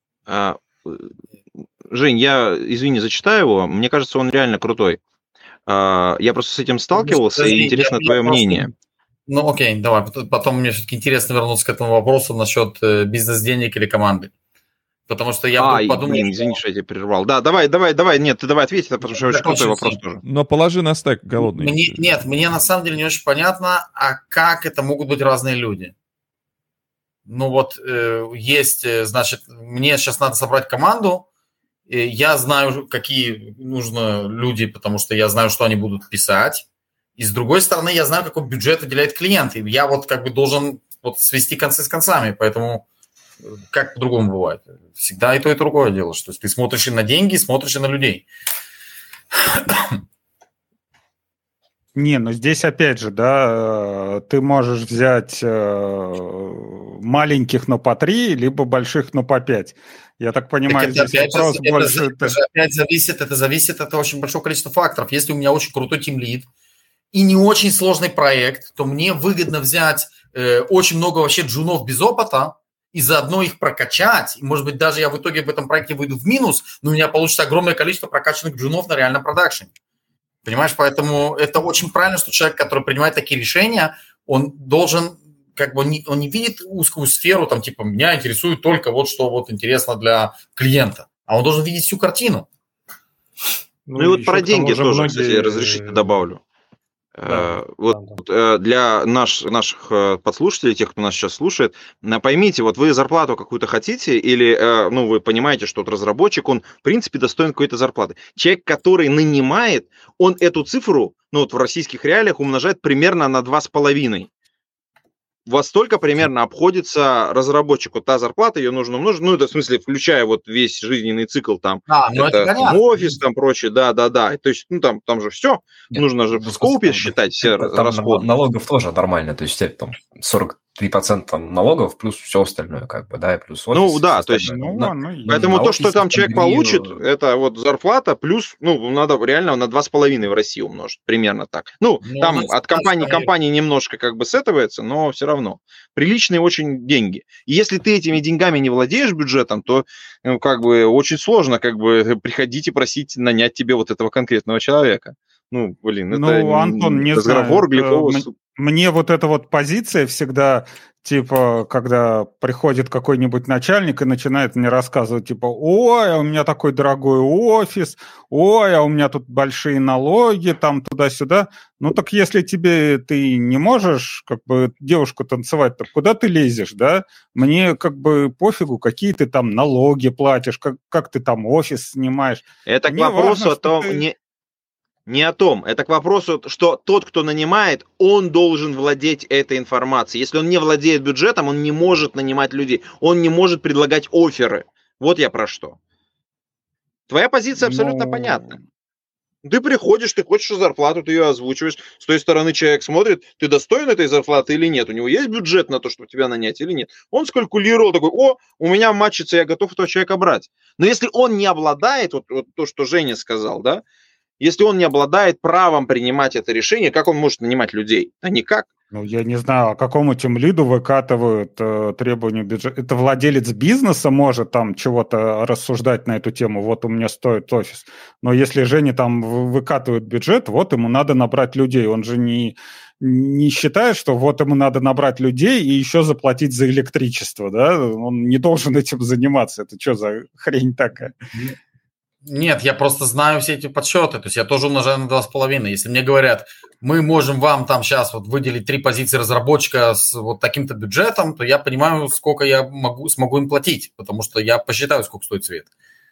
Жень, я, извини, зачитаю его. Мне кажется, он реально крутой. Я просто с этим сталкивался, ну, и интересно твое просто... мнение. Ну, окей, давай. Потом мне все-таки интересно вернуться к этому вопросу насчет бизнес-денег или команды. Потому что я а, подумал... Блин, извини, что я тебя прервал. Да, давай, давай, давай. Нет, ты давай ответь, потому что очень крутой вопрос тоже. Но положи на стек голодный. Мне, нет, мне на самом деле не очень понятно, а как это могут быть разные люди. Ну вот э, есть, значит, мне сейчас надо собрать команду, я знаю, какие нужны люди, потому что я знаю, что они будут писать. И с другой стороны, я знаю, какой бюджет выделяет клиент. И я вот как бы должен вот свести концы с концами, поэтому... Как по-другому бывает? Всегда и то, и другое делаешь. То есть ты смотришь и на деньги, и смотришь и на людей. Не, ну здесь опять же, да, ты можешь взять маленьких, но по три, либо больших, но по пять. Я так понимаю, так здесь вопрос же, больше... Это, это же опять зависит, это зависит от очень большого количества факторов. Если у меня очень крутой тимлид и не очень сложный проект, то мне выгодно взять э, очень много вообще джунов без опыта, и заодно их прокачать. И, может быть, даже я в итоге в этом проекте выйду в минус, но у меня получится огромное количество прокачанных джунов на реальном продакшене. Понимаешь? Поэтому это очень правильно, что человек, который принимает такие решения, он должен, как бы, он не, он не видит узкую сферу, там, типа, меня интересует только вот что вот интересно для клиента. А он должен видеть всю картину. Ну, ну и вот про деньги тоже, многие... кстати, разрешите добавлю. Да, вот да, да. Для наш, наших подслушателей, тех, кто нас сейчас слушает, поймите, вот вы зарплату какую-то хотите, или ну, вы понимаете, что вот разработчик, он в принципе достоин какой-то зарплаты. Человек, который нанимает, он эту цифру, ну вот в российских реалиях умножает примерно на два с половиной. Во столько примерно обходится разработчику та зарплата, ее нужно умножить, ну, это в смысле, включая вот весь жизненный цикл, там, а, ну это, это там, офис, там, прочее, да-да-да, то есть, ну, там, там же все, Нет, нужно же в скоупе считать все там расходы. Налогов тоже нормально, то есть, там, сорок три процента налогов плюс все остальное, как бы, да, и плюс офис. Ну, да, то есть, ну, на, ну, поэтому то, что там человек получит, это вот зарплата плюс, ну, надо реально на два с половиной в России умножить, примерно так. Ну, ну там от компании к компании немножко как бы сетывается, но все равно. Приличные очень деньги. И если ты этими деньгами не владеешь бюджетом, то, ну, как бы, очень сложно, как бы, приходить и просить нанять тебе вот этого конкретного человека. Ну, блин, ну, это Антон, не разговор знаю, Глебова... Мне вот эта вот позиция всегда, типа, когда приходит какой-нибудь начальник и начинает мне рассказывать, типа, ой, а у меня такой дорогой офис, ой, а у меня тут большие налоги, там, туда-сюда. Ну, так если тебе ты не можешь, как бы, девушку танцевать, так куда ты лезешь, да? Мне, как бы, пофигу, какие ты там налоги платишь, как, как ты там офис снимаешь. Это Мне к вопросу важно, о том... ты... Не... Не о том. Это к вопросу, что тот, кто нанимает, он должен владеть этой информацией. Если он не владеет бюджетом, он не может нанимать людей. Он не может предлагать офферы. Вот я про что. Твоя позиция абсолютно ну... понятна. Ты приходишь, ты хочешь зарплату, ты ее озвучиваешь. С той стороны человек смотрит, ты достоин этой зарплаты или нет. У него есть бюджет на то, чтобы тебя нанять или нет. Он скалькулировал, такой, о, у меня матчится, я готов этого человека брать. Но если он не обладает, вот, вот то, что Женя сказал, да, если он не обладает правом принимать это решение, как он может нанимать людей? Да никак. Ну, я не знаю, а какому тимлиду выкатывают э, требования бюджета. Это владелец бизнеса может там чего-то рассуждать на эту тему. Вот у меня стоит офис. Но если Женя там выкатывает бюджет, вот ему надо набрать людей. Он же не, не считает, что вот ему надо набрать людей и еще заплатить за электричество, да? Он не должен этим заниматься. Это что за хрень такая? Нет, я просто знаю все эти подсчеты, то есть я тоже умножаю на два с половиной. Если мне говорят, мы можем вам там сейчас вот выделить три позиции разработчика с вот таким-то бюджетом, то я понимаю, сколько я могу, смогу им платить, потому что я посчитаю, сколько стоит цвет.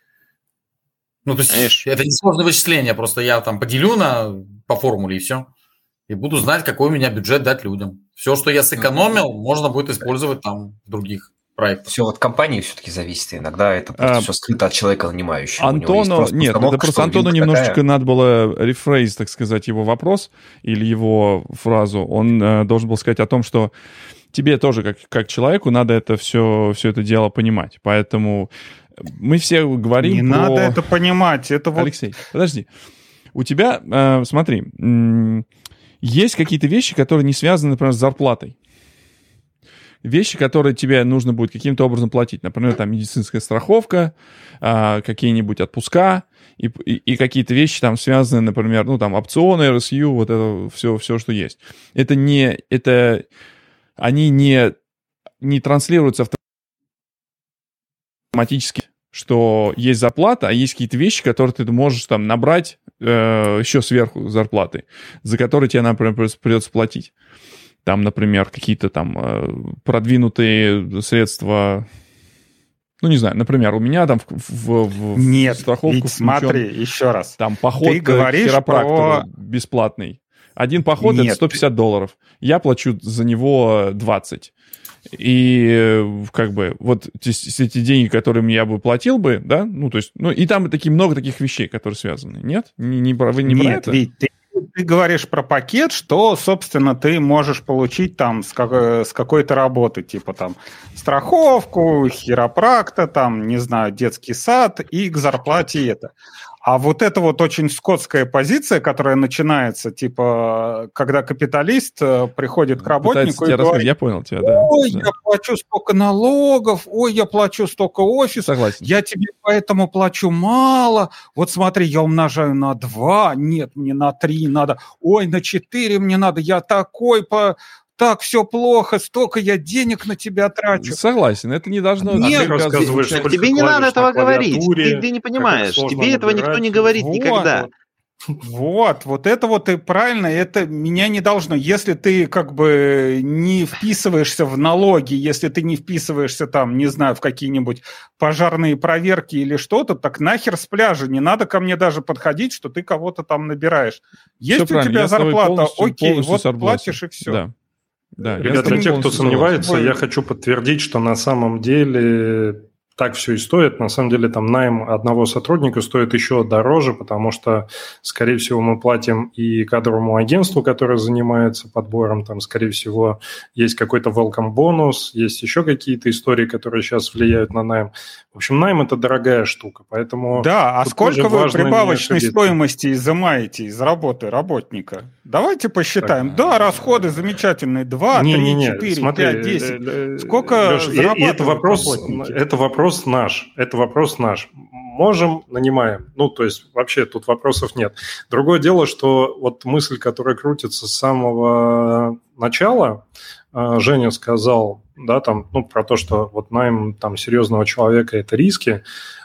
Ну, то есть Конечно. Это не сложное вычисление, просто я там поделю на, по формуле и все. И буду знать, какой у меня бюджет дать людям. Все, что я сэкономил, mm-hmm. можно будет использовать там в других проектах. Все от компании все-таки зависит. Иногда это просто а, все скрыто от человека нанимающего. Антону, нет, это просто Антону немножечко такая... надо было рефрейз, так сказать, его вопрос или его фразу. Он э, должен был сказать о том, что тебе тоже, как, как человеку, надо это все, все это дело понимать. Поэтому мы все говорим Не про... надо это понимать. Это вот... Алексей, подожди. У тебя, э, смотри, м- есть какие-то вещи, которые не связаны, например, с зарплатой. Вещи, которые тебе нужно будет каким-то образом платить. Например, там медицинская страховка, а, какие-нибудь отпуска и, и, и какие-то вещи там связаны, например, ну там опционы, эр эс ю, вот это все, все, что есть. Это не, это, они не, не транслируются автоматически, что есть зарплата, а есть какие-то вещи, которые ты можешь там набрать э, еще сверху зарплаты, за которые тебе, например, придется платить. Там, например, какие-то там продвинутые средства, ну, не знаю, например, у меня там в, в, в Нет, страховку ведь смотри, еще раз. Там поход к хиропрактору про... бесплатный. Один поход — это сто пятьдесят долларов. Я плачу за него двадцать. И как бы вот эти деньги, которые я бы платил бы, да, ну, то есть, ну, и там такие много таких вещей, которые связаны. Нет? Не, не, вы не Нет, про это? Ведь ты... Ты говоришь про пакет, что, собственно, ты можешь получить там с, как, с какой-то работы, типа там страховку, хиропракта, там, не знаю, детский сад и к зарплате это. А вот это вот очень скотская позиция, которая начинается, типа, когда капиталист приходит к работнику и говорит, я понял тебя, да. Ой, да. я плачу столько налогов, ой, я плачу столько офисов, Согласен. Я тебе поэтому плачу мало, вот смотри, я умножаю на два, нет, мне на три надо, ой, на четыре мне надо, я такой по... Так, все плохо, столько я денег на тебя трачу. Согласен, это не должно... Нет, рассказываешь, тебе, тебе не надо этого говорить, ты, ты не понимаешь, тебе этого набирать. Никто не говорит вот, никогда. Вот, вот это вот и правильно, это меня не должно. Если ты как бы не вписываешься в налоги, если ты не вписываешься там, не знаю, в какие-нибудь пожарные проверки или что-то, так нахер с пляжа, не надо ко мне даже подходить, что ты кого-то там набираешь. Есть все у тебя зарплата, полностью, окей, полностью вот согласен. Платишь и все. Да. Да, Ребята, для тех, кто сомневается, согласен. Я хочу подтвердить, что на самом деле так все и стоит. На самом деле там найм одного сотрудника стоит еще дороже, потому что, скорее всего, мы платим и кадровому агентству, которое занимается подбором, там, скорее всего, есть какой-то welcome бонус, есть еще какие-то истории, которые сейчас влияют на найм. В общем, найм – это дорогая штука, поэтому… Да, а сколько вы прибавочной стоимости изымаете из работы работника? Давайте посчитаем. Так. Да, расходы замечательные. два, три, четыре, пять, десять. Сколько Леш, зарабатывают это вопрос, это вопрос наш. Это вопрос наш. Можем, нанимаем. Ну, то есть вообще тут вопросов нет. Другое дело, что вот мысль, которая крутится с самого начала, Женя сказал, да, там, ну, про то, что вот найм там серьезного человека – это риски,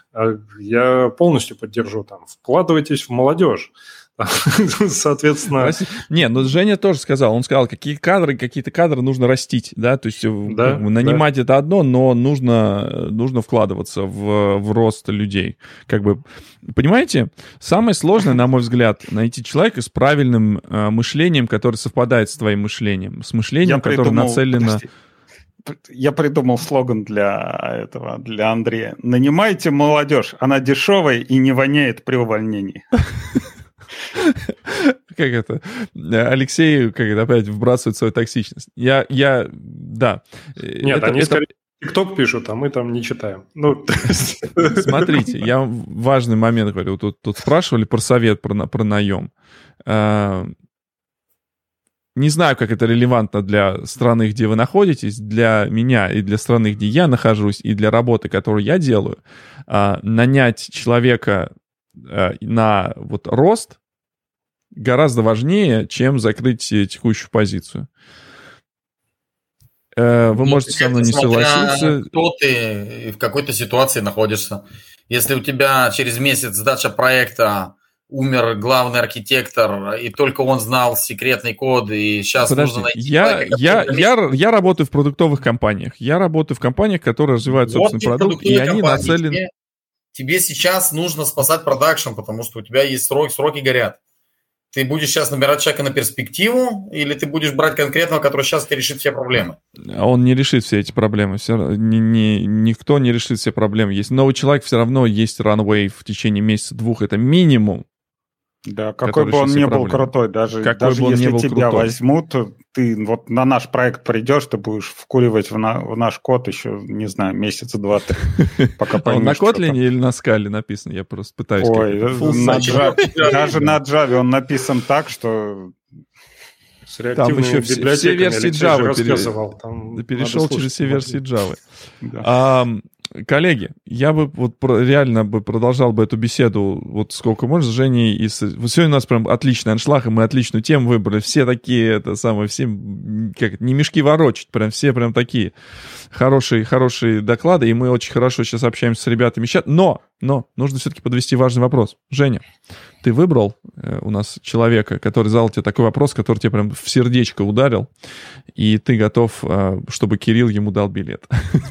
я полностью поддержу. Там, вкладывайтесь в молодежь. Соответственно... Не, ну Женя тоже сказал, он сказал, какие кадры, какие-то кадры нужно растить, да, то есть да, нанимать да. это одно, но нужно, нужно вкладываться в, в рост людей. Как бы, понимаете, самое сложное, на мой взгляд, найти человека с правильным э, мышлением, который совпадает с твоим мышлением, с мышлением, Я которое придумал, нацелено... Подожди. Я придумал слоган для этого, для Андрея. Нанимайте молодежь, она дешевая и не воняет при увольнении. Как это? Алексей, как это, опять вбрасывает свою токсичность. Я, я, да. Нет, это, они это... скорее ТикТок пишут, а мы там не читаем. Ну, смотрите, я важный момент говорю. Тут, тут спрашивали про совет, про, про наем. Не знаю, как это релевантно для страны, где вы находитесь, для меня и для страны, где я нахожусь, и для работы, которую я делаю. Нанять человека на вот рост гораздо важнее, чем закрыть текущую позицию. Э, вы можете со мной не согласиться. Кто ты в какой-то ситуации находишься. Если у тебя через месяц сдача проекта, умер главный архитектор, и только он знал секретный код, и сейчас Подожди, нужно найти... Я, я, я, я работаю в продуктовых компаниях. Я работаю в компаниях, которые развивают вот собственный продукт, и они нацелены... Тебе, тебе сейчас нужно спасать продакшн, потому что у тебя есть сроки, сроки горят. Ты будешь сейчас набирать человека на перспективу, или ты будешь брать конкретного, который сейчас тебе решит все проблемы? Он не решит все эти проблемы. Все, ни, ни, никто не решит все проблемы. Есть новый человек, все равно есть runway в течение месяца-двух. Это минимум. Да, какой бы он ни был крутой, даже, даже если тебя крутой. возьмут, ты вот на наш проект придешь, ты будешь вкуривать в, на, в наш код еще, не знаю, месяца два-три, пока поймешь. На Kotlin или на Scala написано? Я просто пытаюсь... Ой, на Java, даже на Java он написан так, что... С там еще все, все версии Java пере... перешел через все версии Java. Да. А, коллеги, я бы вот реально бы продолжал бы эту беседу вот сколько можно с Женей. И с... Вот сегодня у нас прям отличный аншлаг, и мы отличную тему выбрали. Все такие, это самое, все, как не мешки ворочать, прям все прям такие хорошие, хорошие доклады, и мы очень хорошо сейчас общаемся с ребятами. Но, но нужно все-таки подвести важный вопрос. Женя, ты выбрал э, у нас человека, который задал тебе такой вопрос, который тебе прям в сердечко ударил, и ты готов, э, чтобы Кирилл ему дал билет.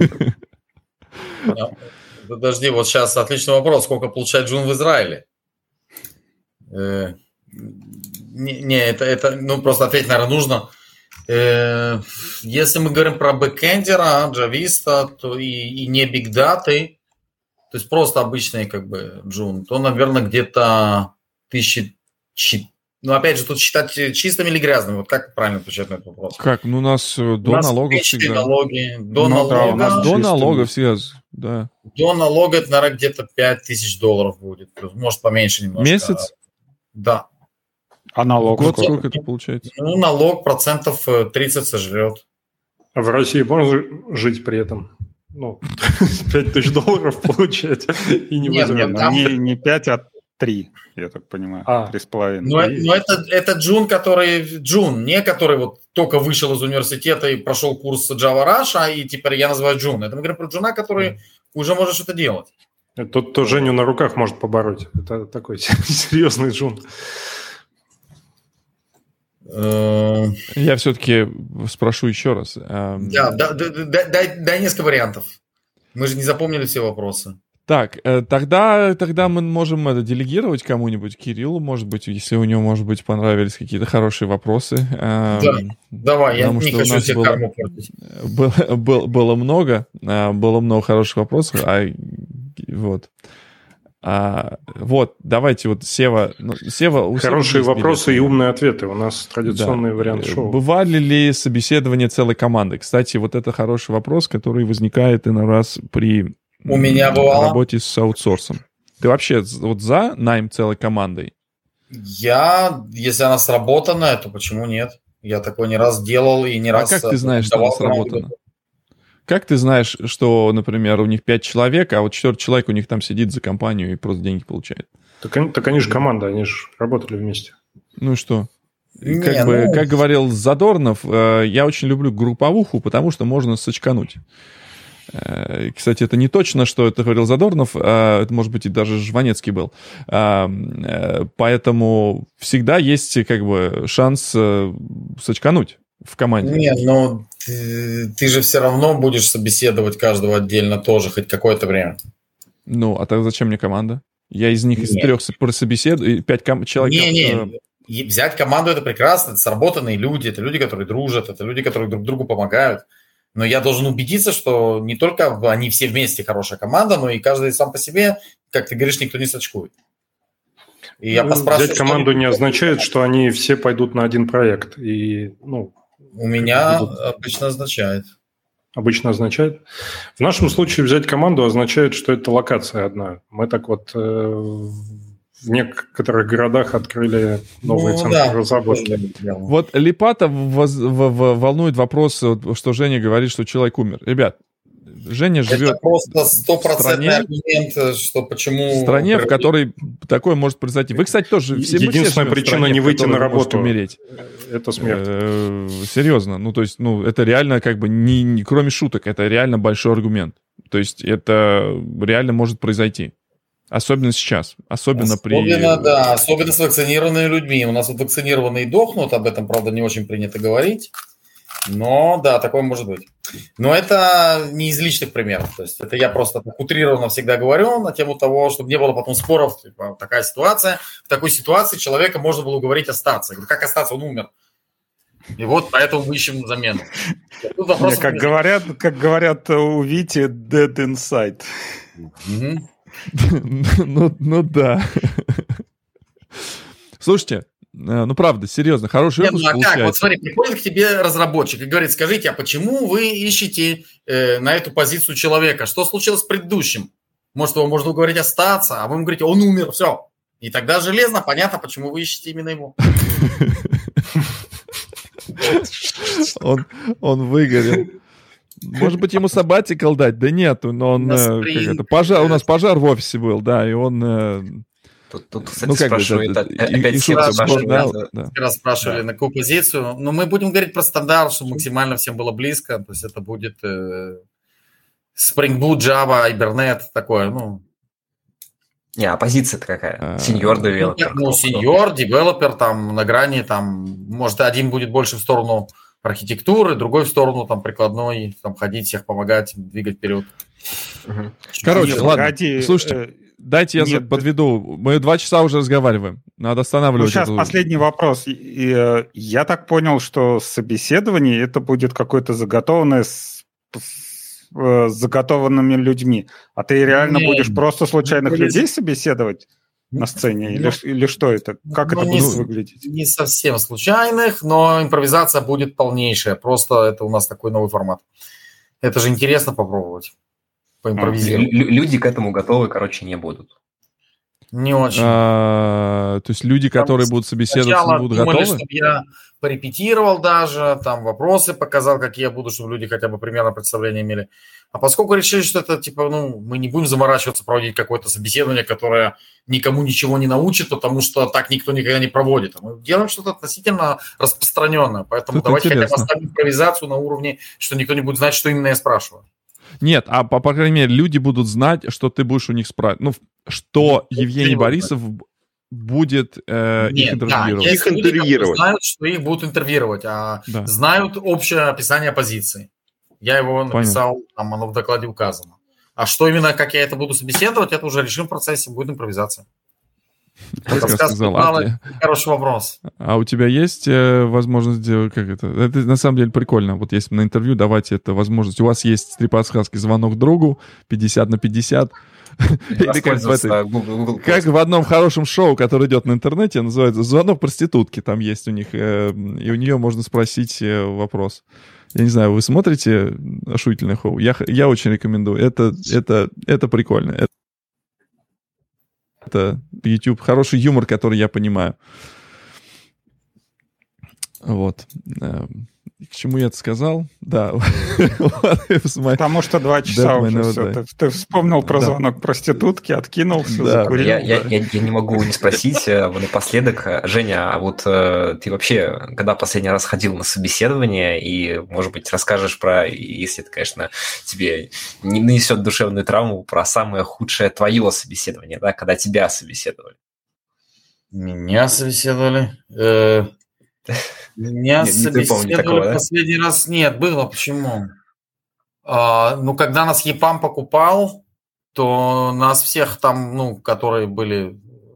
Подожди, вот сейчас отличный вопрос. Сколько получает Джун в Израиле? Э, не, не, это, это, ну, просто ответить, наверное, нужно. Э, если мы говорим про бэкэндера, джависта, то и, и не бигдаты, то есть просто обычный, как бы, Джун, то, наверное, где-то тысячи... Ну, опять же, тут считать чистыми или грязными? Вот как правильно отвечать на этот вопрос? Как? Ну, у нас до у нас налогов всегда. Налоги, до ну, налога. Да, у нас до налогов всегда, да. До налога это, наверное, где-то пять тысяч долларов будет. Может, поменьше немножко. Месяц? Да. А налог год сколько это получается? Ну, налог процентов тридцать сожрет. А в России можно жить при этом? Ну, пять тысяч долларов получать и не Нет, нет, там... не, не пять, а три, я так понимаю. три с половиной. Но, но это, это Джун, который... Джун, не который вот только вышел из университета и прошел курс Java Rush, и теперь я называю Джун. Это мы говорим про Джуна, который mm. уже может что-то делать. Тот, кто Женю на руках может побороть. Это такой серьезный Джун. Я все-таки спрошу еще раз. Да, да, да, дай, дай несколько вариантов. Мы же не запомнили все вопросы. Так, тогда, тогда мы можем это делегировать кому-нибудь, Кириллу, может быть, если у него, может быть, понравились какие-то хорошие вопросы. Да, давай, я не хочу себе карму портить. Было, было, было много, было много хороших вопросов, а вот... А, вот, давайте вот Сева... Ну, Сева Хорошие вопросы и умные ответы. У нас традиционный да. вариант шоу. Бывали ли собеседования целой команды? Кстати, вот это хороший вопрос, который возникает иной раз при У меня бывало. работе с аутсорсом. Ты вообще вот за найм целой командой? Я, если она сработанная, то почему нет? Я такой не раз делал и не а раз... А как ты знаешь, что она сработана? Как ты знаешь, что, например, у них пять человек, а вот четвертый человек у них там сидит за компанию и просто деньги получает? Так они, так они же команда, они же работали вместе. Ну и что? Не, как, ну... бы, как говорил Задорнов, я очень люблю групповуху, потому что можно сочкануть. Кстати, это не точно, что это говорил Задорнов, это, может быть, и даже Жванецкий был. Поэтому всегда есть как бы шанс сочкануть в команде. Нет, но ты, ты же все равно будешь собеседовать каждого отдельно тоже хоть какое-то время. Ну, а тогда зачем мне команда? Я из них, из Нет. трех собеседую, пять ком- человек... Не-не, э... взять команду – это прекрасно, это сработанные люди, это люди, которые дружат, это люди, которые друг другу помогают. Но я должен убедиться, что не только они все вместе хорошая команда, но и каждый сам по себе, как ты говоришь, никто не сочкует. И я поспрашиваю, взять команду не означает, что они все пойдут на один проект. И, ну, у меня будут... обычно означает. Обычно означает. В нашем случае взять команду означает, что это локация одна. Мы так вот э, в некоторых городах открыли новые ну, центры да. разработки. Вот Липата воз, в, в, волнует вопрос, что Женя говорит, что человек умер. Ребят, Женя живет это просто стопроцентный аргумент, что почему... В стране, в которой такое может произойти. Вы, кстати, тоже... Все, Единственная мы все причина стране, не выйти на работу умереть. Это смерть. Серьезно. Ну, то есть, ну, это реально как бы, не, не, кроме шуток, это реально большой аргумент. То есть, это реально может произойти. Особенно сейчас. Особенно, особенно при... да. Особенно с вакцинированными людьми. У нас вот вакцинированные дохнут, об этом, правда, не очень принято говорить. Но, да, такое может быть. Но это не из личных примеров. То есть это я просто так утрированно всегда говорю на тему того, чтобы не было потом споров. Типа, такая ситуация. В такой ситуации человека можно было уговорить остаться. Я говорю, как остаться? Он умер. И вот поэтому мы ищем замену. Не, как, говорят, как говорят у Вити, dead inside. Ну, ну да. Слушайте, ну, правда, серьезно, хороший выпуск Нет, ну, а получается. как? Вот смотри, приходит к тебе разработчик и говорит, скажите, а почему вы ищете э, на эту позицию человека? Что случилось с предыдущим? Может, его можно уговорить остаться, а вы ему говорите, он умер, все. И тогда железно понятно, почему вы ищете именно его. Он, он выгорел. Может быть, ему сабатикал дать? Да нет, но он... Как это, пожар, у нас пожар в офисе был, да, и он... Тут, тут кстати, ну, как спрашивают, бы, это, опять и, все спрашивали, да, да. раз спрашивали, да, на какую позицию. Но мы будем говорить про стандарт, чтобы максимально всем было близко. То есть это будет э, Spring Boot, Java, Hibernate, такое, ну... Не, а позиция-то какая? Сеньор, девелопер. Ну, сеньор, девелопер, там, на грани, там, может, один будет больше в сторону архитектуры, другой в сторону, там, прикладной, там, ходить, всех помогать, двигать вперед. Угу. Короче, Нет, ладно, погоди, слушайте... Э... Дайте я Нет, подведу. Мы два часа уже разговариваем. Надо останавливать. Ну, сейчас эту... последний вопрос. Я так понял, что собеседование это будет какое-то заготованное с, с заготованными людьми. А ты реально Нет. будешь просто случайных Нет. людей собеседовать на сцене? Или, или что это? Как ну, это будет не, выглядеть? Не совсем случайных, но импровизация будет полнейшая. Просто это у нас такой новый формат. Это же интересно попробовать. Поимпровизировать. Люди к этому готовы, короче, не будут. Не очень. А, то есть люди, там которые будут собеседоваться, не будут думали, готовы? Чтобы я порепетировал даже, там вопросы показал, какие я буду, чтобы люди хотя бы примерно представление имели. А поскольку решили, что это, типа, ну, мы не будем заморачиваться, проводить какое-то собеседование, которое никому ничего не научит, потому что так никто никогда не проводит. Мы делаем что-то относительно распространенное. Поэтому Тут давайте интересно. хотя бы оставим импровизацию на уровне, что никто не будет знать, что именно я спрашиваю. Нет, а по, по крайней мере, люди будут знать, что ты будешь у них спрашивать. Ну, что ну, Евгений Борисов знать. будет э, Нет, их интервьюировать. Да, есть их люди, интервьюировать. Знают, что их будут интервьюировать, а да. знают общее описание позиции. Я его написал, Понятно. там оно в докладе указано. А что именно, как я это буду собеседовать, это уже решим в процессе, будет импровизация. Сказал, а, хороший вопрос. А у тебя есть э, возможность сделать, как это? Это на самом деле прикольно. Вот если на интервью давать эту возможность. У вас есть три подсказки: звонок другу, пятьдесят на пятьдесят. Или как, в этой, Google, Google как в одном хорошем шоу, которое идет на интернете, называется «Звонок проститутки». Там есть у них, э, и у нее можно спросить э, вопрос. Я не знаю, вы смотрите ошуительное шоу? Я, я очень рекомендую. Это, это, это прикольно. Это, это YouTube. Хороший юмор, который я понимаю. Вот. К чему я это сказал? Да. Потому что два часа уже все. Ты, ты вспомнил про да. звонок проститутки, откинулся, да. закурил. Я, я, я, я не могу не спросить напоследок, Женя, а вот ты вообще, когда последний раз ходил на собеседование, и, может быть, расскажешь про, если это, конечно, тебе не нанесет душевную травму, про самое худшее твое собеседование, да, когда тебя собеседовали? Меня собеседовали? Меня не, собеседовали такого, да? Последний раз. Нет, было. Почему? А, ну, когда нас ЕПАМ покупал, то нас всех там, ну, которые были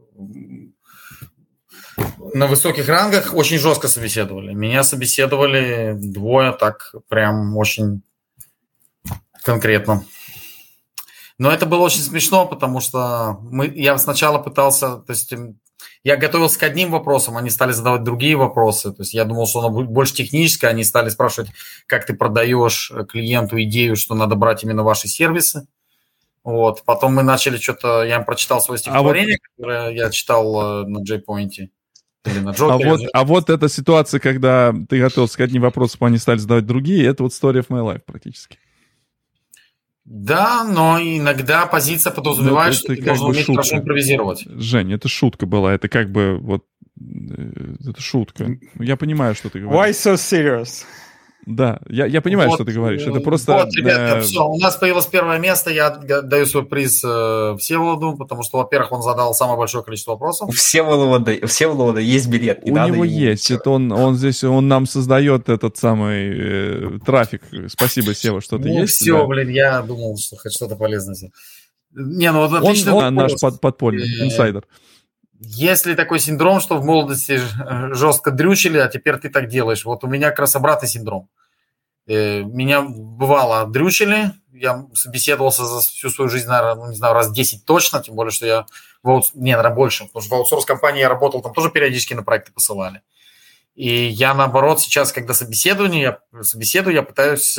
на высоких рангах, очень жестко собеседовали. Меня собеседовали двое так прям очень конкретно. Но это было очень смешно, потому что мы, я сначала пытался... То есть, я готовился к одним вопросам, они стали задавать другие вопросы. То есть я думал, что оно будет больше техническое, они стали спрашивать, как ты продаешь клиенту идею, что надо брать именно ваши сервисы. Вот. Потом мы начали что-то... Я им прочитал свое стихотворение, а вот... которое я читал на JPoint. Или на Джокере. А вот, а вот эта ситуация, когда ты готовился к одним вопросам, они стали задавать другие, это вот story of my life практически. Да, но иногда позиция подразумевает, ну, что ты должен уметь хорошо импровизировать. Жень, это шутка была, это как бы вот... Это шутка. Я понимаю, что ты говоришь. Why so serious? Да, я, я понимаю, вот, что ты говоришь. Это просто... Вот, ребята, э... все, у нас появилось первое место. Я даю свой приз э, Всеволоду, потому что, во-первых, он задал самое большое количество вопросов. У Всеволода, у Всеволода есть билет. Не у него есть. Это он, он здесь, он нам создает этот самый э, трафик. Спасибо, Сева, что ты ну, есть. Все, да. блин, я думал, что хоть что-то полезное. Не, ну вот отличный он, он наш под, подпольный э... инсайдер. Есть ли такой синдром, что в молодости жестко дрючили, а теперь ты так делаешь? Вот у меня как раз обратный синдром. Меня бывало дрючили, я собеседовался за всю свою жизнь, наверное, ну, не знаю, раз десять точно, тем более, что я в аутс... не, наверное, больше, потому что в аутсорс-компании я работал, там тоже периодически на проекты посылали. И я, наоборот, сейчас, когда собеседование, я собеседую, я пытаюсь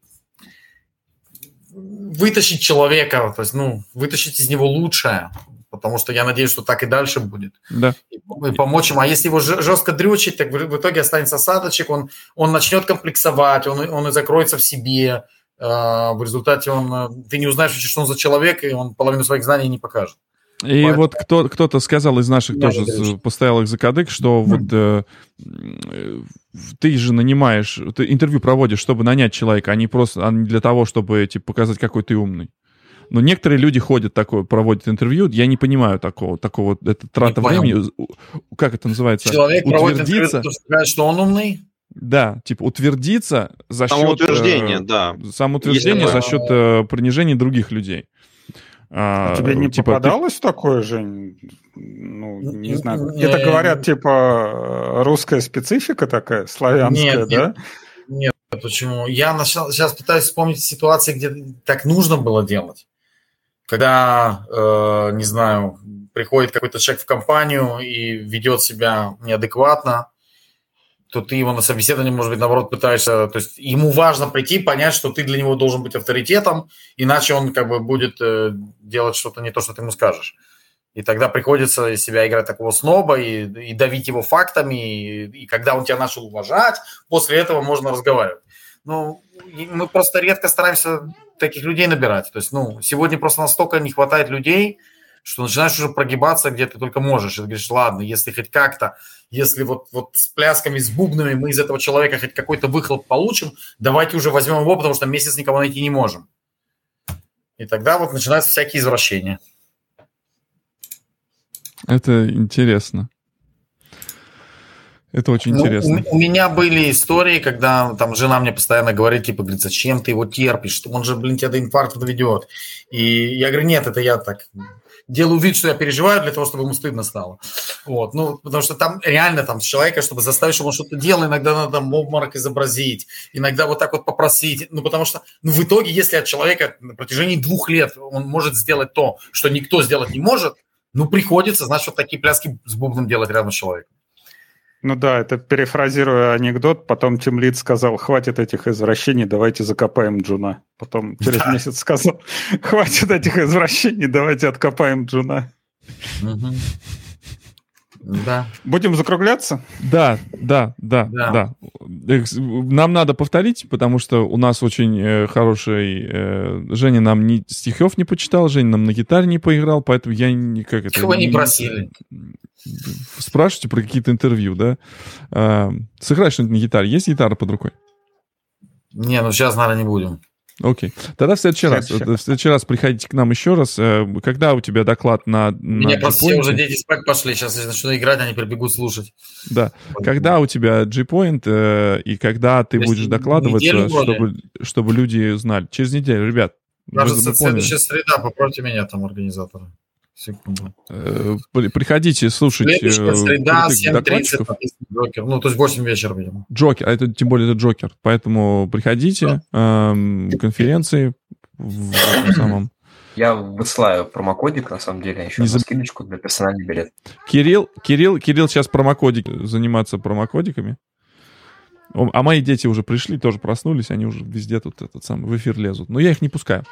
вытащить человека, то есть, ну, вытащить из него лучшее. Потому что я надеюсь, что так и дальше будет. Да. И, и помочь ему. А если его жестко дрючить, так в, в итоге останется осадочек, он, он начнет комплексовать, он, он и закроется в себе. Э, в результате он, ты не узнаешь, что он за человек, и он половину своих знаний не покажет. И Поэтому... вот кто, кто-то сказал из наших я тоже постоялых закадык, что вот э, ты же нанимаешь, ты интервью проводишь, чтобы нанять человека, а не просто а не для того, чтобы типа, показать, какой ты умный. Но некоторые люди ходят такое, проводят интервью. Я не понимаю такого, такого это трата не времени. Понял. Как это называется? Человек проводит интервью, потому что сказать, что он умный. Да, типа утвердиться за счет... Самоутверждение, э, да. Самоутверждение за счет э, принижения других людей. А, а тебе не типа, попадалось ты... такое, Жень? Ну, не знаю. Это говорят, типа, русская специфика такая, славянская, нет, да? Нет. Нет, почему? Я начал, сейчас пытаюсь вспомнить ситуации, где так нужно было делать. Когда, э, не знаю, приходит какой-то человек в компанию и ведет себя неадекватно, то ты его на собеседовании, может быть, наоборот, пытаешься... То есть ему важно прийти, понять, что ты для него должен быть авторитетом, иначе он как бы будет э, делать что-то не то, что ты ему скажешь. И тогда приходится из себя играть такого сноба и, и давить его фактами. И, и когда он тебя начал уважать, после этого можно разговаривать. Ну, мы просто редко стараемся таких людей набирать. То есть, ну, сегодня просто настолько не хватает людей, что начинаешь уже прогибаться, где ты только можешь. И ты говоришь, ладно, если хоть как-то, если вот, вот с плясками, с бубнами мы из этого человека хоть какой-то выхлоп получим, давайте уже возьмем его, потому что месяц никого найти не можем. И тогда вот начинаются всякие извращения. Это интересно. Это очень ну, интересно. У, у меня были истории, когда там жена мне постоянно говорит, типа, говорит, зачем ты его терпишь? Он же, блин, тебя до инфаркта доведет. И я говорю, нет, это я так делаю вид, что я переживаю для того, чтобы ему стыдно стало. Вот, ну, потому что там реально там с человека, чтобы заставить, чтобы он что-то делал, иногда надо там обморок изобразить, иногда вот так вот попросить. Ну, потому что, ну, в итоге, если от человека на протяжении двух лет он может сделать то, что никто сделать не может, ну, приходится, значит, вот такие пляски с бубном делать рядом с человеком. Ну да, это перефразируя анекдот, потом тимлид сказал, хватит этих извращений, давайте закопаем Джуна. Потом через да. месяц сказал, хватит этих извращений, давайте откопаем Джуна. Угу. Да. Будем закругляться? Да, да, да, да, да. Нам надо повторить, потому что у нас очень э, хороший... Э, Женя нам ни стихов не почитал, Женя нам на гитаре не поиграл, поэтому я не... Как это, Чего не просили? Спрашивайте про какие-то интервью, да? Э, сыграй что-нибудь на гитаре. Есть гитара под рукой? Не, ну сейчас, наверное, не будем. Окей. Тогда в следующий, следующий раз. В следующий раз приходите к нам еще раз. Когда у тебя доклад на... Меня просто все уже дети спать пошли. Сейчас, если начну играть, они прибегут слушать. Да. Вот. Когда у тебя G-Point э, и когда ты То будешь докладываться, чтобы, чтобы люди знали. Через неделю, ребят. Кажется, следующая среда. Поправьте меня там, организаторы. Секунду. Э, приходите слушать. Следующая среда, семь тридцать, Джокер. Ну, то есть восемь вечера, видимо. Джокер, а это тем более это Джокер. Поэтому приходите. Эм, конференции в этом самом. Я высылаю промокодик, на самом деле, еще одну скидочку для персональный билет. Кирилл, Кирилл, Кирилл сейчас промокодик, заниматься промокодиками. А мои дети уже пришли, тоже проснулись, они уже везде тут этот самый в эфир лезут. Но я их не пускаю.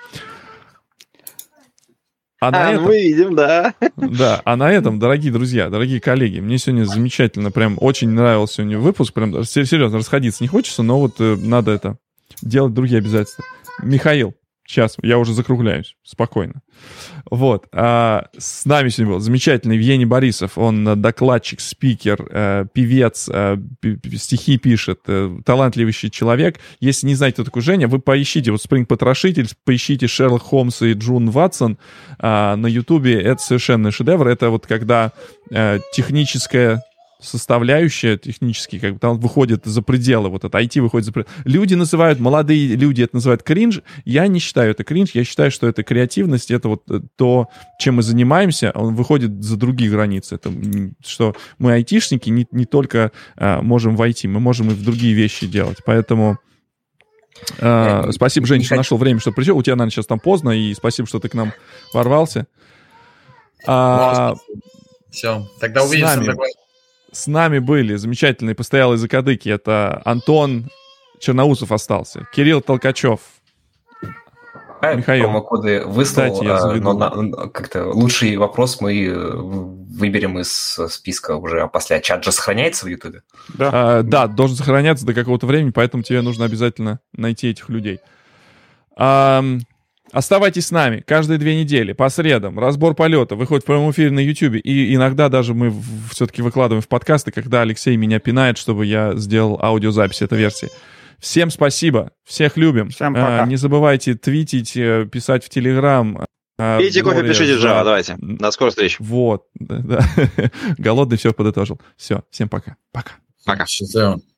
А, а на этом, мы видим, да. Да, а на этом, дорогие друзья, дорогие коллеги, мне сегодня замечательно, прям очень нравился сегодня выпуск, прям серьезно, расходиться не хочется, но вот э, надо это делать другие обязательства. Михаил, Сейчас, я уже закругляюсь, спокойно. Вот. А, с нами сегодня был замечательный Евгений Борисов. Он докладчик, спикер, э, певец, э, стихи пишет, э, талантливейший человек. Если не знаете, кто такой Женя, вы поищите вот Spring Потрошитель, поищите Шерлок Холмс и Джун Ватсон э, на Ютубе. Это совершенно шедевр. Это вот когда э, техническая составляющая, технически, как бы там выходит за пределы, вот это ай ти выходит за пределы. Люди называют, молодые люди это называют кринж. Я не считаю это кринж, я считаю, что это креативность, это вот то, чем мы занимаемся, он выходит за другие границы. Это что мы айтишники не, не только а, можем в ай ти, мы можем и в другие вещи делать. Поэтому а, я спасибо, Женя, что нашел время, что пришел. У тебя, наверное, сейчас там поздно, и спасибо, что ты к нам ворвался. А, Все, тогда увидимся в докладе. С нами были замечательные постоялые закадыки. Это Антон Черноусов остался, Кирилл Толкачев, а, Михаил. Промокоды выслал, Кстати, но на, как-то лучший вопрос мы выберем из списка уже после. Чат же сохраняется в Ютубе? Да. А, да, должен сохраняться до какого-то времени, поэтому тебе нужно обязательно найти этих людей. А, Оставайтесь с нами каждые две недели, по средам. Разбор полета выходит в прямом эфире на YouTube. И иногда даже мы все-таки выкладываем в подкасты, когда Алексей меня пинает, чтобы я сделал аудиозапись этой версии. Всем спасибо, всех любим. Всем пока. А, не забывайте твитить, писать в Телеграм. Пейте кофе, пишите Java, давайте. До скорой встречи. Вот. Да, да. Голодный все подытожил. Все, всем пока. Пока. Пока. Счастливо.